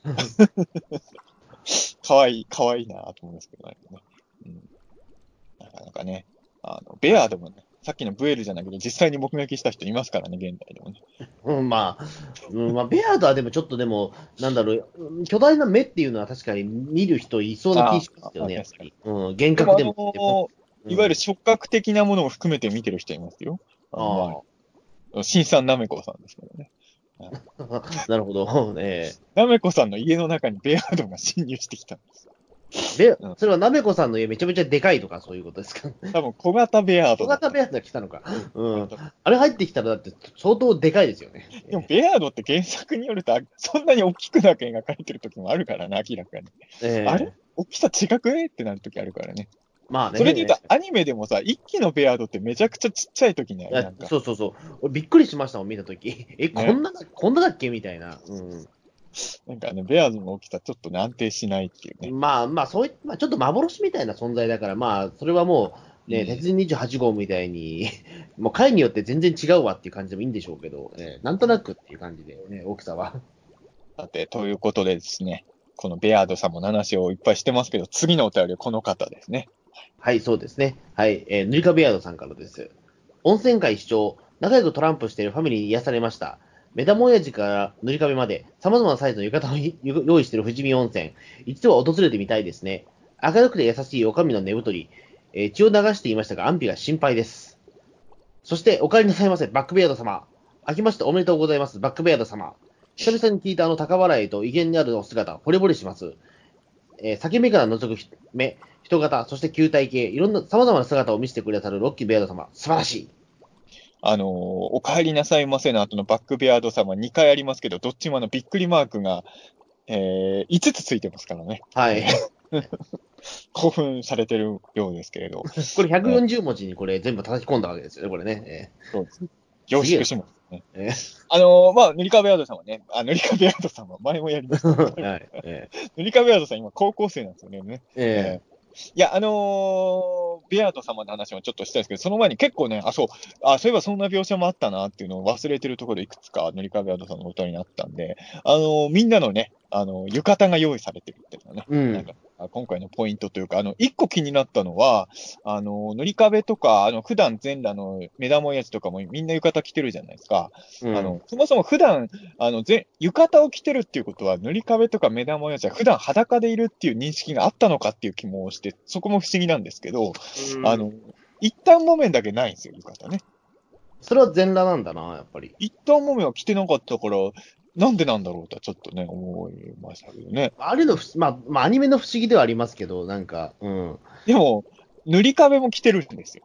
かわいいなと思いますけどね。うん、なかなかね。ベはい。 アードもね、さっきのブエルじゃないけど、実際に目撃した人いますからね、現代でもね。 うん、まあ、ベアードはでもちょっとでも、なんだろう、巨大な目っていうのは確かに見る人いそうな気ああ、 しますよね、やっぱ確かに。 り。うん、幻でも覚でもでも。ういわゆるん。 触覚的なものも含めて見てる人いますよ。まああ、新さんなめこさんですからね。はい。 あ、なるほど。 なめこさんの家の中にベアードが侵入してきたんです。うん。 それはなめこさんの家めちゃめちゃでかいとかそういうことですか？ 多分小型ベアードだった。 小型ベアードが来たのか。うん。 だったあれ入ってきたらだって相当でかいですよね。 でも、ベアードって原作によると、そんなに大きくなく描かれてる時もあるからね、明らかに。あれええ、 大きさ違くねってなる時あるからね。 まあそれで言うと、 ね。 アニメでもさ、一期のベアードってめちゃくちゃちっちゃい時になんか、 そうそうそう。俺びっくりしましたもん、見たとき。 ね、 こんなだっけみたいな。うん。 なんかね、ベアードの大きさちょっとね安定しないっていうね。 そういまあ、ちょっと幻みたいな存在だから、まあ、それはもう、ね、 うん。 鉄人28号みたいに、もう回によって全然違うわっていう感じでもいいんでしょうけど、なんとなくっていう感じで、大きさは。 さて、ということでですね、このベアードさんも話をいっぱいしてますけど、次のお便りはこの方ですね。 はい、そうですね。はい、ヌリカベアードさんからです。温泉街視聴、仲良くトランプしているファミリーに癒されました。目玉親父から塗り壁まで、様々なサイズの浴衣を用意している富士見温泉。一度は訪れてみたいですね。明るくて優しいお上の寝太り。血を流していましたが安否が心配です。そして、お帰りなさいませ、バックベアード様。明けましておめでとうございます、バックベアード様。久々に聞いた高笑いと威厳にあるお姿、惚れ惚れします。裂け目から覗く目、人型、そして球体系、いろんな様々な姿を見せてくださるロッキーベアード様、素晴らしい。 お帰りなさいませの後のバックベアードさんは2回ありますけど、どっちもびっくりマークが、5つついてますからね。 はい。 興奮されてるようですけれど。 これね、 140文字にこれ全部叩き込んだわけですよね、これね。 そうです。凝すげえ縮しますね。 な。 塗り壁アードさんはね、塗り壁アードさんは前もやりましたけど、 はい。 塗り壁アードさん今高校生なんですよね。 えいや、ベアード様の話もちょっとしたいですけど、その前に結構ね、そういえばそんな描写もあったなっていうのを忘れてるところでいくつか塗り壁アードさんのことになったんで、みんなのね、浴衣が用意されてるっていうのはね、 うん。 なんか、今回のポイントというか、一個気になったのは、塗り壁とか、普段全裸の目玉親父とかもみんな浴衣着てるじゃないですか。 うん。 そもそも普段、浴衣を着てるっていうことは、塗り壁とか目玉親父は普段裸でいるっていう認識があったのかっていう気もして、そこも不思議なんですけど、 うん。 あの、一旦木綿だけないんですよ、浴衣ね。 それは全裸なんだな、やっぱり。 一旦木綿は着てなかったから、なんでなんだろうとはちょっとね、思いましたけどね。 あれのまあ、アニメの不思議ではありますけど、うん。 でも、塗り壁も着てるんですよ。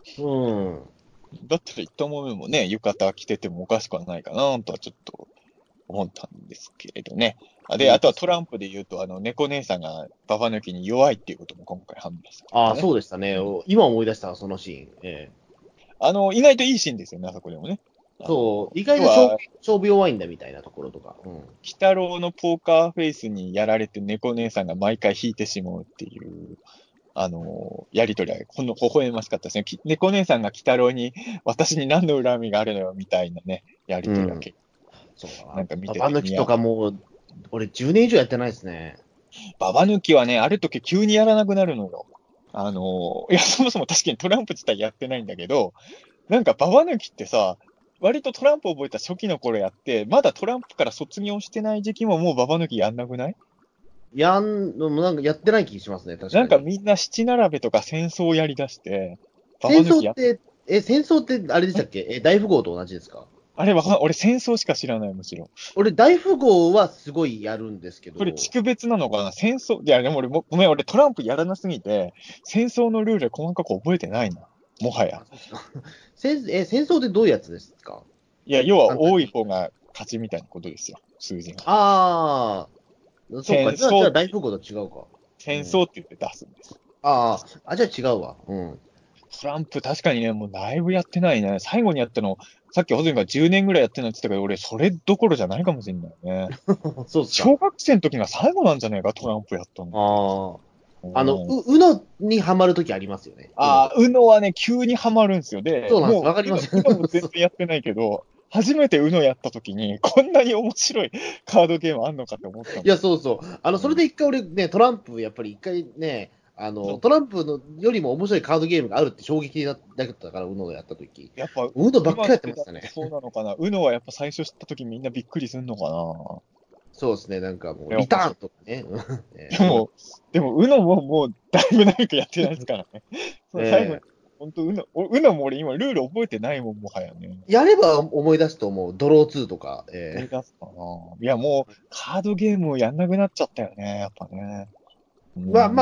うん。 だったら1投目もね、浴衣着ててもおかしくはないかなとはちょっと思ったんですけれどね。で、あとはトランプで言うと、猫姉さんがババ抜きに弱いっていうことも今回判明したああ、 からね。 そうでしたね。 うん、 今思い出した、そのシーン。 意外といいシーンですよね、あそこでもね。 そう、意外と要は、 勝負弱いんだみたいなところとか。うん。 鬼太郎のポーカーフェイスにやられて猫姉さんが毎回引いてしまうっていう、やりとりは、微笑ましかったですね。猫姉さんが鬼太郎に、私に何の恨みがあるのよ、みたいなね、やりうん。 とりは結構、 そうだな。 なんか見バててバ抜きとかもう、俺10年以上やってないですね。 ババ抜きはね、ある時急にやらなくなるのよ。いや、そもそも確かにトランプ自体やってないんだけど、なんかババ抜きってさ、割とトランプ覚えた初期の頃やって、まだトランプから卒業してない時期ももうババ抜きやんなくない？ なんかやってない気しますね、確なんかかに。 みんな七並べとか戦争をやり出して、ババ戦抜きやっ、 争って、戦争ってあれでしたっけ？大富豪と同じですか？ あれ俺戦争しか知らない、むしろ。 俺、大富豪はすごいやるんですけど、 これ地区別なのかな？戦争、いや、でもごめん、俺トランプやらなすぎて、戦争のルール細かく覚えてないな。もはや。 あ、そうですか。戦争ってどういうやつですか？ いや、要は多い簡単に。 方が勝ちみたいなことですよ、数字が。 ああ、そうか。じゃあ戦争、 大富豪と違うか。う戦ん。 争って言って出すんです。 じゃあ違うわ。うん。 トランプ確かにね、もうだいぶやってないね。最後にやったの、さっきホズミが10年ぐらいやってないって言ったけど、俺それどころじゃないかもしれないね。 そうっすか。 小学生の時が最後なんじゃねえか、トランプやったのって。 あうん。 うのにハマるときありますよね。うのとか。 うのはね、急にハマるんですよ。で、 そうなんです。 もう、 わかります。 うのも全然やってないけど、初めてうのやった時に、こんなに面白いカードゲームあんのかって思ったもいや、そうそう。 ん。うん。 それで一回俺ね、トランプ、やっぱり一回ね、トランプのよりも面白いカードゲームがあるって衝撃だったから、うのをやったとき。 やっぱ、 うのばっかりやって今の世ましたね。 代ってそうなのかな。うのはやっぱ最初知った時みんなびっくりするのかな。 そうですね、なんかもう、 いや、 リターンとかね。 でも、うのももうだいぶ長くやってないですからね。その最後に、 ええ本当うのも俺今ルール覚えてないもん、もはやね。 やれば思い出すと思う、ドロー2とか。 思い出すかな。いや、もう、カードゲームをやんなくなっちゃったよね、やっぱね。うん。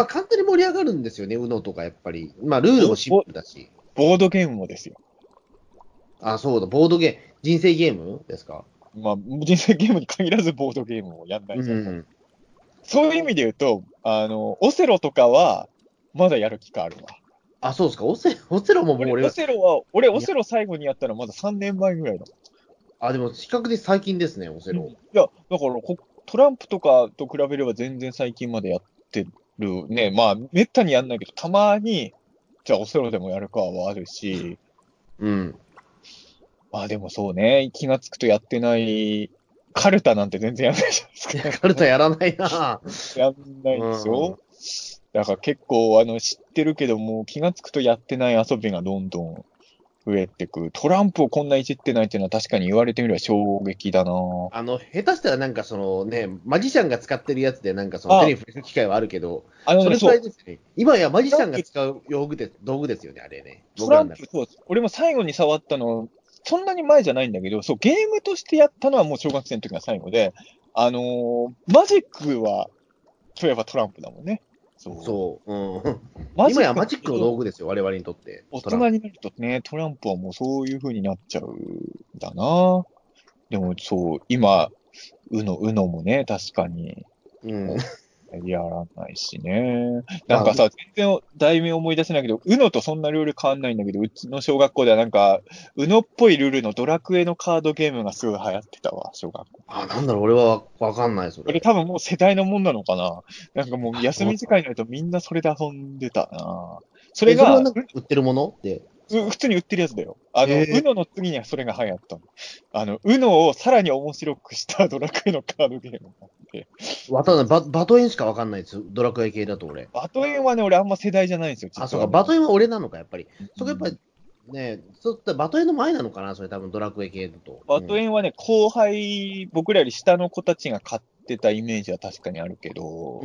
簡単に盛り上がるんですよね、うのとかやっぱり。ルールもシンプルだし。 ボードゲームもですよ。 あ、そうだ、ボードゲーム、人生ゲームですか？ まあ、人生ゲームに限らずボードゲームをやんないじゃん。 うん。 そういう意味で言うと、オセロとかは、まだやる気があるわ。 あ、そうですか。オセロももう俺は、 オセロ最後にやったのまだ3年前ぐらいだでも比較的最近ですね、オセもん。うん。 ロ。 いや、だからトランプとかと比べれば全然最近までやってるね。まあ、めったにやんないけど、たまに、じゃあオセロでもやるかはあるし、 うん。 まあでもそうね、気がつくとやってない、カルタなんて全然やんないじゃないですいや、 か。 カルタやらないな。 やんないでしうん。 ょ？だから結構、知ってるけども、気がつくとやってない遊びがどんどん増えてく。トランプをこんないじってないっていうのは確かに言われてみれば衝撃だな。 下手したらなんかそのね、マジシャンが使ってるやつでなんかその手あ、 に触れる機会はあるけど、 あのね、 それくらいそう。 ですね。今やマジシャンがトランプ、 使う道具ですよね、あれね。 トランプ、 僕らの中で。 そう。俺も最後に触ったの、そんなに前じゃないんだけど、そう、ゲームとしてやったのはもう小学生の時が最後で、マジックは、そういえばトランプだもんね。そう。 そう。うん。 マジック今やマジックの道具ですよ、我々にとって。 大トランプ。 人になるとね、トランプはもうそういう風になっちゃうんだな。でもそう、今、うのもね、確かに、 うん。 もうやらないしね。 まあ、 なんかさ、全然題名思い出せないけど、とそんなルール変わんないんだけど、うちの小学校ではなんか、っぽいルールのドラクエのカードゲームがすごい流行ってたわ、小学校。 なんだろう、俺はわかんない、それ。 これ多分もう世代のもんなのかな。なんかもう休み時間になるとみんなそれで遊んでたな。それそれはが、 なんか売ってるもので。 普通に売ってるやつだよ。 えの次にはそれが流行ったの。をさらに面白くしたドラクエのカードゲームがあって。 わかんない。バトエンしかわかんないです。ドラクエ系だと俺。 バトエンはね、俺あんま世代じゃないんですよ、 そうか、 実はね。 バトエンは俺なのか、やっぱり。そこやっぱりうん、 ね、バトエンの前なのかな、それ多分ドラクエ系だと。うん。 バトエンはね、後輩、僕らより下の子たちが買ってたイメージは確かにあるけど、 うん。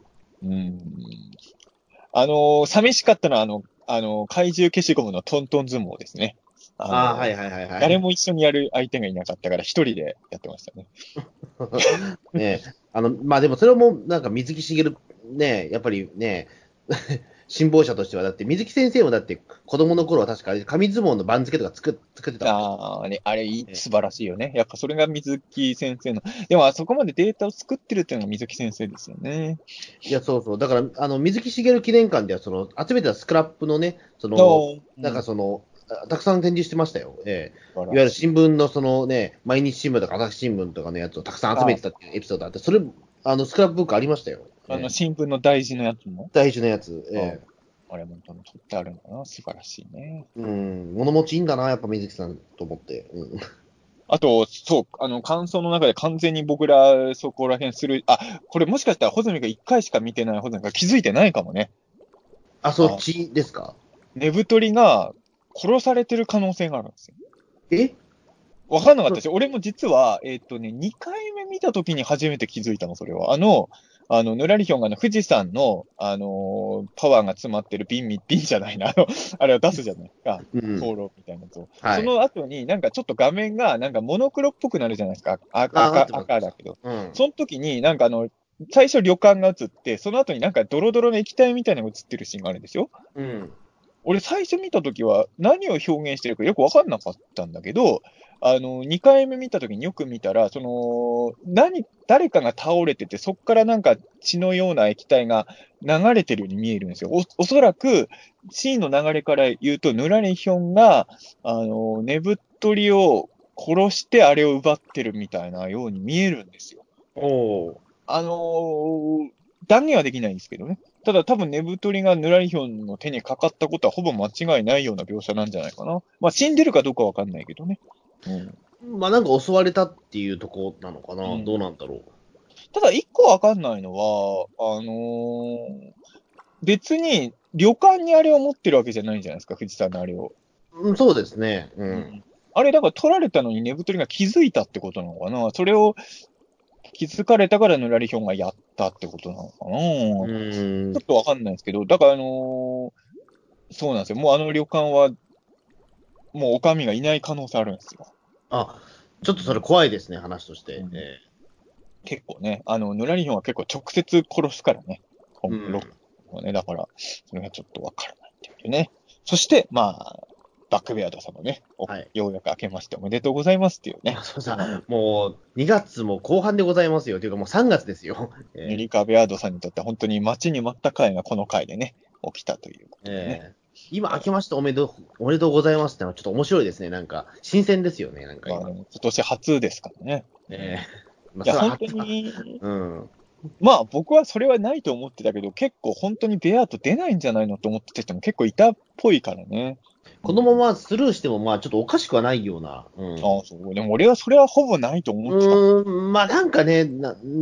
うん。寂しかったのは、怪獣消しゴムのトントン相撲ですね。 はいはいはいはい。 誰も一緒にやる相手がいなかったから一人でやってましたね。 ねでもそれもなんか水木しげる、ねやっぱりね、 辛抱者としては、だって水木先生もだって子供の頃は確か紙相撲の番付とか作ってたもん。 ああ、あれ、素晴らしいよね。やっぱそれが水木先生の。でも、あそこまでデータを作ってるっていうのが水木先生ですよね。 いや、そうそう。だから、水木しげる記念館では、集めたスクラップのね、なんかたくさん展示してましたよ。いわゆる新聞の毎日新聞とか朝日新聞とかのやつをたくさん集めてたっていうエピソードあって、それ、スクラップブックありましたよ。 新聞の大事なやつも大事なやつ。 あれも取ってあるんだな。素晴らしいね。 物持ちいいんだな、やっぱ水木さんと思って。 あと、そう、感想の中で完全に僕らそこら辺する、これもしかしたら穂積が1回しか見てない穂積が気づいてないかもね。 そっちですか？ ねぶとりが殺されてる可能性があるんですよ。 え？ わかんなかったし、俺も実は、2回目見たときに初めて気づいたの、それは。ぬらりひょんが富士山の、パワーが詰まってる瓶じゃないな、あれを出すじゃないですか。灯籠みたいなやつを。はい、その後になんかちょっと画面がなんかモノクロっぽくなるじゃないですか。赤だけど。その時になんか最初旅館が映って、その後になんかドロドロの液体みたいなのが映ってるシーンがあるんですよ。俺最初見た時は何を表現してるかよくわかんなかったんだけど、2回目見たときによく見たら、誰かが倒れてて、そこからなんか血のような液体が流れてるように見えるんですよ。おそらく、シーンの流れから言うと、ぬらりひょんが、ねぶっとりを殺してあれを奪ってるみたいなように見えるんですよ。断言はできないんですけどね。ただ多分ねぶとりがぬらりひょんの手にかかったことはほぼ間違いないような描写なんじゃないかな。まあ死んでるかどうかわかんないけどね。 なんか襲われたっていうとこなのかな、どうなんだろう。 ただ一個わかんないのは、別に旅館にあれを持ってるわけじゃないんじゃないですか、富士山のあれを。 そうですね。 あれだから取られたのにねぶとりが気づいたってことなのかな。それを気づかれたからぬらりひょんがやったってことなのかな。ちょっとわかんないですけど、だからそうなんですよ。もう旅館は、もうお上がいない可能性あるんですよ。 ちょっとそれ怖いですね、話として。 結構ね、ぬらりひょんは結構直接殺すからね。だから、それがちょっとわからないっていうね。そして、まあ、バックベアード様ね、ようやく明けましておめでとうございますっていうね。 もう、2月も後半でございますよ。というかもう3月ですよ。 メリカベアードさんにとって本当に待ちに待った回がこの回でね、起きたということでね。 今、明けましておめでとうございますってのはちょっと面白いですね。なんか、新鮮ですよね。なんか今年初ですからね。いや、本当に、まあ僕はそれはないと思ってたけど、結構本当にベアード出ないんじゃないのと思ってた人も結構いたっぽいからね。 このままスルーしても、まあちょっとおかしくはないような。 そう。でも俺はそれはほぼないと思ってた。 まあなんかね、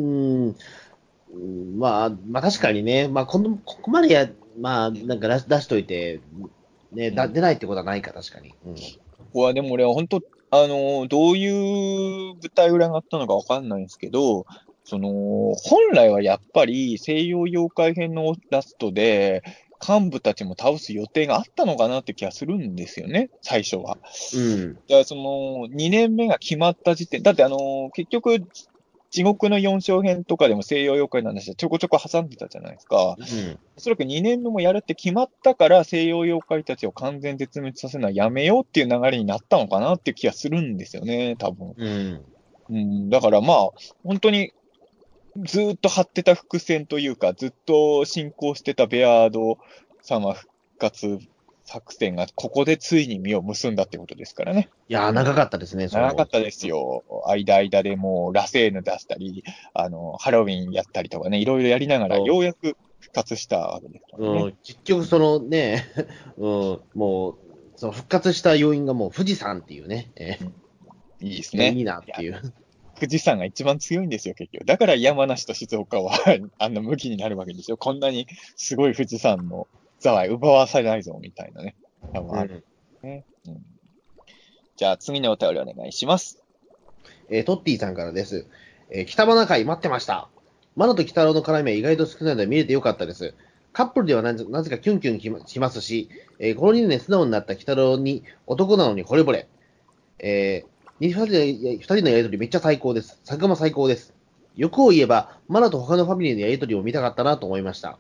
まあ確かにね、まあここまでまあなんか出しといて、ね、出ないってことはないか、確かに。ここはでも俺は本当、どういう舞台裏があったのかわかんないんですけど、本来はやっぱり西洋妖怪編のラストで、幹部たちも倒す予定があったのかなって気がするんですよね、最初は。だから2年目が決まった時点、だって結局、地獄の4章編とかでも西洋妖怪の話はちょこちょこ挟んでたじゃないですか。おそらく2年目もやるって決まったから西洋妖怪たちを完全絶滅させるのはやめようっていう流れになったのかなっていう気がするんですよね、多分。だからまあ、本当にずっと張ってた伏線というか、ずっと進行してたベアード様復活作戦がここでついに実を結んだってことですからね。 いやー、長かったですね、 長かったですよ。間でもうラセーヌ出したり、ハロウィンやったりとかね、いろいろやりながら、ようやく復活したわけですからね。 結局ね、もう、復活した要因がもう富士山っていうね。 いいですね。 いいなっていう。 富士山が一番強いんですよ、結局。だから山梨と静岡は向きになるわけですよ。こんなにすごい富士山の座は奪わされないぞ、みたいなね。多分ある、ね。じゃあ次のお便りお願いします。 トッティさんからです。北花会待ってました。マナと北郎の絡みは意外と少ないので見れてよかったです。カップルではなぜかキュンキュンしますし、この2年で素直になった北郎に男なのに惚れ惚れ。二人のやりとりめっちゃ最高です。作画も最高です。欲を言えば、マナと他のファミリーのやりとりを見たかったなと思いました。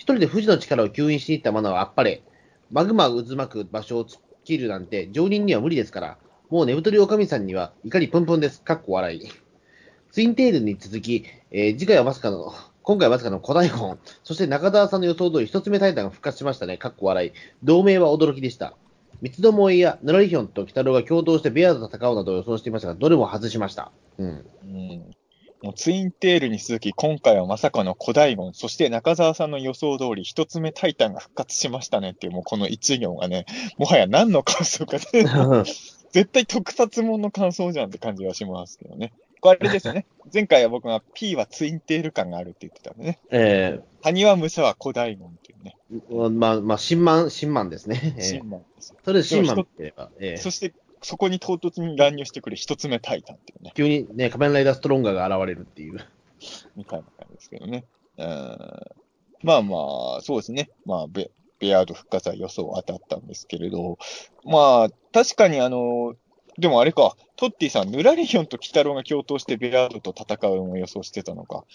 人で富士の力を吸引しに行ったマナはあっぱれ。マグマが渦巻く場所を突っ切るなんて常人には無理ですから、もう寝太りおかみさんには怒りプンプンです。かっこ笑い。ツインテールに続き、次回はまさかの、今回はまさかの古代本、そして中澤さんの予想通り一つ目タイタンが復活しましたね。かっこ笑い。同盟は驚きでした。三つどもえやヌラリヒョンと鬼太郎が共闘してベアーズと戦うなどを予想していましたが、どれも外しました。うん。 もうツインテールに続き、今回はまさかの古代門、そして中澤さんの予想通り、一つ目タイタンが復活しましたねっていう、もうこの一行がね、もはや何の感想かで、絶対特撮もんの感想じゃんって感じはしますけどね。これですよね。前回は僕が P はツインテール感があるって言ってたんでね。埴輪武者は古代門っていうね。 まあ、新マンですね。 新マンです。 それで新マンって言えば。 そして、そこに唐突に乱入してくる一つ目タイタンっていうね。 急にね、仮面ライダーストロンガーが現れるっていう。 みたいな感じですけどね。まあまあ、そうですね。まあ、ベアード復活は予想当たったんですけれど、まあ、確かにでもあれか、トッティさん、ヌラリヒョンと鬼太郎が共闘してベアードと戦うのを予想してたのか。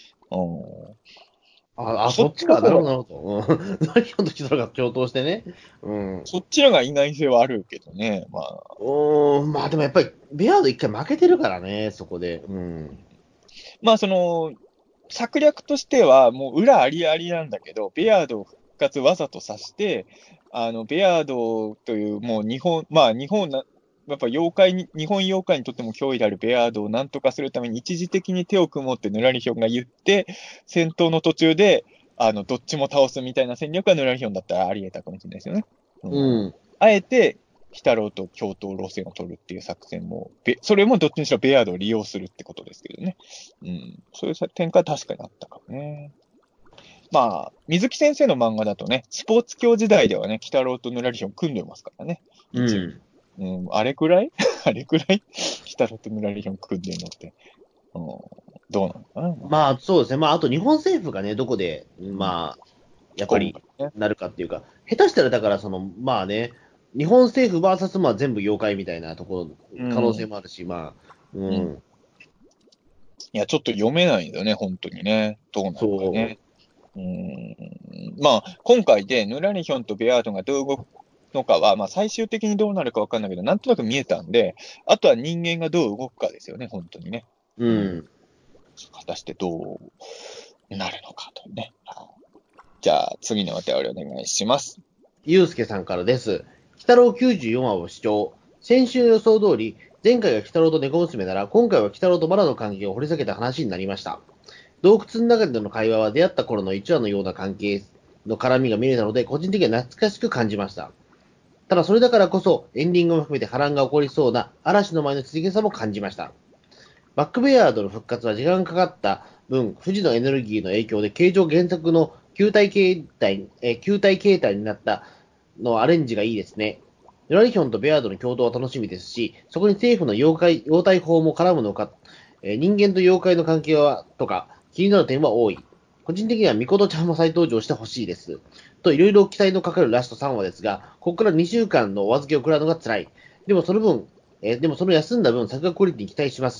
そっちか、なるほど、なるほど。ヌラリヒョンと鬼太郎が共闘してね。 そっちのが意外性はあるけどね、まあ。 まあでもやっぱり、ベアード一回負けてるからね、そこで。 まあ策略としては、もう裏ありありなんだけど、ベアードを復活わざとさして、ベアードという、もう日本やっぱ日本妖怪にとっても脅威であるベアードをなんとかするために一時的に手を組もうってヌラリヒョンが言って、戦闘の途中で、どっちも倒すみたいな戦略はヌラリヒョンだったらあり得たかもしれないですよね。あえて、鬼太郎と共闘路線を取るっていう作戦も、それもどっちにしろベアードを利用するってことですけどね。そういう展開は確かにあったかもね。まあ、水木先生の漫画だとね、スポーツ教時代ではね、鬼太郎とヌラリヒョン組んでますからね。あれくらい鬼太郎とヌラリヒョン組んでるのって。どうなのかな。 まあ、そうですね。まあ、あと日本政府がね、どこで、まあ、やっぱりなるかっていうか、下手したらだから、まあね、日本政府 VS まあ全部妖怪みたいなところ、可能性もあるし、まあ、 いや、ちょっと読めないんだよね、本当にね。どうなのかね。まあ、今回でヌラリヒョンとベアードがどう動くのかは、まあ、最終的にどうなるかわかんないけど、なんとなく見えたんで、あとは人間がどう動くかですよね、本当にね。果たしてどうなるのかとね。じゃあ、次のお便りお願いします。 ゆうすけさんからです。鬼太郎94話を視聴。先週の予想通り、前回が鬼太郎と猫娘なら、今回は鬼太郎とマラの関係を掘り下げた話になりました。洞窟の中での会話は出会った頃の1話のような関係の絡みが見れたので、個人的には懐かしく感じました。ただそれだからこそ、エンディングも含めて波乱が起こりそうな嵐の前の続けさも感じました。バックベアードの復活は時間がかかった分、富士のエネルギーの影響で形状原作の球体形態になったのアレンジがいいですね。ヌラリヒョンとベアードの共同は楽しみですし、そこに政府の妖体法も絡むのか、人間と妖怪の関係はとか、気になる点は多い。個人的にはミコトちゃんも再登場してほしいです。といろいろ期待のかかるラスト3話ですが、ここから2週間のお預けを食らうのが辛い。でもその休んだ分、作画クオリティに期待します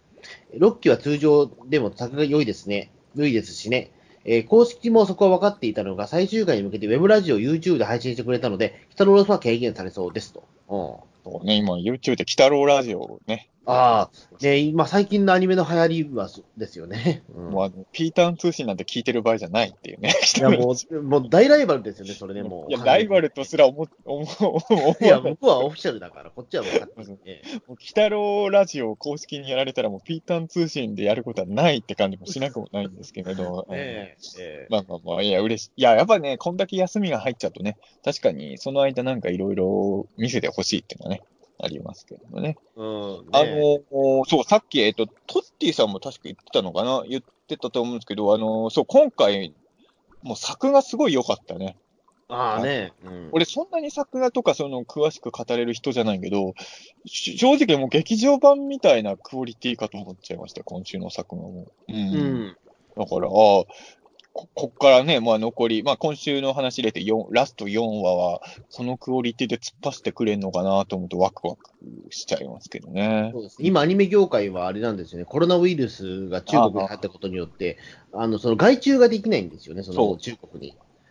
。6期は通常でも作が良いですしね。公式もそこは分かっていたのが、最終回に向けてウェブラジオ、YouTube で配信してくれたので、鬼太郎ロスは軽減されそうですと。 そうね、今 YouTube で鬼太郎ラジオをね。 今最近のアニメの流行りはですよね。 もうピーターン通信なんて聞いてる場合じゃないっていうね。 いやもう大ライバルですよね、それね、もう。 いや、ライバルとすら思いや、僕はオフィシャルだから、こっちはもう鬼太郎ラジオを公式にやられたら、もうピーターン通信でやることはないって感じもしなくもないんですけれど。まあ、いや、嬉しい。いや、やっぱね、こんだけ休みが入っちゃうとね、確かにその間なんかいろいろ見せてほしいっていうのはね。ありますけどね。そう、さっき、トッティさんも確か言ってたのかな言ってたと思うんですけど、そう、今回、もう作がすごい良かったね。俺、そんなに作画とか詳しく語れる人じゃないけど、正直もう劇場版みたいなクオリティかと思っちゃいました、今週の作画も。だから、こっからね、まあ残り、まあ今週の話入れてラスト4話は、そのクオリティで突っ走ってくれんのかなと思うとワクワクしちゃいますけどね。 そうです。今アニメ業界はあれなんですよね。コロナウイルスが中国に入ったことによって、その外注ができないんですよね、その中国に。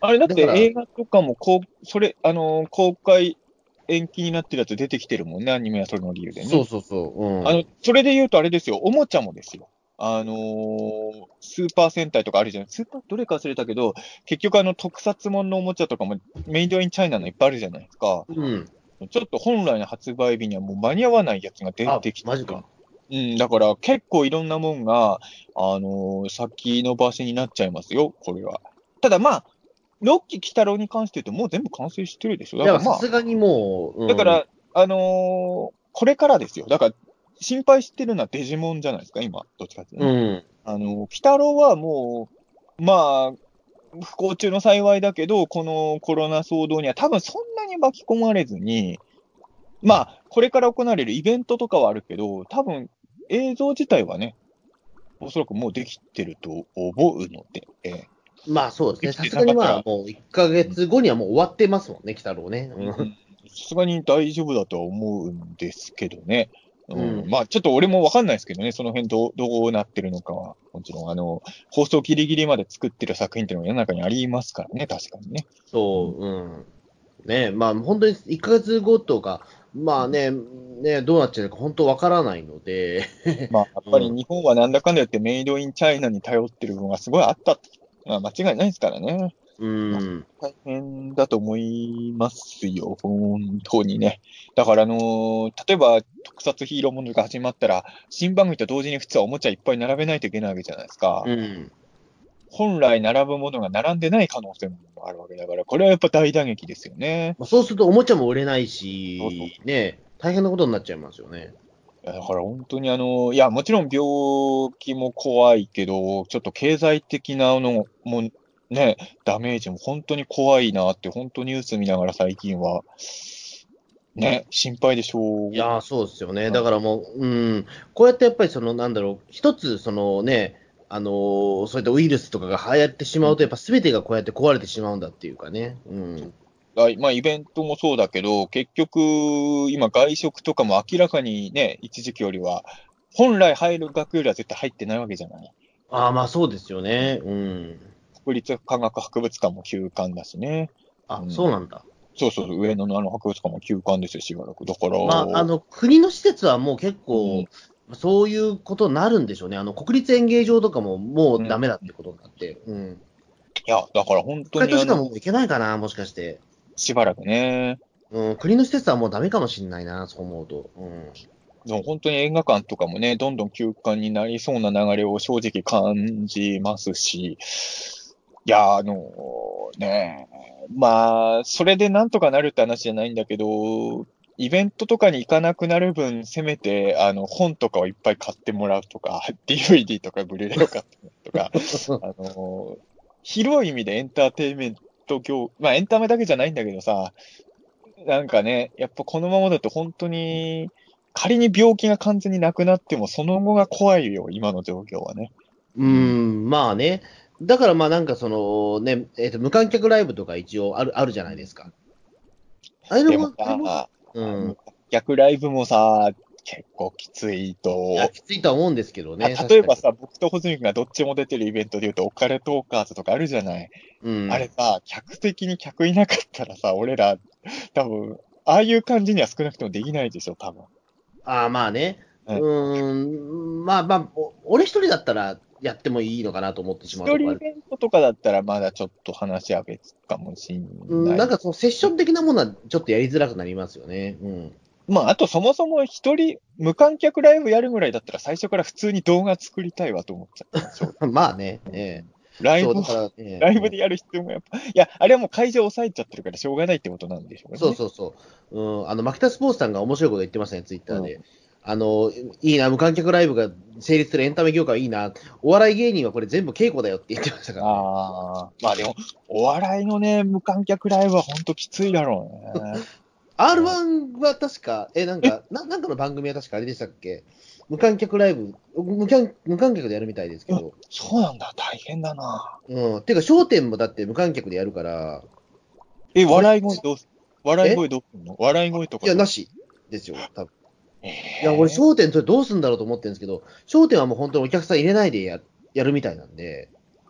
あれだっだから、 て映画とかも公開延期になってるやつ出てきてるもんね、アニメはそれの理由でね。 そうそうそう、うん。 それで言うとあれですよ、おもちゃもですよ。スーパー戦隊とかあるじゃない。スーパー、どれか忘れたけど、結局特撮もんのおもちゃとかもメイドインチャイナのいっぱいあるじゃないですか。 うん。 ちょっと本来の発売日にはもう間に合わないやつが出あ、 てきてる。 マジか。 うん、だから結構いろんなもんが、先延ばしになっちゃいますよ、これは。ただまあ、ロッキー鬼太郎に関して言うともう全部完成してるでしょ。 いや、 だからまあ、 さすがにもう、うん。 だから、これからですよ。だから、心配してるのはデジモンじゃないですか、今、どっちかっていうとうね。 ん。 鬼太郎はもう、まあ、不幸中の幸いだけど、このコロナ騒動には多分そんなに巻き込まれずに、まあ、これから行われるイベントとかはあるけど、多分映像自体はね、おそらくもうできてると思うので、 まあそうですね。 できてさすがになかったら、 まあもう1ヶ月後にはもう終わってますもんね、鬼太郎ね。うん。 さすがに大丈夫だとは思うんですけどね。 うん。 まあ、ちょっと俺もわかんないですけどね、その辺どうなってるのかは。もちろん、放送ギリギリまで作ってる作品っていうのが世の中にありますからね、確かにね。うん。 そう、うん。ね、まあ本当に1ヶ月後とか、まあね、どうなっちゃうか本当わからないので、 まあ、やっぱりうん。 日本はなんだかんだ言ってメイドインチャイナに頼ってる部分がすごいあった。まあ、間違いないですからね。 うまあ、 ん。 大変だと思いますよ、本当にね。だから、例えば特撮ヒーローものが始まったら、新番組と同時に普通はおもちゃいっぱい並べないといけないわけじゃないですか。 うん。 本来並ぶものが並んでない可能性もあるわけだから、これはやっぱ大打撃ですよね。 まあ、そうするとおもちゃも売れないそうそう。 し、ね、大変なことになっちゃいますよね。 いやだから本当にいや、もちろん病気も怖いけど、ちょっと経済的なのもね、ダメージも本当に怖いなって、本当ニュース見ながら最近は、ね、心配でしょういやー、そうですよね。 がない。 だからもう、こうやってやっぱりなんだろう、一つ、そういったウイルスとかが流行ってしまうと、やっぱ全てがこうやって壊れてしまうんだっていうかね。うん。 まあ、イベントもそうだけど、結局、今外食とかも明らかにね、一時期よりは、本来入る額よりは絶対入ってないわけじゃない。 ああ、まあそうですよね。うん。 国立科学博物館も休館だしね。うあ、そうん。 なんだ。 そうそうそう、上野の博物館も休館ですよ、しばらく。だから、 まあ、国の施設はもう結うん、 構、そういうことになるんでしょうね。国立演芸場とかももうん。 うダメだってことになって。うん。 いや、だから本当国会に図書館ももう行けないかな、もしかして。 しばらくね、 うん、国の施設はもうダメかもしれないな、そう思うと。うん。 でも本当に映画館とかもね、どんどん休館になりそうな流れを正直感じますし、いや、ねまあ、それでなんとかなるって話じゃないんだけど、イベントとかに行かなくなる分、せめて、本とかをいっぱい買ってもらうとか、DVD とかブルーレイを買ってもらうとか、広い意味でエンターテインメントまあエンタメだけじゃないんだけどさ、なんかね、やっぱこのままだと本当に、仮に病気が完全になくなっても、その後が怖いよ、今の状況はね。 ううん。 ん、まあね。だからまあなんか無観客ライブとか一応あるじゃないですか。あれのでもも、あれも、 さ、 うん。 逆ライブもさ、結構きついいや、 と、 きついとは思うんですけどね、確かに。 例えばさ、僕とホズミ君がどっちも出てるイベントで言うと、オカルトーカーズとかあるじゃない。 うん。 あれさ、客席に客いなかったらさ、俺ら、多分、ああいう感じには少なくともできないでしょ、多分。 ああ、まあね。 うん。 まあまあ、俺一人だったらやってもいいのかなと思ってしまうとこある。 一人イベントとかだったらまだちょっと話は別かもしんうん、 ない。 なんかそのセッション的なものはちょっとやりづらくなりますよね。うん。 まあ、あとそもそも一人、無観客ライブやるぐらいだったら最初から普通に動画作りたいわと思っちゃったな、正直。 まあね、そう、 ライブを、 だからね、 ライブでやる必要もやっぱ、いや、あれはもう会場抑えちゃってるからしょうがないってことなんでしょうね。 そうそうそう。マキタスポーツさんが面白いこと言ってましたね、ツイッターうん。 で。いいな、無観客ライブが成立するエンタメ業界はいいな。お笑い芸人はこれ全部稽古だよって言ってましたからね。 ああ、まあでも、お笑いのね、無観客ライブはほんときついだろうね。うん。 R1 は確か、 え、 なんかの番組は確かあれでしたっけ？無観客ライブ、無観客でやるみたいですけど。 そうなんだ、大変だな。 うん。てか、笑点もだって無観客でやるから、 え、 これ、 笑いえ声どうすんの笑い声といや、 かどうすなしですよ、多分。 んいや、俺、 え笑点それどうすんだろうと思ってるんですけど、笑点はもう本当にお客さん入れないでやるみたいなんで、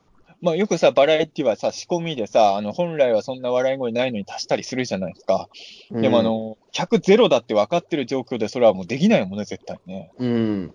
まあよくさ、バラエティはさ、仕込みでさ、本来はそんな笑い声ないのに足したりするじゃないですか。でも100ゼロだって分かってる状況でそれはもうできないもんね、絶対ね。 うん。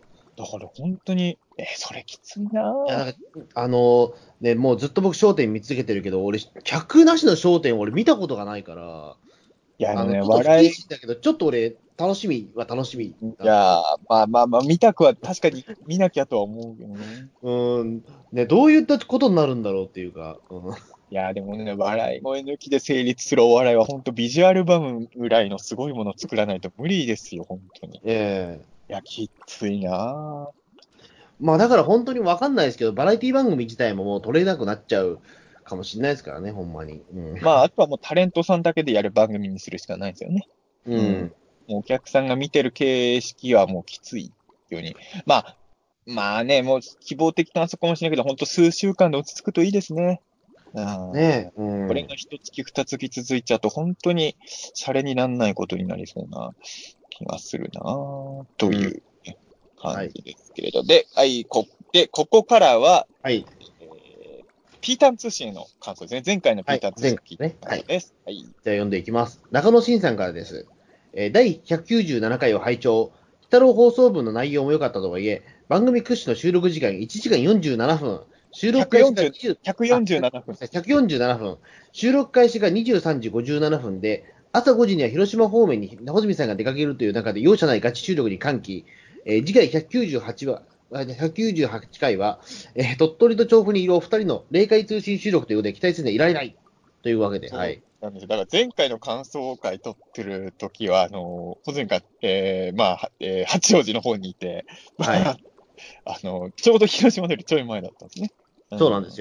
だから本当に、それきついなぁ。 いや、なんか、ね、もうずっと僕、笑点見続けてるけど、俺、客なしの笑点、俺見たことがないから、 いや、 ちょっと不笑い、 謹慎だけど、ちょっと俺、楽しみは楽しみいなんですよ。 やー、まあまあまあ、見たくは、確かに見なきゃとは思うけどね。 ね、どういったことになるんだろうっていうか、 いやー、でもね、笑い声抜きで成立するお笑いは本当ビジュアルバムぐらいのすごいものを作らないと無理ですよ、本当に。いええや、きついなぁ。 まあだから本当にわかんないですけど、バラエティ番組自体ももう取れなくなっちゃうかもしれないですからね、ほんまに。 まあ、あとはもうタレントさんだけでやる番組にするしかないですよね。 うん。 もうお客さんが見てる形式はもうきついように。まあね、もう希望的なあそこかもしれないけど、本当数週間で落ち着くといいですね。 ねえ、 これが一月二月続いちゃうと、本当にシャレにならないことになりそうな気がするなというん。 う感はい。 じですけれど。で、ここからは、 はい。 ピータン通信の感想ですね。前回のピはい。 ータン通前回ね。 信聞いたはい。 感想です。はい。 じゃあ読んでいきます。中野慎さんからです。第197回を拝聴。鬼太郎放送部の内容も良かったとはいえ、番組屈指の収録時間1時間47分。収録開始が20、 147分。 147分。収録開始が23時57分で、朝5時には広島方面に穂積さんが出かけるという中で容赦ないガチ収録に歓喜。次回198話、198回は、鳥取と調布にいるお二人の霊界通信収録ということで期待せずにいられない。というわけで、はそうい。 なんですよ。だから前回の感想会撮ってる時は、保全が、八王子の方にいて、 はい。 ちょうど広島よりちょい前だったんですね。うん。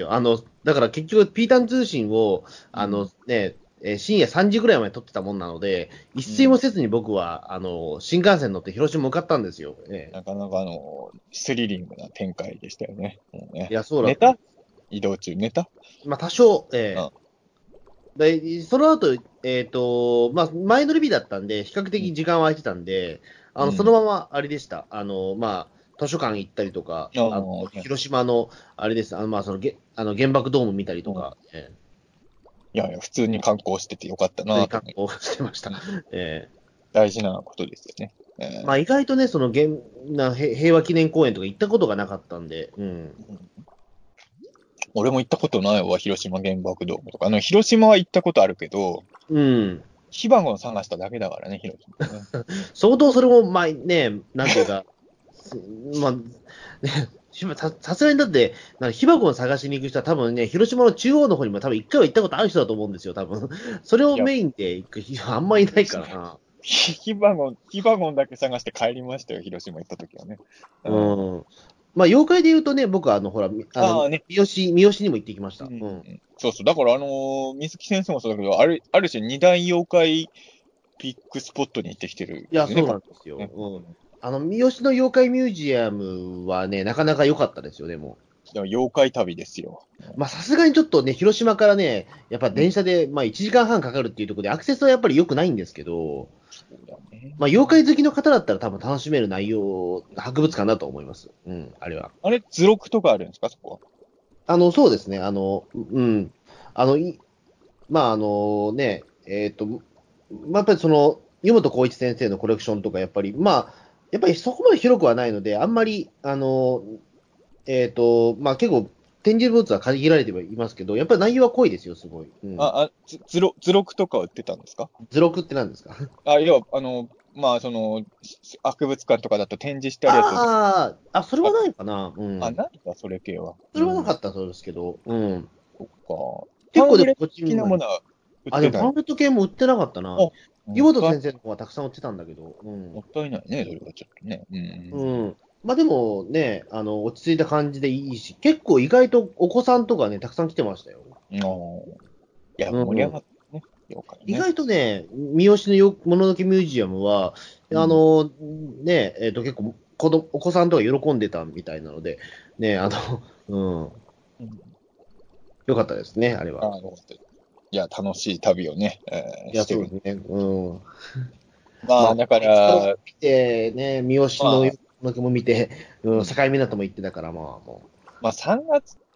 そうなんですよ。だから結局、ピータン通信を、 うん。 深夜3時ぐらいまで撮ってたもんなので、一うん。 睡もせずに僕は、新幹線乗って広島向かったんですよ。 なかなかスリリングな展開でしたよね。もうね。 いや、そうだったんネタです。 移動中、ネタまあ、多少、 うん。 で、その後、まあ、前の日だったんで、比較うん。 的時間は空いてたんで、そのうん。 まま、あれでした。まあ、図書館行ったりとか、 ああ、ね。 広島の、あれです。まあ、原爆ドーム見たりうん。 とか、 いやいや、普通に観光しててよかった普通になと思い観光してました。 ます。うん。 え大事なことですよね。 まあ、意外とね、平和記念公園とか行ったことがなかったんで、 うん。俺も行ったことないわ、広島原爆ドームとか。広島は行ったことあるけど、 うん。 ヒバゴン探しただけだからね、広島ね。 相当それも、まあね、なんていうか、まあ、ね、さすがにだって、被爆を探しに行く人は多分ね、広島の中央の方にも多分一回は行ったことある人だと思うんですよ、多分。それをいや、 メインで行く人はあんまりいないからな。 ヒバゴンだけ探して帰りましたよ、広島行った時はね。うん。 うん。まあ、妖怪で言うとね、僕はほら、 ああね。 三好にも行ってきましうた。うん。 ん。そうそう。だから水木先生もそうだけど、ある種二大妖怪ピックスポットに行ってきてるいや、 よね、 そうなこんですよ。 れね。 うん。三好の妖怪ミュージアムはね、なかなか良かったですよ、でも。 でも妖怪旅ですよ。 まあ、さすがにちょっとね、広島からね、やっぱうん。 電車で、まあ、1時間半かかるっていうところで、アクセスはやっぱり良くないんですけど、 そうだね。 まあ、妖怪好きの方だったら多分楽しめる内容、博物館だと思います。うん、あれは。 あれ、図録とかあるんですか、そこは。 そうですね。うん。あの、い、まあ、まあ、やっぱり湯本浩一先生のコレクションとか、やっぱり、まあ、やっぱりそこまで広くはないので、あんまり、まあ結構展示物は限られてはいますけど、やっぱり内容は濃いですよ、すごい。うん。 図録とか売ってたんですか？ 図録って何ですか？ 要は、博物館とかだと展示してあるやつを、 それはあ、 ないかな。うん。 ないか、それ系は。 それはなかったそうですけど、うん。 そっか。パ結構でもンフレットこっちにも、 的なものは売っでてない。 もパンフレット系も売ってなかったな。 あ、 湯もったい、 本先生の方はたくさん売ってたんだけど、うん。 もったいないね、それはちょっとね。うん。 うん。まあでもね、落ち着いた感じでいいし、結構意外とお子さんとかね、たくさん来てましたよ。 いや、 うん。 盛り上がってね、よかね。 意外とね、三好のもののけミュージアムは、 うん。 結構お子さんとか喜んでたみたいなので、ね、うん、 うん。 よかったですね、あれは。 よかった。いや、楽しい旅をね、 いや、 してる。 そうですね。うん。まあ、 まあ、だか鬼太郎もら、 見て、ね、三好のまあ、 もののけも見て、うん、 うん。 境港も行ってたから、まあ、もまあ、3月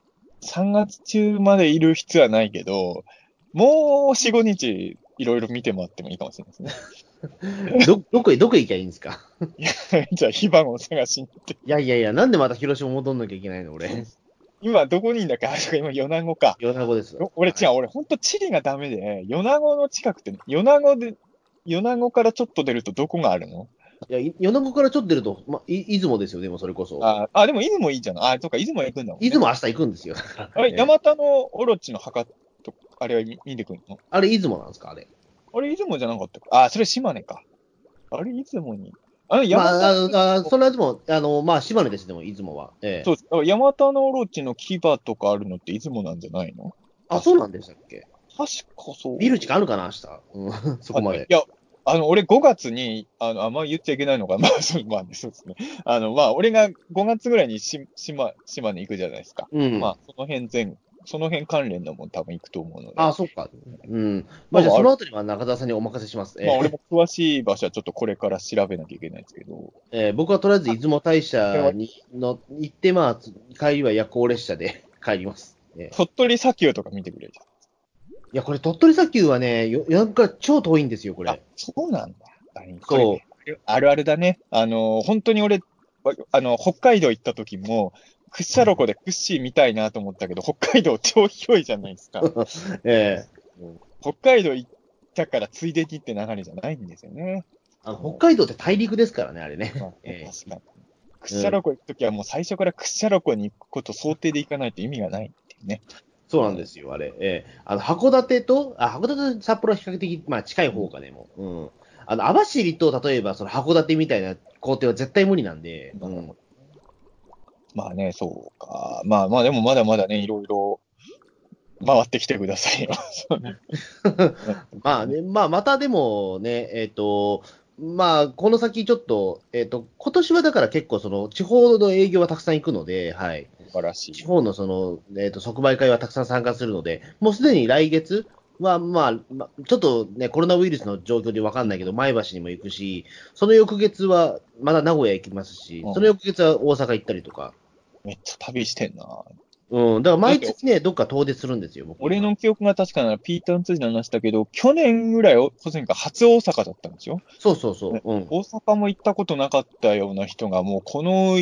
3月中までいる必要はないけど、もう4、5日いろいろ見てもらってもいいかもしれないですね。 どこへ行きゃいいんですか？ いや、じゃあ、火花を探しに行って。 いやいやいや、なんでまた広島戻んなきゃいけないの、俺。 今、どこにいんだっけ？あ、今、米子か。 米子です。 俺違う、 はい、 俺、ほんと地理がダメで、米子の近くって、米子からちょっと出るとどこがあるの？ いや、米子からちょっと出ると、出雲ですよ、でもそれこそ。 でも出雲いいじゃん。そうか、出雲行くんだもんね。 出雲明日行くんですよ。 あれ、山田のオロチの墓と、あれは見てくるの？ あれ、出雲なんですか、あれ。 あれ、出雲じゃなかったっけ？それ島根か。あれ、出雲に。 ま山田あ、それはでも、まあ、島根です、でも、出雲は。ええ。 そう、山田のオロチの牙とかあるのって出雲なんじゃないの？ あ、そうなんでしたっけ？ 確かそう。 見る時間あるかな、明日。うん、そこまで。 いや、俺5月に、あんま言っちゃいけないのか、まあ、そうですね。俺が5月ぐらいに島根行くじゃないですか。 うん。 まあ、その辺関連のも多分行くと思うので。 あ、そっか。うん。まあ、じゃあ、そのあたりは中澤さんにお任せします。 まあ、俺も詳しい場所はちょっとこれから調べなきゃいけないんですけど。 僕はとりあえず出雲大社に行って、まあ、帰りは夜行列車で帰ります。 鳥取砂丘とか見てくれるじいや、これ、鳥取砂丘はね、なんか超遠いんですよ、こゃん。 れ。 そうなんだ。こそう。 れあるあるだね。本当に俺、北海道行った時も、屈斜路湖で屈指見たいなと思ったけど、北海道超広いじゃないですか。 ええ北海道行ったからついでにって流れじゃないんですよね。 北海道って大陸ですからね、あれね。 まあ、確かに。屈斜路湖行くときはもう最初から屈斜路湖に行くこと想定で行かないと意味がないっていうね。 そうなんですよ、あれ。函館と札幌は比較的、まあ、近い方がね、もう。うん。網走と、例えば、その函館みたいな工程は絶対無理なんで。うん。 まあね、そうか。まあでもまだまだね、いろいろ回ってきてくださいよ。 まあね、まあ、またでもね、まあ、この先ちょっと、今年はだから結構その、地方の営業はたくさん行くので、はい。 素晴らしい。 地方のその、即売会はたくさん参加するので、もうすでに来月は、ちょっとね、コロナウイルスの状況でわかんないけど、前橋にも行くし、その翌月はまだ名古屋行きますし、その翌月は大阪行ったりとか。 めっちゃ旅してんな。 うん、だから毎月ね、どっか遠出するんですよ、僕。 俺の記憶が確かならピーターン2時の話だけど、去年ぐらい、個人が初大阪だったんですよ。 そうそうそう。うん。 大阪も行ったことなかったような人が、もうこの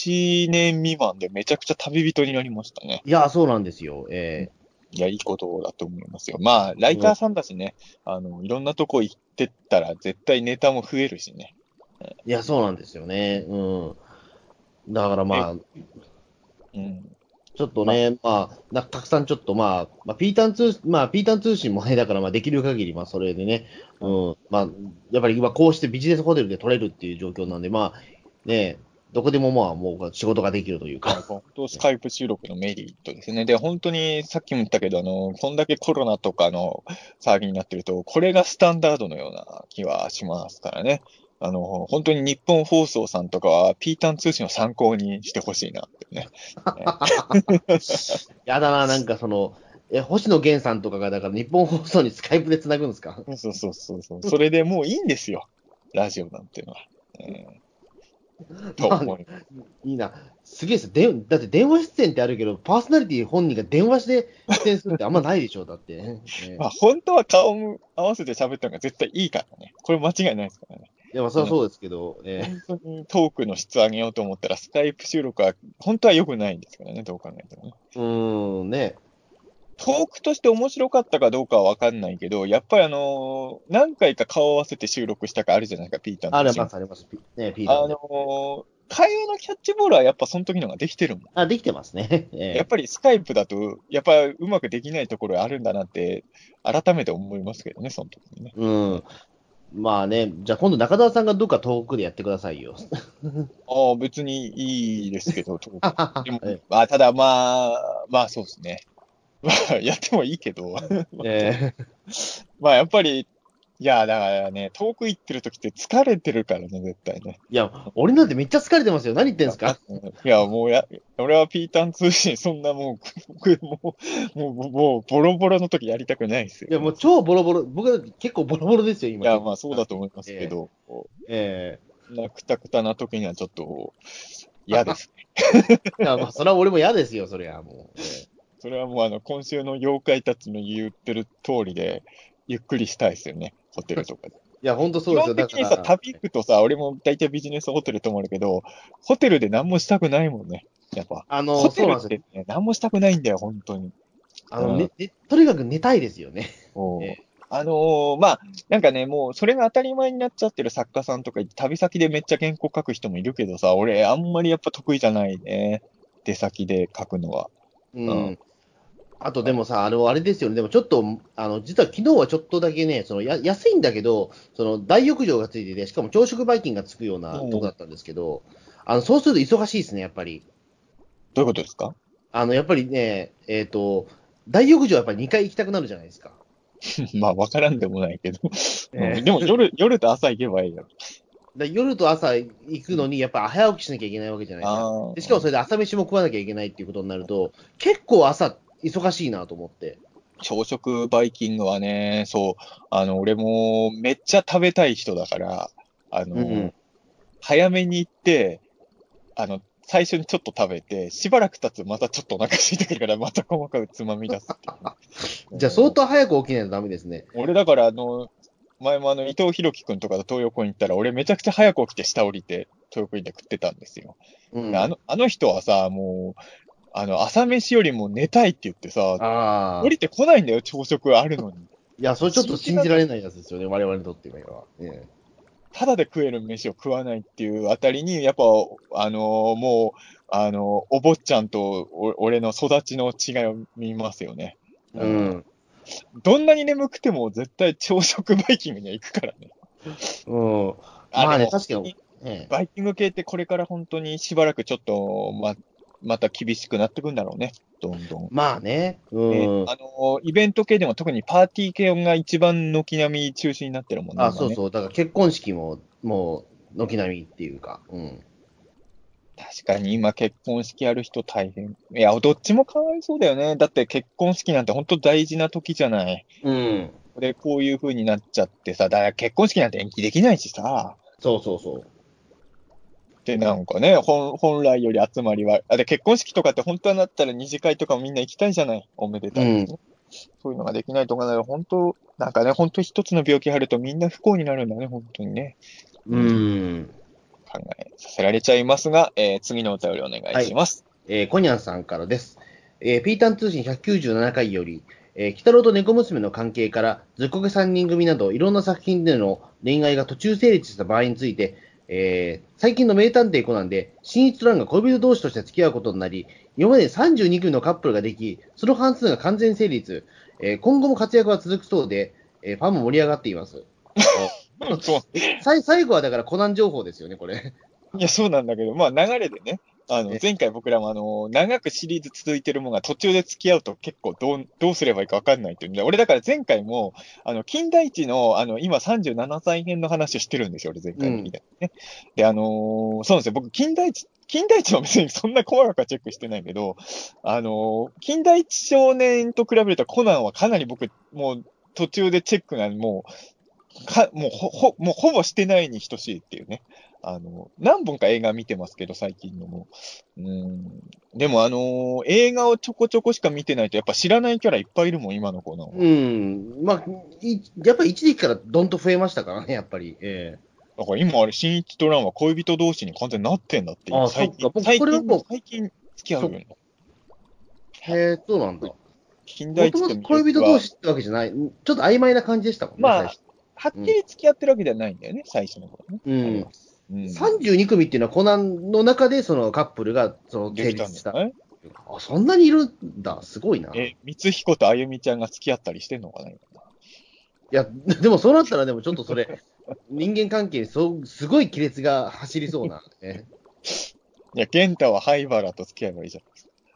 1年未満でめちゃくちゃ旅人になりましたね。 いや、そうなんですよ。 いや、いいことだと思いますよ。まあ、ライターさんだしね、いろんなとこ行ってったら絶対ネタも増えるしね。 いや、そうなんですよね。うん。だからまあ、 うん。 ちょっとね、たくさんちょっとピータン通信もね、だからまあできる限り、まあそれでね、うん、まあ、やっぱり今こうしてビジネスホテルで取れるっていう状況なんで、まあ、ね、どこでもまあもう仕事ができるというか。 本当、スカイプ収録のメリットですね。で、本当にさっきも言ったけど、こんだけコロナとかの騒ぎになってると、これがスタンダードのような気はしますからね。本当に日本放送さんとかは、ピータン通信を参考にしてほしいなってね。 やだな、なんかその、星野源さんとかが、だから日本放送にスカイプで繋ぐんですか？ そう。それでもういいんですよ。ラジオなんていうのは。と思います。 いいな。すげえです。だって電話出演ってあるけど、パーソナリティ本人が電話して出演するってあんまないでしょ、だってね。 まあ、本当は顔も合わせて喋ったのが絶対いいからね。これ間違いないですからね。 いや、まあ、それはそうですけど、 本当にトークの質上げようと思ったら、スカイプ収録は本当は良くないんですからね、どう考えてもね。 ね。 トークとして面白かったかどうかはわかんないけど、やっぱり何回か顔合わせて収録したかあるじゃないですか、ピーターのあります、あります。ね、ピーターで。 会話のキャッチボールはやっぱその時のができてるもん。 あ、できてますね。 やっぱりスカイプだと、やっぱうまくできないところあるんだなって、改めて思いますけどね、その時にね。 うん。まあね、じゃあ今度中澤さんがどっか遠くでやってくださいよ。 別にいいですけど、でも、 えただそうですね。まあ、やってもいいけど、 えまあ、やっぱり、いや、だからね、遠く行ってる時って疲れてるからね、絶対ね。 いや、俺なんてめっちゃ疲れてますよ。何言ってんすか？ いや、俺はピータン通信、そんなもう、もう、ボロボロの時やりたくないですよ。 いや、もう超ボロボロ。僕は結構ボロボロですよ、今。 いや、まあ、そうだと思いますけど、くたくたな時にはちょっと嫌ですね。 いや、まあ、それは俺も嫌ですよ、それはもう。 それはもう今週の妖怪たちの言ってる通りで、ゆっくりしたいですよね、ホテルとかで。 いや、ほんとそう基ですよ。 本的にさ、 だから、 旅行くとさ、俺も大体ビジネスホテル泊まるけど、ホテルで何もしたくないもんね。やっぱ。ホテルっそうなんですよ。 てね、何もしたくないんだよ、本当に。 とにかく寝たいですよね。 そうまあ、なんかね、もう、それが当たり前になっちゃってる作家さんとか、旅先でめっちゃ原稿書く人もいるけどさ、俺、あんまりやっぱ得意じゃないね。出先で書くのは。うん。 あとでもさ、あれですよね。でもちょっと、実は昨日はちょっとだけね、安いんだけど、大浴場がついてて、しかも朝食バイキングがつくようなとこだったんですけど、そうすると忙しいですね、やっぱり。 どういうことですか？ やっぱりね、大浴場はやっぱり2回行きたくなるじゃないですか。 まあ、わからんでもないけど。でもー夜と朝行けばいいよ。 夜と朝行くのに、やっぱ早起きしなきゃいけないわけじゃないですか。 ああ。 でしかもそれで朝飯も食わなきゃいけないっていうことになると、結構朝、忙しいなと思って。 朝食バイキングはね、そう、俺もめっちゃ食べたい人だから、 うん。 早めに行って、最初にちょっと食べて、しばらく経つとまたちょっとお腹空いてくるから、また細かくつまみ出すっていうね。 じゃあ相当早く起きないとダメですね。 俺だから、前も伊藤博樹くんとかと東横に行ったら、俺めちゃくちゃ早く起きて下降りて、東横インで食ってたんですよ。 うん。 あの人はさ、もう、朝飯よりも寝たいって言ってさ、降ああ。 りてこないんだよ、朝食あるのに。 いや、それちょっと信じられない。 信じられないやつですよね、我々にとっては。 ただで食える飯を食わないっていうあたりに、やっぱ、もう、お坊ちゃんと俺の育ちの違いを見ますよね。うん。 うん。 どんなに眠くても絶対朝食バイキングには行くからね。 うん。まあね、 でも本確かに、 当に、 ね、 バイキング系ってこれから本当にしばらくちょっと、また厳しくなってくんだろうね。どんどん。 まあね、 ね、 うん。 イベント系でも特にパーティー系が一番軒並み中止になってるもんね、 あ、 今ね。 そうそう。だから結婚式も、もう、軒並みっていうか、うん。 確かに今結婚式やる人大変。いや、どっちもかわいそうだよね。だって結婚式なんて本当大事な時じゃない。 うん。 で、こういう風になっちゃってさ、だから結婚式なんて延期できないしさ。 そうそうそで、なんかね、本来より集まりは、で、結婚式とかって本当はなったら二次会とかもみんな行きたいじゃない。おめでう。うん。 たいですね。そういうのができないとかなら、本当、なんかね、本当一つの病気あるとみんな不幸になるんだね、本当にね。 ううん、 ん。 考えさせられちゃいますが、次のお便りお願いはい。 します。 コニャンさんからです。ピータン通信197回より、鬼太郎と猫娘の関係から、ずっこけ3人組など、いろんな作品での恋愛が途中成立した場合について、最近の名探偵コナンで、新一と蘭が恋人同士として付き合うことになり、今まで32組のカップルができ、その半数が完全成立。今後も活躍は続くそうで、ファンも盛り上がっています。 そう最後はだからコナン情報ですよね、これ。 いや、そうなんだけど、まあ流れでね、前回僕らも長くシリーズ続いてるものが途中で付き合うと結構どうすればいいか分かんないっていうんで、俺だから前回も、金田一の、今37歳編の話をしてるんですよ、俺前うん。 回の日で。ね。で、そうなんですよ、僕、金田一は別にそんな細かくはチェックしてないけど、金田一少年と比べるとコナンはかなり僕、もう途中でチェックがもうほぼしてないに等しいっていうね。何本か映画見てますけど、最近のも。でも映画をちょこちょこしか見てないと、やっぱ知らないキャラいっぱいいるもん、今の子なんうは。 ん。まあ、やっぱり一時期からどんと増えましたからね、やっぱり。 だから今あれ、新一と蘭は恋人同士に完全になってんだって、 ああ、そっか。僕、これはもう、 最近付き合うようになった。 へえ、そうなんだ。 金田もともと一とみゆきは、 恋人同士ってわけじゃない。ちょっと曖昧な感じでしたもんね、最まあ、 初。 はっうん。 きり付き合ってるわけではないんだよね、最初の頃ね。 うん。 あれは。うん。 32組っていうのはコナンの中でそのカップルができた成立した。 んじゃない？ あ、そんなにいるんだ。すごいな。 光彦とあゆみちゃんが付き合ったりしてんのかな、今。 いや、でもそうなったらでもちょっとそれ、人間関係にすごい亀裂が走りそうな、ね。 いや、健太は灰原と付き合えばいいじゃん。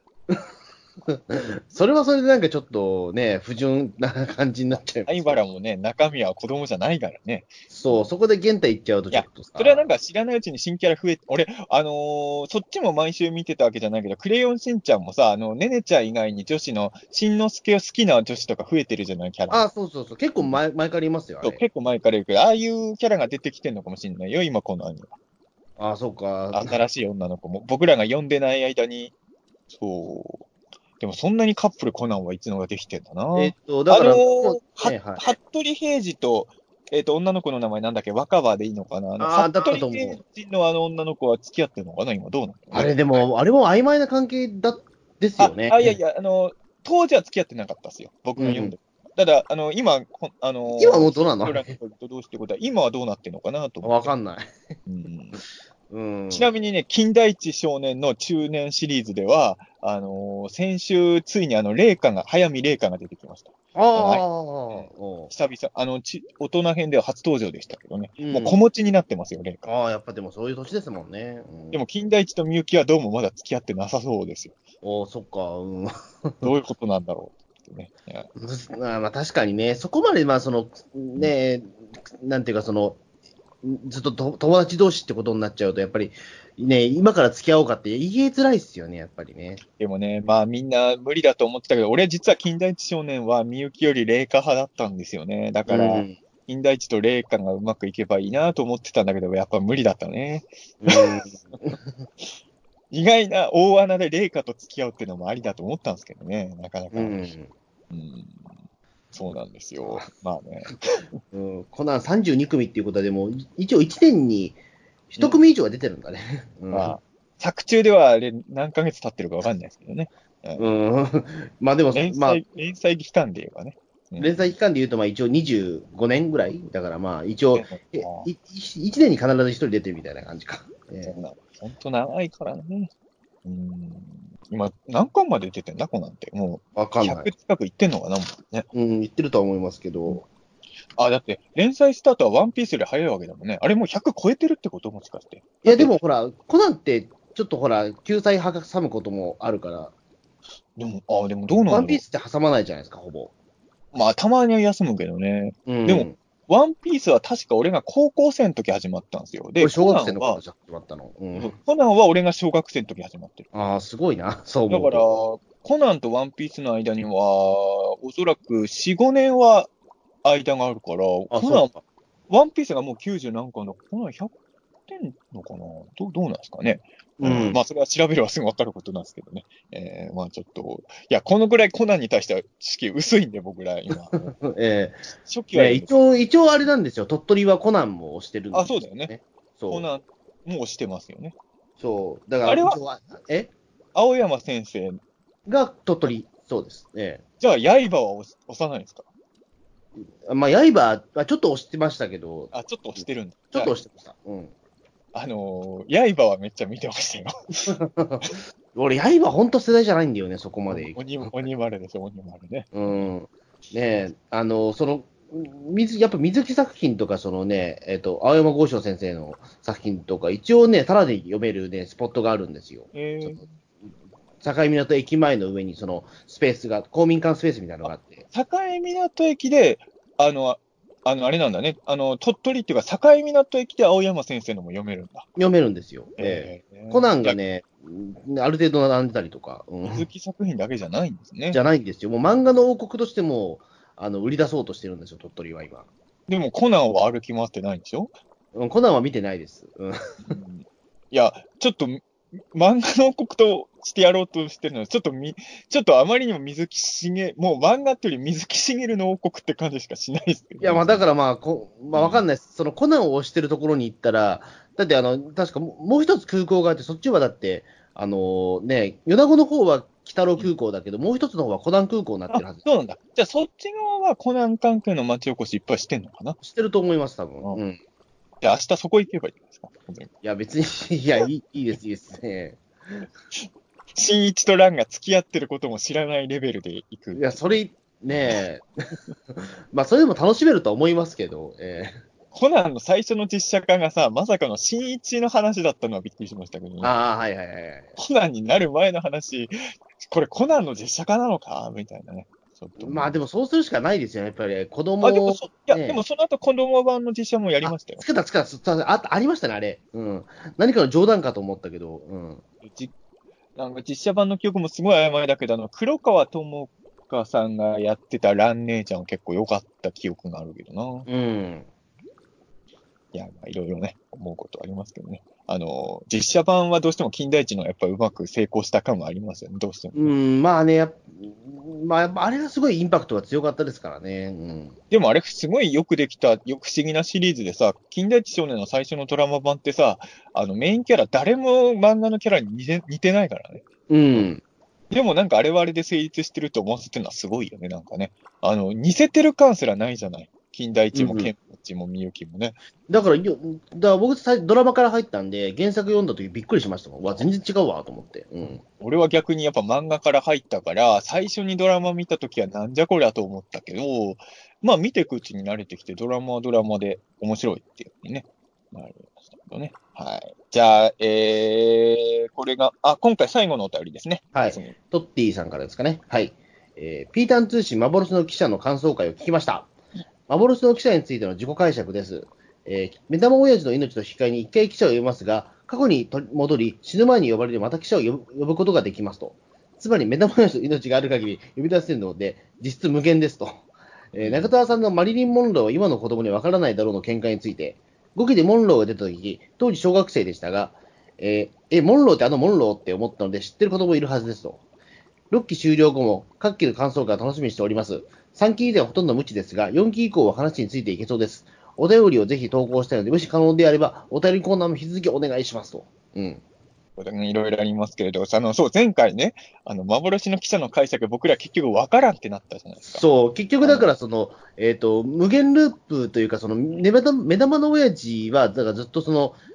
それはそれでなんかちょっとね、不純な感じになっちゃいま灰すけど。 原もね、中身は子供じゃないからね。 そう、そこで現代行っちゃうといや、 ちょっとそれはなさ。 んか知らないうちに新キャラ増えて、俺、そっちも毎週見てたわけじゃないけど、クレヨンしんちゃんもさ、ねねちゃん以外に女子の、しんのすけを好きな女子とか増えてるじゃない、キャラが。 あ、そうそうそう。結構前からいますよ、あそう、 れ。 結構前からいるけど、ああいうキャラが出てきてんのかもしれないよ、今このアニメあ、そうか。 は。新しい女の子も。僕らが読んでない間に、そう。 でもそんなにカップルコナンはいつのができてんだな。 だから、 服部平次と、女の子の名前なんだっけ、若葉でいいのかな。 だったと思う。 服部平次の女の子は付き合ってるのかな、今どうなの、 あれでも、あれも曖昧な関係ですよね。 いやいや、当時は付き合ってなかったですよ。僕が読んで。ただ、今、 今もうどうなのどうしてことは、今はどうなってんのかなと思って。 わかんない。 ちなみにね、金田一少年の中年シリーズでは、先週、ついに早見玲香が出てきました。久々、大人編では初登場でしたけどね。もう子持ちになってますよ、玲香。 やっぱでもそういう年ですもんね。 でも、金田一とみゆきはどうもまだ付き合ってなさそうですよ。 そっか。 どういうことなんだろうってね。 まあ確かにね、そこまで、まあね、なんていうかずっと友達同士ってことになっちゃうと、やっぱりね、今から付き合おうかって言いづらいっすよね、やっぱりね。 でもね、まあみんな無理だと思ってたけど、俺実は金田一少年はみゆきより麗華派だったんですよね。だから、金田一と麗華がうまくいけばいいなと思ってたんだけど、やっぱ無理だったね。意外な大穴で麗華と付き合うっていうのもありだと思ったんですけどね、なかなか。そうなんですよ。まあね。 コナン32組っていうことは、でも、一応1年に1組以上は出てるんだね。 作中では何ヶ月経ってるかわかんないですけどね。 まあでも、 連載期間で言えばね。 連載期間で言うと、まあ一応25年ぐらいだから、まあ一応、1年に必ず1人出てるみたいな感じか。 本当長いからね。今、何巻まで出てんだ、コナンって。もう、100近くいってんのかな、もうね。 いってるとは思いますけど。 だって、連載スタートはワンピースより早いわけだもんね。あれもう100超えてるってこともしかして。 いや、でもほら、コナンって、ちょっとほら、救済挟むこともあるから。 でもどうなんだろう。 ワンピースって挟まないじゃないですか、ほぼ。 まあ、たまには休むけどね。でも、ワンピースは確か俺が高校生の時始まったんですよ。で、 小学生の頃始まったの。 コナンは俺が小学生の時始まってる。 すごいな、そう思う。だから、コナンとワンピースの間には、おそらく4、5年は間があるから、コナン、ワンピースがもう90何巻だから、コナン100点のかな、どうなんですかね。まあ、それは調べればすぐ分かることなんですけどね。まあ、ちょっと、いや、このぐらいコナンに対しては知識薄いんで、僕ら今。初期は、 一応あれなんですよ。鳥取はコナンも推してるんですよ。そうだよね。コナンも推してますよね。 そう。だから、 あれは、青山先生が鳥取、そうです。 じゃあ、刃は押さないんですか？ まあ、刃はちょっと押してましたけど。 ちょっと押してるんだ。 ちょっと押してました。 刃はめっちゃ見てましたよ。 俺、刃ほんと世代じゃないんだよね、そこまで。 鬼丸ですよ、鬼丸ね。 ねやっぱ水木作品とか、青山剛昌先生の作品とか、一応ね、タダで読めるね、スポットがあるんですよ。境港駅前の上にそのスペースが、公民館スペースみたいなのがあって。 境港駅で、あれなんだね。鳥取っていうか、境港駅で青山先生のも読めるんだ。 読めるんですよ。コナンがね、ある程度並んでたりとか。 水木作品だけじゃないんですね。 じゃないんですよ。もう漫画の王国としても、売り出そうとしてるんですよ、鳥取は今。 でもコナンは歩き回ってないんでしょ？ コナンは見てないです。 いや、ちょっと、漫画の王国としてやろうとしてるのは、ちょっとあまりにも水木しげ、もう漫画っていうより水木しげるの王国って感じしかしないですけど、ね。 いや、まあだからわかんないです。そのコナンを推してるところに行ったら、だって確かもう一つ空港があって、そっちはだって、米子の方は北郎空港だけど、もう一つの方はコナン空港になってるはず。 そうなんだ。じゃあそっち側はコナン関係の町おこしいっぱいしてんのかな？ してると思います、多分。 じゃあ明日そこ行けばいいじゃないですか。 いや、別に、いや、いいですね。 新一と蘭が付き合ってることも知らないレベルで行く。 いや、それ、ねまあ、それでも楽しめるとは思いますけど、 コナンの最初の実写化がさ、まさかの新一の話だったのはびっくりしましたけどね。 はい。 コナンになる前の話、これコナンの実写化なのかみたいなね。 まあでもそうするしかないですよね、やっぱり子供でもその後子供版の実写もやりましたよ。 ありましたね、あれ。何かの冗談かと思ったけど。 なんか実写版の記憶もすごい曖昧だけど、黒川智香さんがやってた蘭姉ちゃんは結構良かった記憶があるけどな。 いや、 いろいろね、思うことありますけどね。実写版はどうしても金田一のやっぱうまく成功した感はありますよね、どうしても。 まあね、まあ、やっぱあれがすごいインパクトが強かったですからね。 でもあれすごいよくできた、不思議なシリーズでさ、金田一少年の最初のドラマ版ってさ、メインキャラ誰も漫画のキャラに似てないからね。 うん。 でもなんかあれはあれで成立してると思わせてるのはすごいよね、なんかね。似せてる感すらないじゃない。金田一もうん。 剣持もみゆきもね。 だから僕、ドラマから入ったんで、原作読んだ時びっくりしましたもん。全然違うわ、と思って。 俺は逆にやっぱ漫画から入ったから、最初にドラマ見た時はなんじゃこりゃと思ったけど、まあ見ていくうちに慣れてきて、ドラマはドラマで面白いっていうふうにね、なりましたけどね。はい。じゃあ、これが、今回最後のお便りですね。 はい。トッティさんからですかね。はい。ピータン通信幻の記者の感想会を聞きました。幻の記者についての自己解釈です。目玉親父の命と引き換えに一回記者を呼びますが、過去に戻り、死ぬ前に呼ばれてまた記者を呼ぶことができますと。つまり、目玉親父の命がある限り呼び出せるので、実質無限ですと。中田さんのマリリン・モンローは今の子供にわからないだろうの見解について、5期でモンローが出た時、当時小学生でしたが、モンローってモンローって思ったので知ってる子供いるはずですと。6期終了後も各期の感想会を楽しみにしております。3期ではほとんど無知ですが、4期以降は話についていけそうです。お便りをぜひ投稿したいので、もし可能であれば、お便りコーナーも引き続きお願いしますと。 いろいろありますけれど、そう、前回ね、幻の記者の解釈、僕ら結局わからんってなったじゃないですか。 そう、結局だから無限ループというか、目玉の親父は、だからずっと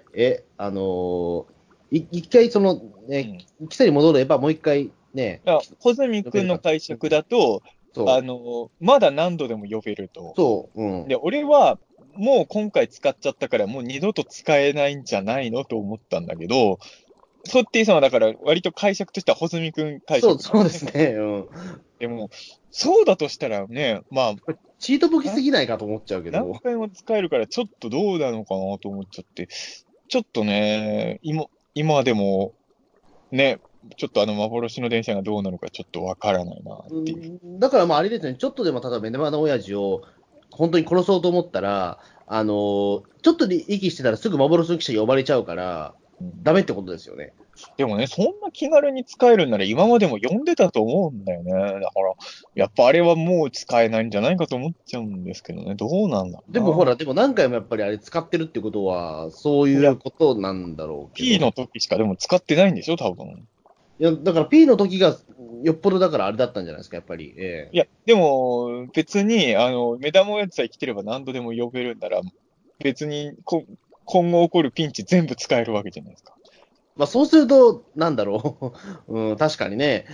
一回記者に戻れば、もう一回ね。 穂積君の解釈だと、まだ何度でも呼べると。 そう。 で、俺は、もう今回使っちゃったから、もう二度と使えないんじゃないのと思ったんだけど、ソッティさんはだから、割と解釈としては、穂積君解釈、 そうですね。 でも、そうだとしたらね、まあ、 チートボケすぎないかと思っちゃうけど。 何回も使えるから、ちょっとどうなのかなと思っちゃって、ちょっとね、今でも、ね、ちょっと幻の電車がどうなのかちょっとわからないなっていう。 だからあれですね、ちょっとでもただ目玉の親父を本当に殺そうと思ったら、ちょっとで息してたらすぐ幻の記者呼ばれちゃうから、ダメってことですよね。 でもね、そんな気軽に使えるんなら今までも呼んでたと思うんだよね。だから、やっぱあれはもう使えないんじゃないかと思っちゃうんですけどね。どうなんだろうな。 でも何回もやっぱりあれ使ってるってことは、そういうことなんだろうけど。 P の時しかでも使ってないんでしょ、多分。 いや、だから P の時がよっぽどだからあれだったんじゃないですか、やっぱり。 いや、でも、別に、目玉やつさえ来てれば何度でも呼べるんなら、別に今後起こるピンチ全部使えるわけじゃないですか。 まあそうすると、なんだろう。確かにね。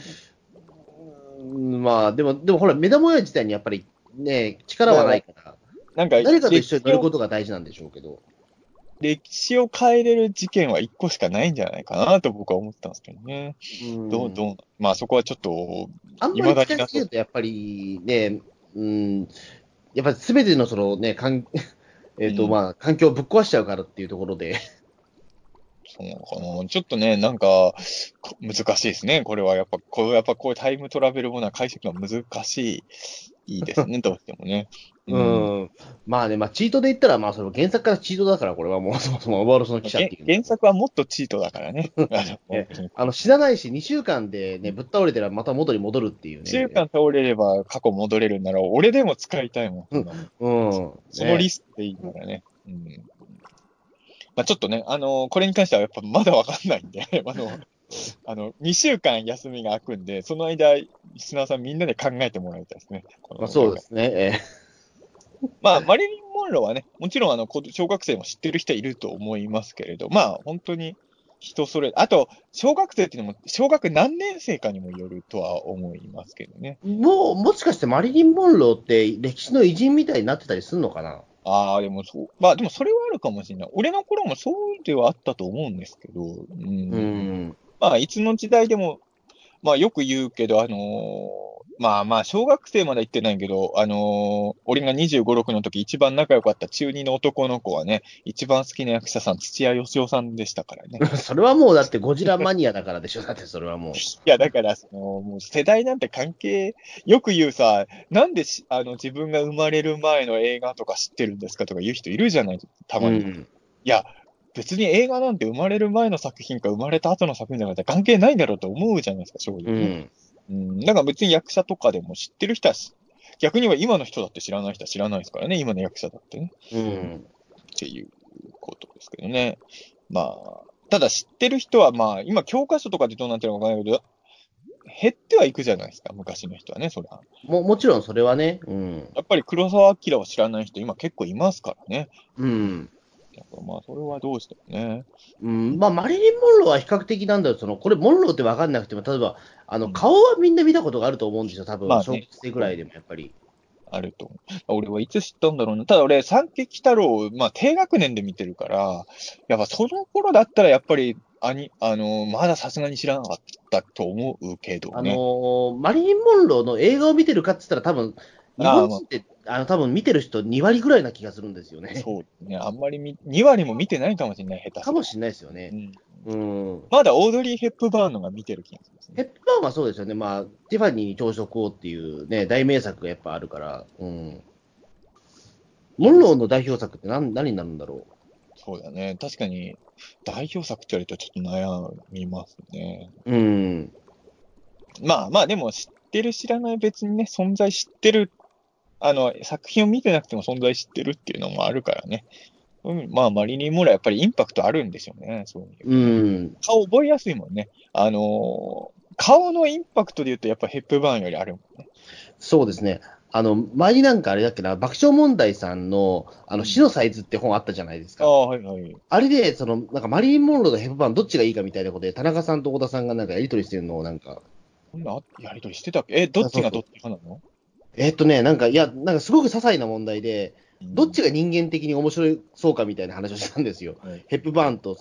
まあ、でもほら、目玉親自体にやっぱりね、力はないから、 なんか誰かと一緒に乗ることが大事なんでしょうけど。 歴史を変えれる事件は1個しかないんじゃないかなと僕は思ったんですけどね。まあそこはちょっと、 あんまり使いすぎると、やっぱりね、やっぱりすべての環境をぶっ壊しちゃうからっていうところで。 そうなのかな。ちょっとね、なんか、難しいですね。これはやっぱこういうタイムトラベルものは解釈が難しいですね、どうしてもね。 まあね、チートで言ったら、その原作からチートだから、これはもうそもそも幻の記者っていう。 原作はもっとチートだからね。 死なないし、2週間でね、ぶっ倒れたらまた元に戻るっていうね。 2週間倒れれば過去戻れるなら、俺でも使いたいもん。そのリスクでいいからね。ちょっとね、これに関してはやっぱまだわかんないんで、2週間休みが空くんで、その間、リスナーさんみんなで考えてもらいたいですね。 そうですね。 マリリン・モンローはね、もちろん小学生も知ってる人いると思いますけれど、本当に人それ、あと、小学生っていうのも、小学何年生かにもよるとは思いますけどね。 もしかしてマリリン・モンローって歴史の偉人みたいになってたりするのかな？ でもそう、でもそれはあるかもしれない。俺の頃もそうではあったと思うんですけど、いつの時代でも、よく言うけど、小学生まで行ってないけど、俺が25、6の時一番仲良かった中2の男の子はね、一番好きな役者さん、土屋義雄さんでしたからね。 それはもうだってゴジラマニアだからでしょ、だってそれはもう。 いや、だから、もう世代なんて関係、よく言うさ、なんで自分が生まれる前の映画とか知ってるんですかとか言う人いるじゃない、たまに。 いや、別に映画なんて生まれる前の作品か生まれた後の作品だから関係ないんだろうと思うじゃないですか、正直ね。だから別に役者とかでも知ってる人は逆には今の人だって知らない人は知らないですからね、今の役者だってね。っていうことですけどね。まあ、ただ知ってる人はまあ、今教科書とかでどうなってるのかわからないけど、減ってはいくじゃないですか、昔の人はね、そりゃ。 もちろんそれはね。 やっぱり黒澤明を知らない人今結構いますからね。だからまあ、それはどうしてもね。 まあ、マリリン・モンローは比較的なんだろう、これ、モンローって分かんなくても、例えば、顔はみんな見たことがあると思うんですよ、多分、小学生ぐらいでもやっぱり。 あると思う。俺はいつ知ったんだろうな。ただ俺、三劇太郎、まあ低学年で見てるから、やっぱその頃だったらやっぱり、まださすがに知らなかったと思うけどね。 マリリン・モンローの映画を見てるかって言ったら、多分、日本人って、多分見てる人2割ぐらいな気がするんですよね。 そうね。あんまり2割も見てないかもしれない、下手かもしれないですよね。 まだオードリー・ヘップバーンのが見てる気がする、 ヘップバーンはそうですよね。まあ、ティファニーに朝食をっていうね、大名作がやっぱあるから。モンローの代表作って何になるんだろう。 そうだね。確かに、代表作って言われるとちょっと悩みますね。まあ、でも知ってる知らない別にね、存在知ってる、作品を見てなくても存在知ってるっていうのもあるからね。まあ、マリリン・モンローはやっぱりインパクトあるんでしょうね。そういう。顔覚えやすいもんね。顔のインパクトで言うとやっぱヘップバーンよりあるもんね。 そうですね。前になんかあれだっけな、爆笑問題さんの、死のサイズって本あったじゃないですか。 はいはい。 あれで、なんかマリリン・モンローとヘップバーンどっちがいいかみたいなことで、田中さんと太田さんがなんかやりとりしてるのをなんか。 そんなやりとりしてたっけどっちがどっち派なの？ なんか、なんかすごく些細な問題で、どっちが人間的に面白そうかみたいな話をしたんですよ。ヘップバーンと、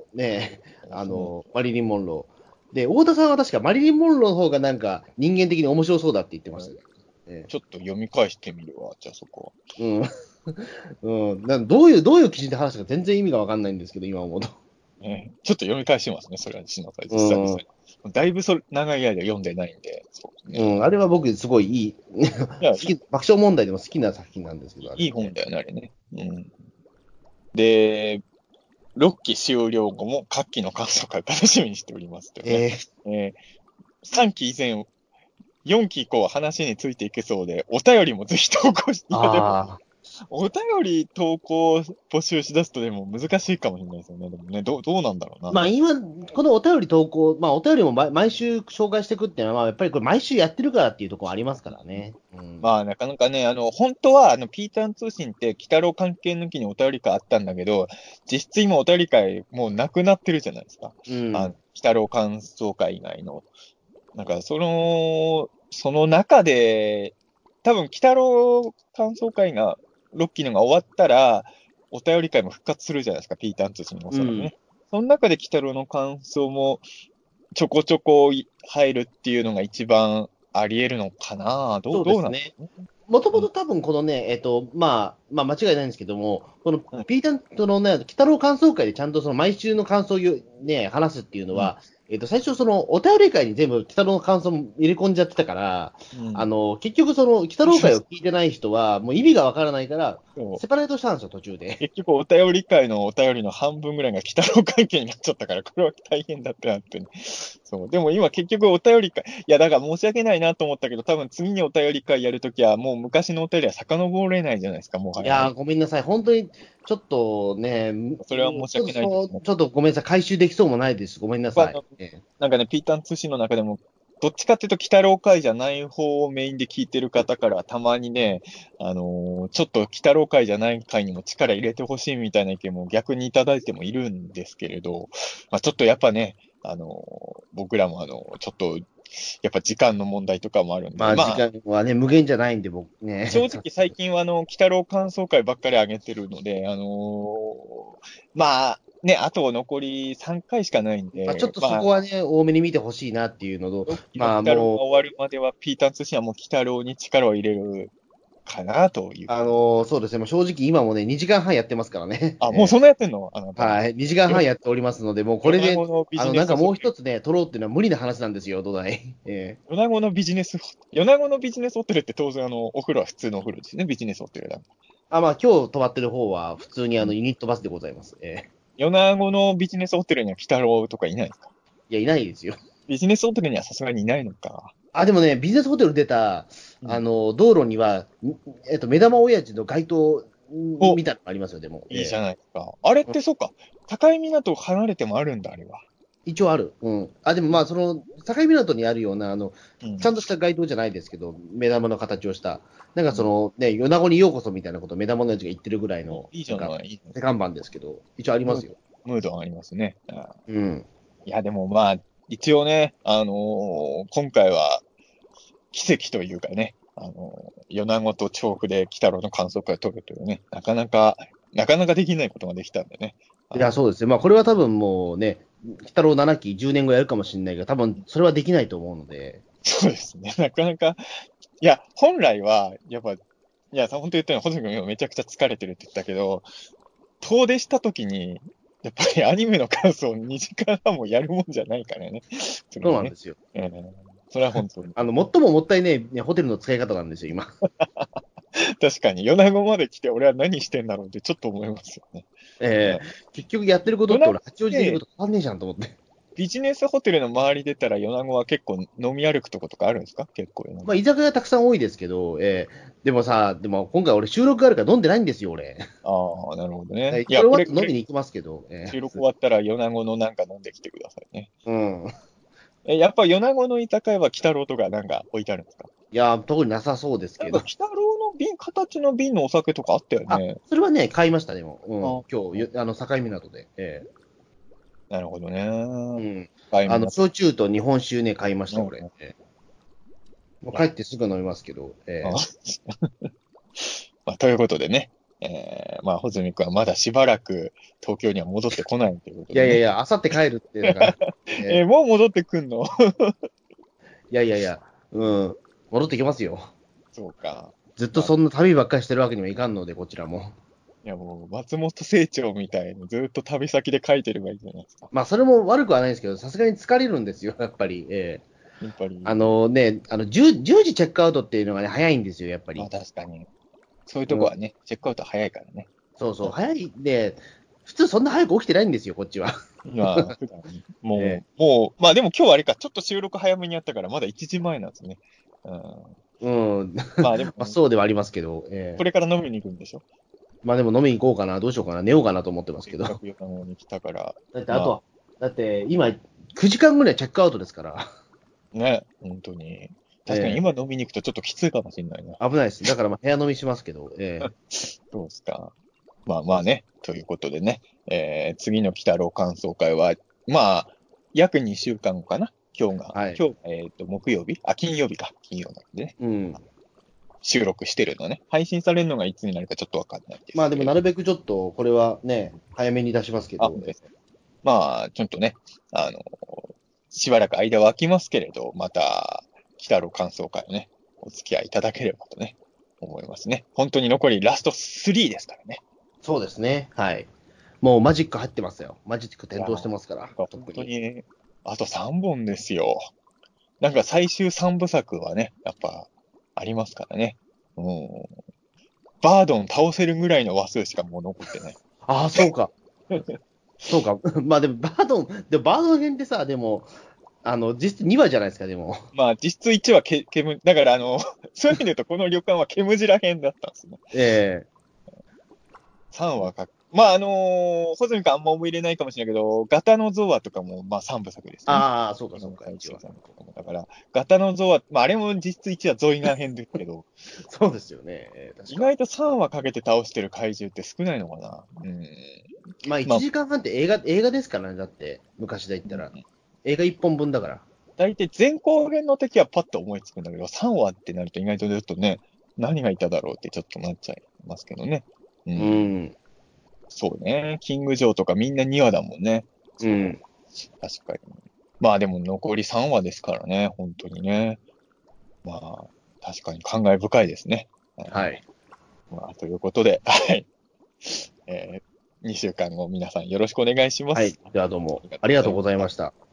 マリリン・モンロー。で、太田さんは確かマリリン・モンローの方がなんか人間的に面白そうだって言ってましたね。 ちょっと読み返してみるわ、じゃあそこは。どういう基準で話したか全然意味がわかんないんですけど、今思うと。 ちょっと読み返しますね、それは死のサイズ、久々に。だいぶ長い間読んでないんで。 あれは僕すごいいい、爆笑問題でも好きな作品なんですけど。 いい本だよね、あれね。で、6期終了後も夏季の感想会楽しみにしておりますとね。3期以前、4期以降は話についていけそうで、お便りもぜひ投稿して、お便り投稿募集しだすとでも難しいかもしれないですよね。でもね、どうなんだろうな。 まあ今、このお便り投稿、まあお便りも毎週紹介していくっていうのは、やっぱりこれ毎週やってるからっていうところありますからね。 まあなかなかね、本当はピーターン通信って、鬼太郎関係抜きにお便り会あったんだけど、実質今お便り会もうなくなってるじゃないですか。鬼太郎感想会以外の。なんかその中で、多分鬼太郎感想会が、6期のが終わったら、お便り会も復活するじゃないですか、ピーターン通信もおそらくね。その中で鬼太郎の感想もちょこちょこ入るっていうのが一番あり得るのかな。どうなんですかね。 もともと多分このね、まあ間違いないんですけども、このピーターとのね、鬼太郎感想会でちゃんとその毎週の感想をね、話すっていうのは、最初お便り会に全部鬼太郎の感想も入れ込んじゃってたから、結局鬼太郎会を聞いてない人は、もう意味がわからないから、セパレートしたんですよ、途中で。 結局お便り会のお便りの半分ぐらいが鬼太郎関係になっちゃったから、これは大変だってなって、ね。そう。でも今結局お便り会、いやだから申し訳ないなと思ったけど、多分次にお便り会やるときは、もう昔のお便りは遡れないじゃないですか、もう。 いやー、ごめんなさい。本当に、ちょっとね、 それは申し訳ないです、ね。 ちょっとごめんなさい。回収できそうもないです。ごめんなさい。 なんかね、ピーターン通信の中でも、どっちかっていうと、鬼太郎会じゃない方をメインで聞いてる方から、たまにね、ちょっと鬼太郎会じゃない会にも力入れてほしいみたいな意見も逆にいただいてもいるんですけれど、まあ、ちょっとやっぱね、僕らもちょっと、やっぱ時間の問題とかもあるんで。 まあ、時間はね、無限じゃないんで、僕ね。 正直最近は鬼太郎感想会ばっかり上げてるので、まあ、ね、あと残り3回しかないんで。 まあ、ちょっとそこはね、多めに見てほしいなっていうのと、 まあもう。鬼太郎が終わるまでは、ピーターン通信はもう鬼太郎に力を入れるかなという。 そうですね、正直今もね、2時間半やってますからね。 もうそんなやってんの？ はい、2時間半やっておりますので、もうこれで、なんかもう一つね、取ろうっていうのは無理な話なんですよ、土台。 米子のビジネスホテルって当然お風呂は普通のお風呂ですね、ビジネスホテルだ。 まあ今日泊まってる方は普通にユニットバスでございます。 米子のビジネスホテルには鬼太郎とかいないですか？ いや、いないですよ。 ビジネスホテルにはさすがにいないのか。 でもね、ビジネスホテル出た、 うん。 道路には、目玉親父の街灯お、 みたいなのがありますよ、でも。 いいじゃないですか。あれってそうか。境港離れてもあるんだ、あれは。 一応ある。うん。でもまあ、境港にあるような、 うん。 ちゃんとした街灯じゃないですけど、目玉の形をした、なんかうん。 米子にようこそみたいなことを目玉のやつが言ってるぐらいお、 の、 いいじなんか、 ゃない、いいじゃない。 手看板ですけど、一応ありますよ。 ムードありますね。 うん。 いや、でもまあ、一応ね、今回は奇跡というかね、米子と調布で鬼太郎の観測を取るというね、なかなかできないことができたんでね。 いや、そうですね。まあ、これは多分もうね、鬼太郎7期10年後やるかもしれないけど、多分それはできないと思うので、 そうですね。なかなか、いや、本来は、やっぱ、いや、本当言ったように、細君今めちゃくちゃ疲れてるって言ったけど、遠出した時に、やっぱりアニメの感想を2時間半もやるもんじゃないからね。それはね。 そうなんですよ。 それは本当に。 最ももったいね、ホテルの使い方なんですよ、今。 確かに、米子まで来て俺は何してんだろうってちょっと思いますよね。うん。 結局やってることって米子っ俺、八王子でいるてこと変わんねえじゃんと思って。 ビジネスホテルの周り出たら米子は結構飲み歩くとことかあるんですか？結構米子。 まあ、居酒屋たくさん多いですけど、でも今回俺収録があるから飲んでないんですよ、俺。 ああ、なるほどね。いや、 これ終わっこれ、これ、 て飲みに行きますけど、 収録終わったら米子のなんか飲んできてくださいね。 うん。 やっぱ米子の居酒屋は鬼太郎とかなんか置いてあるんですか？ いや、特になさそうですなんかけど。 鬼太郎の瓶、形の瓶のお酒とかあったよね。 それはね、買いました、でも。うん。 あ、 今日、境港で。 なるほどね。 うん。 買い物。 焼酎と日本酒ね、買いました、俺。 うん。 もういや、 帰ってすぐ飲みますけど。 あまあ、ということでね。まあ、穂積君はまだしばらく東京には戻ってこないということでね。 いやいやいや、あさって帰るって、だから、 もう戻ってくんの？ いやいやいや、うん。戻ってきますよ。 そうか。 ずっとまあ、 そんな旅ばっかりしてるわけにはいかんので、こちらも。 いやもう、松本清張みたいにずっと旅先で書いてればいいじゃないですか。 まあ、それも悪くはないですけど、さすがに疲れるんですよ、やっぱり。 やっぱり、 10時チェックアウトっていうのがね、早いんですよ、やっぱまあり。 確かに。そういうとうん。 こはね、チェックアウト早いからね。 そうそう、早いで、普通そんな早く起きてないんですよ、こっちは。 まあ、普段、 えまあでも今日はあれか、ちょっと収録早めにやったから、まだ1時前なんですね。うん。 うん。 まあでも、 まあ、そうではありますけど、 これから飲みに行くんでしょ？ まあでも飲みに行こうかな、どうしようかな、寝ようかなと思ってますけど。 せっかく横浜に来たから、 だってあとまは、だって今、9時間ぐらいチェックアウトですから、 あ、ね、本当に。確かにえ今飲みに行くとちょっときついかもしれないな。 危ないです。だからまあ部屋飲みしますけど、 どうですか。まあまあね、ということでね、次の鬼太郎感想会は、まあ、約2週間後かな。 はい。 今日、木曜日金曜日か。金曜なんでね。 うん。 収録してるのね。配信されるのがいつになるかちょっとわかんないでまあでもなすけれど。 るべくちょっと、これはね、早めに出しますけあ、 ど、 本当ですね。まあ、ちょっとね、あの、しばらく間は空きますけれど、また、鬼太郎感想会をね、お付き合いいただければとね、思いますね。本当に残りラスト3ですからね。 そうですね。はい。もうマジック入ってますよ。マジック点いやー、 灯してますから、 なんか本特に。 当に、あと3本ですよ。なんか最終3部作はね、やっぱ、ありますからね。うん。バードン倒せるぐらいの話数しかもう残ってない。 ああ、そうか。そうか。まあでも、バードン編ってさ、でも、実質2話じゃないですか、でも。 まあ、実質1はだからそういう意味で言うとこの旅館はケムジラ編だったんですね。 ええ 3話か。まあ、ホズミ君あんま思い入れないかもしれないけど、ガタのゾワとかも、まあ3部作ですよね。 ああ、そうか、そうか、 今の最一話。 終作とかも。だから、ガタのゾワ、まああれも実質1話ゾイガー編ですけど、 そうですよね、確か。 意外と3話かけて倒してる怪獣って少ないのかな。うん。 まあ、1 まあ、 時間半って映画ですからね、だって、昔で言ったら。映画1本分だから。 大体前後編の時はパッと思いつくんだけど、3話ってなると意外とずっとね、何がいただろうってちょっとなっちゃいますけどね。ううん。 ん。 そうね。キングジョーとかみんな2話だもんね。そう。 うん。 確かに。まあでも残り3話ですからね。本当にね。まあ、確かに感慨深いですね。 はい。 まあ、ということで、はい。2週間後皆さんよろしくお願いしまはい。 す。 ではどうもありがとありがとうごうございました。 ざいました。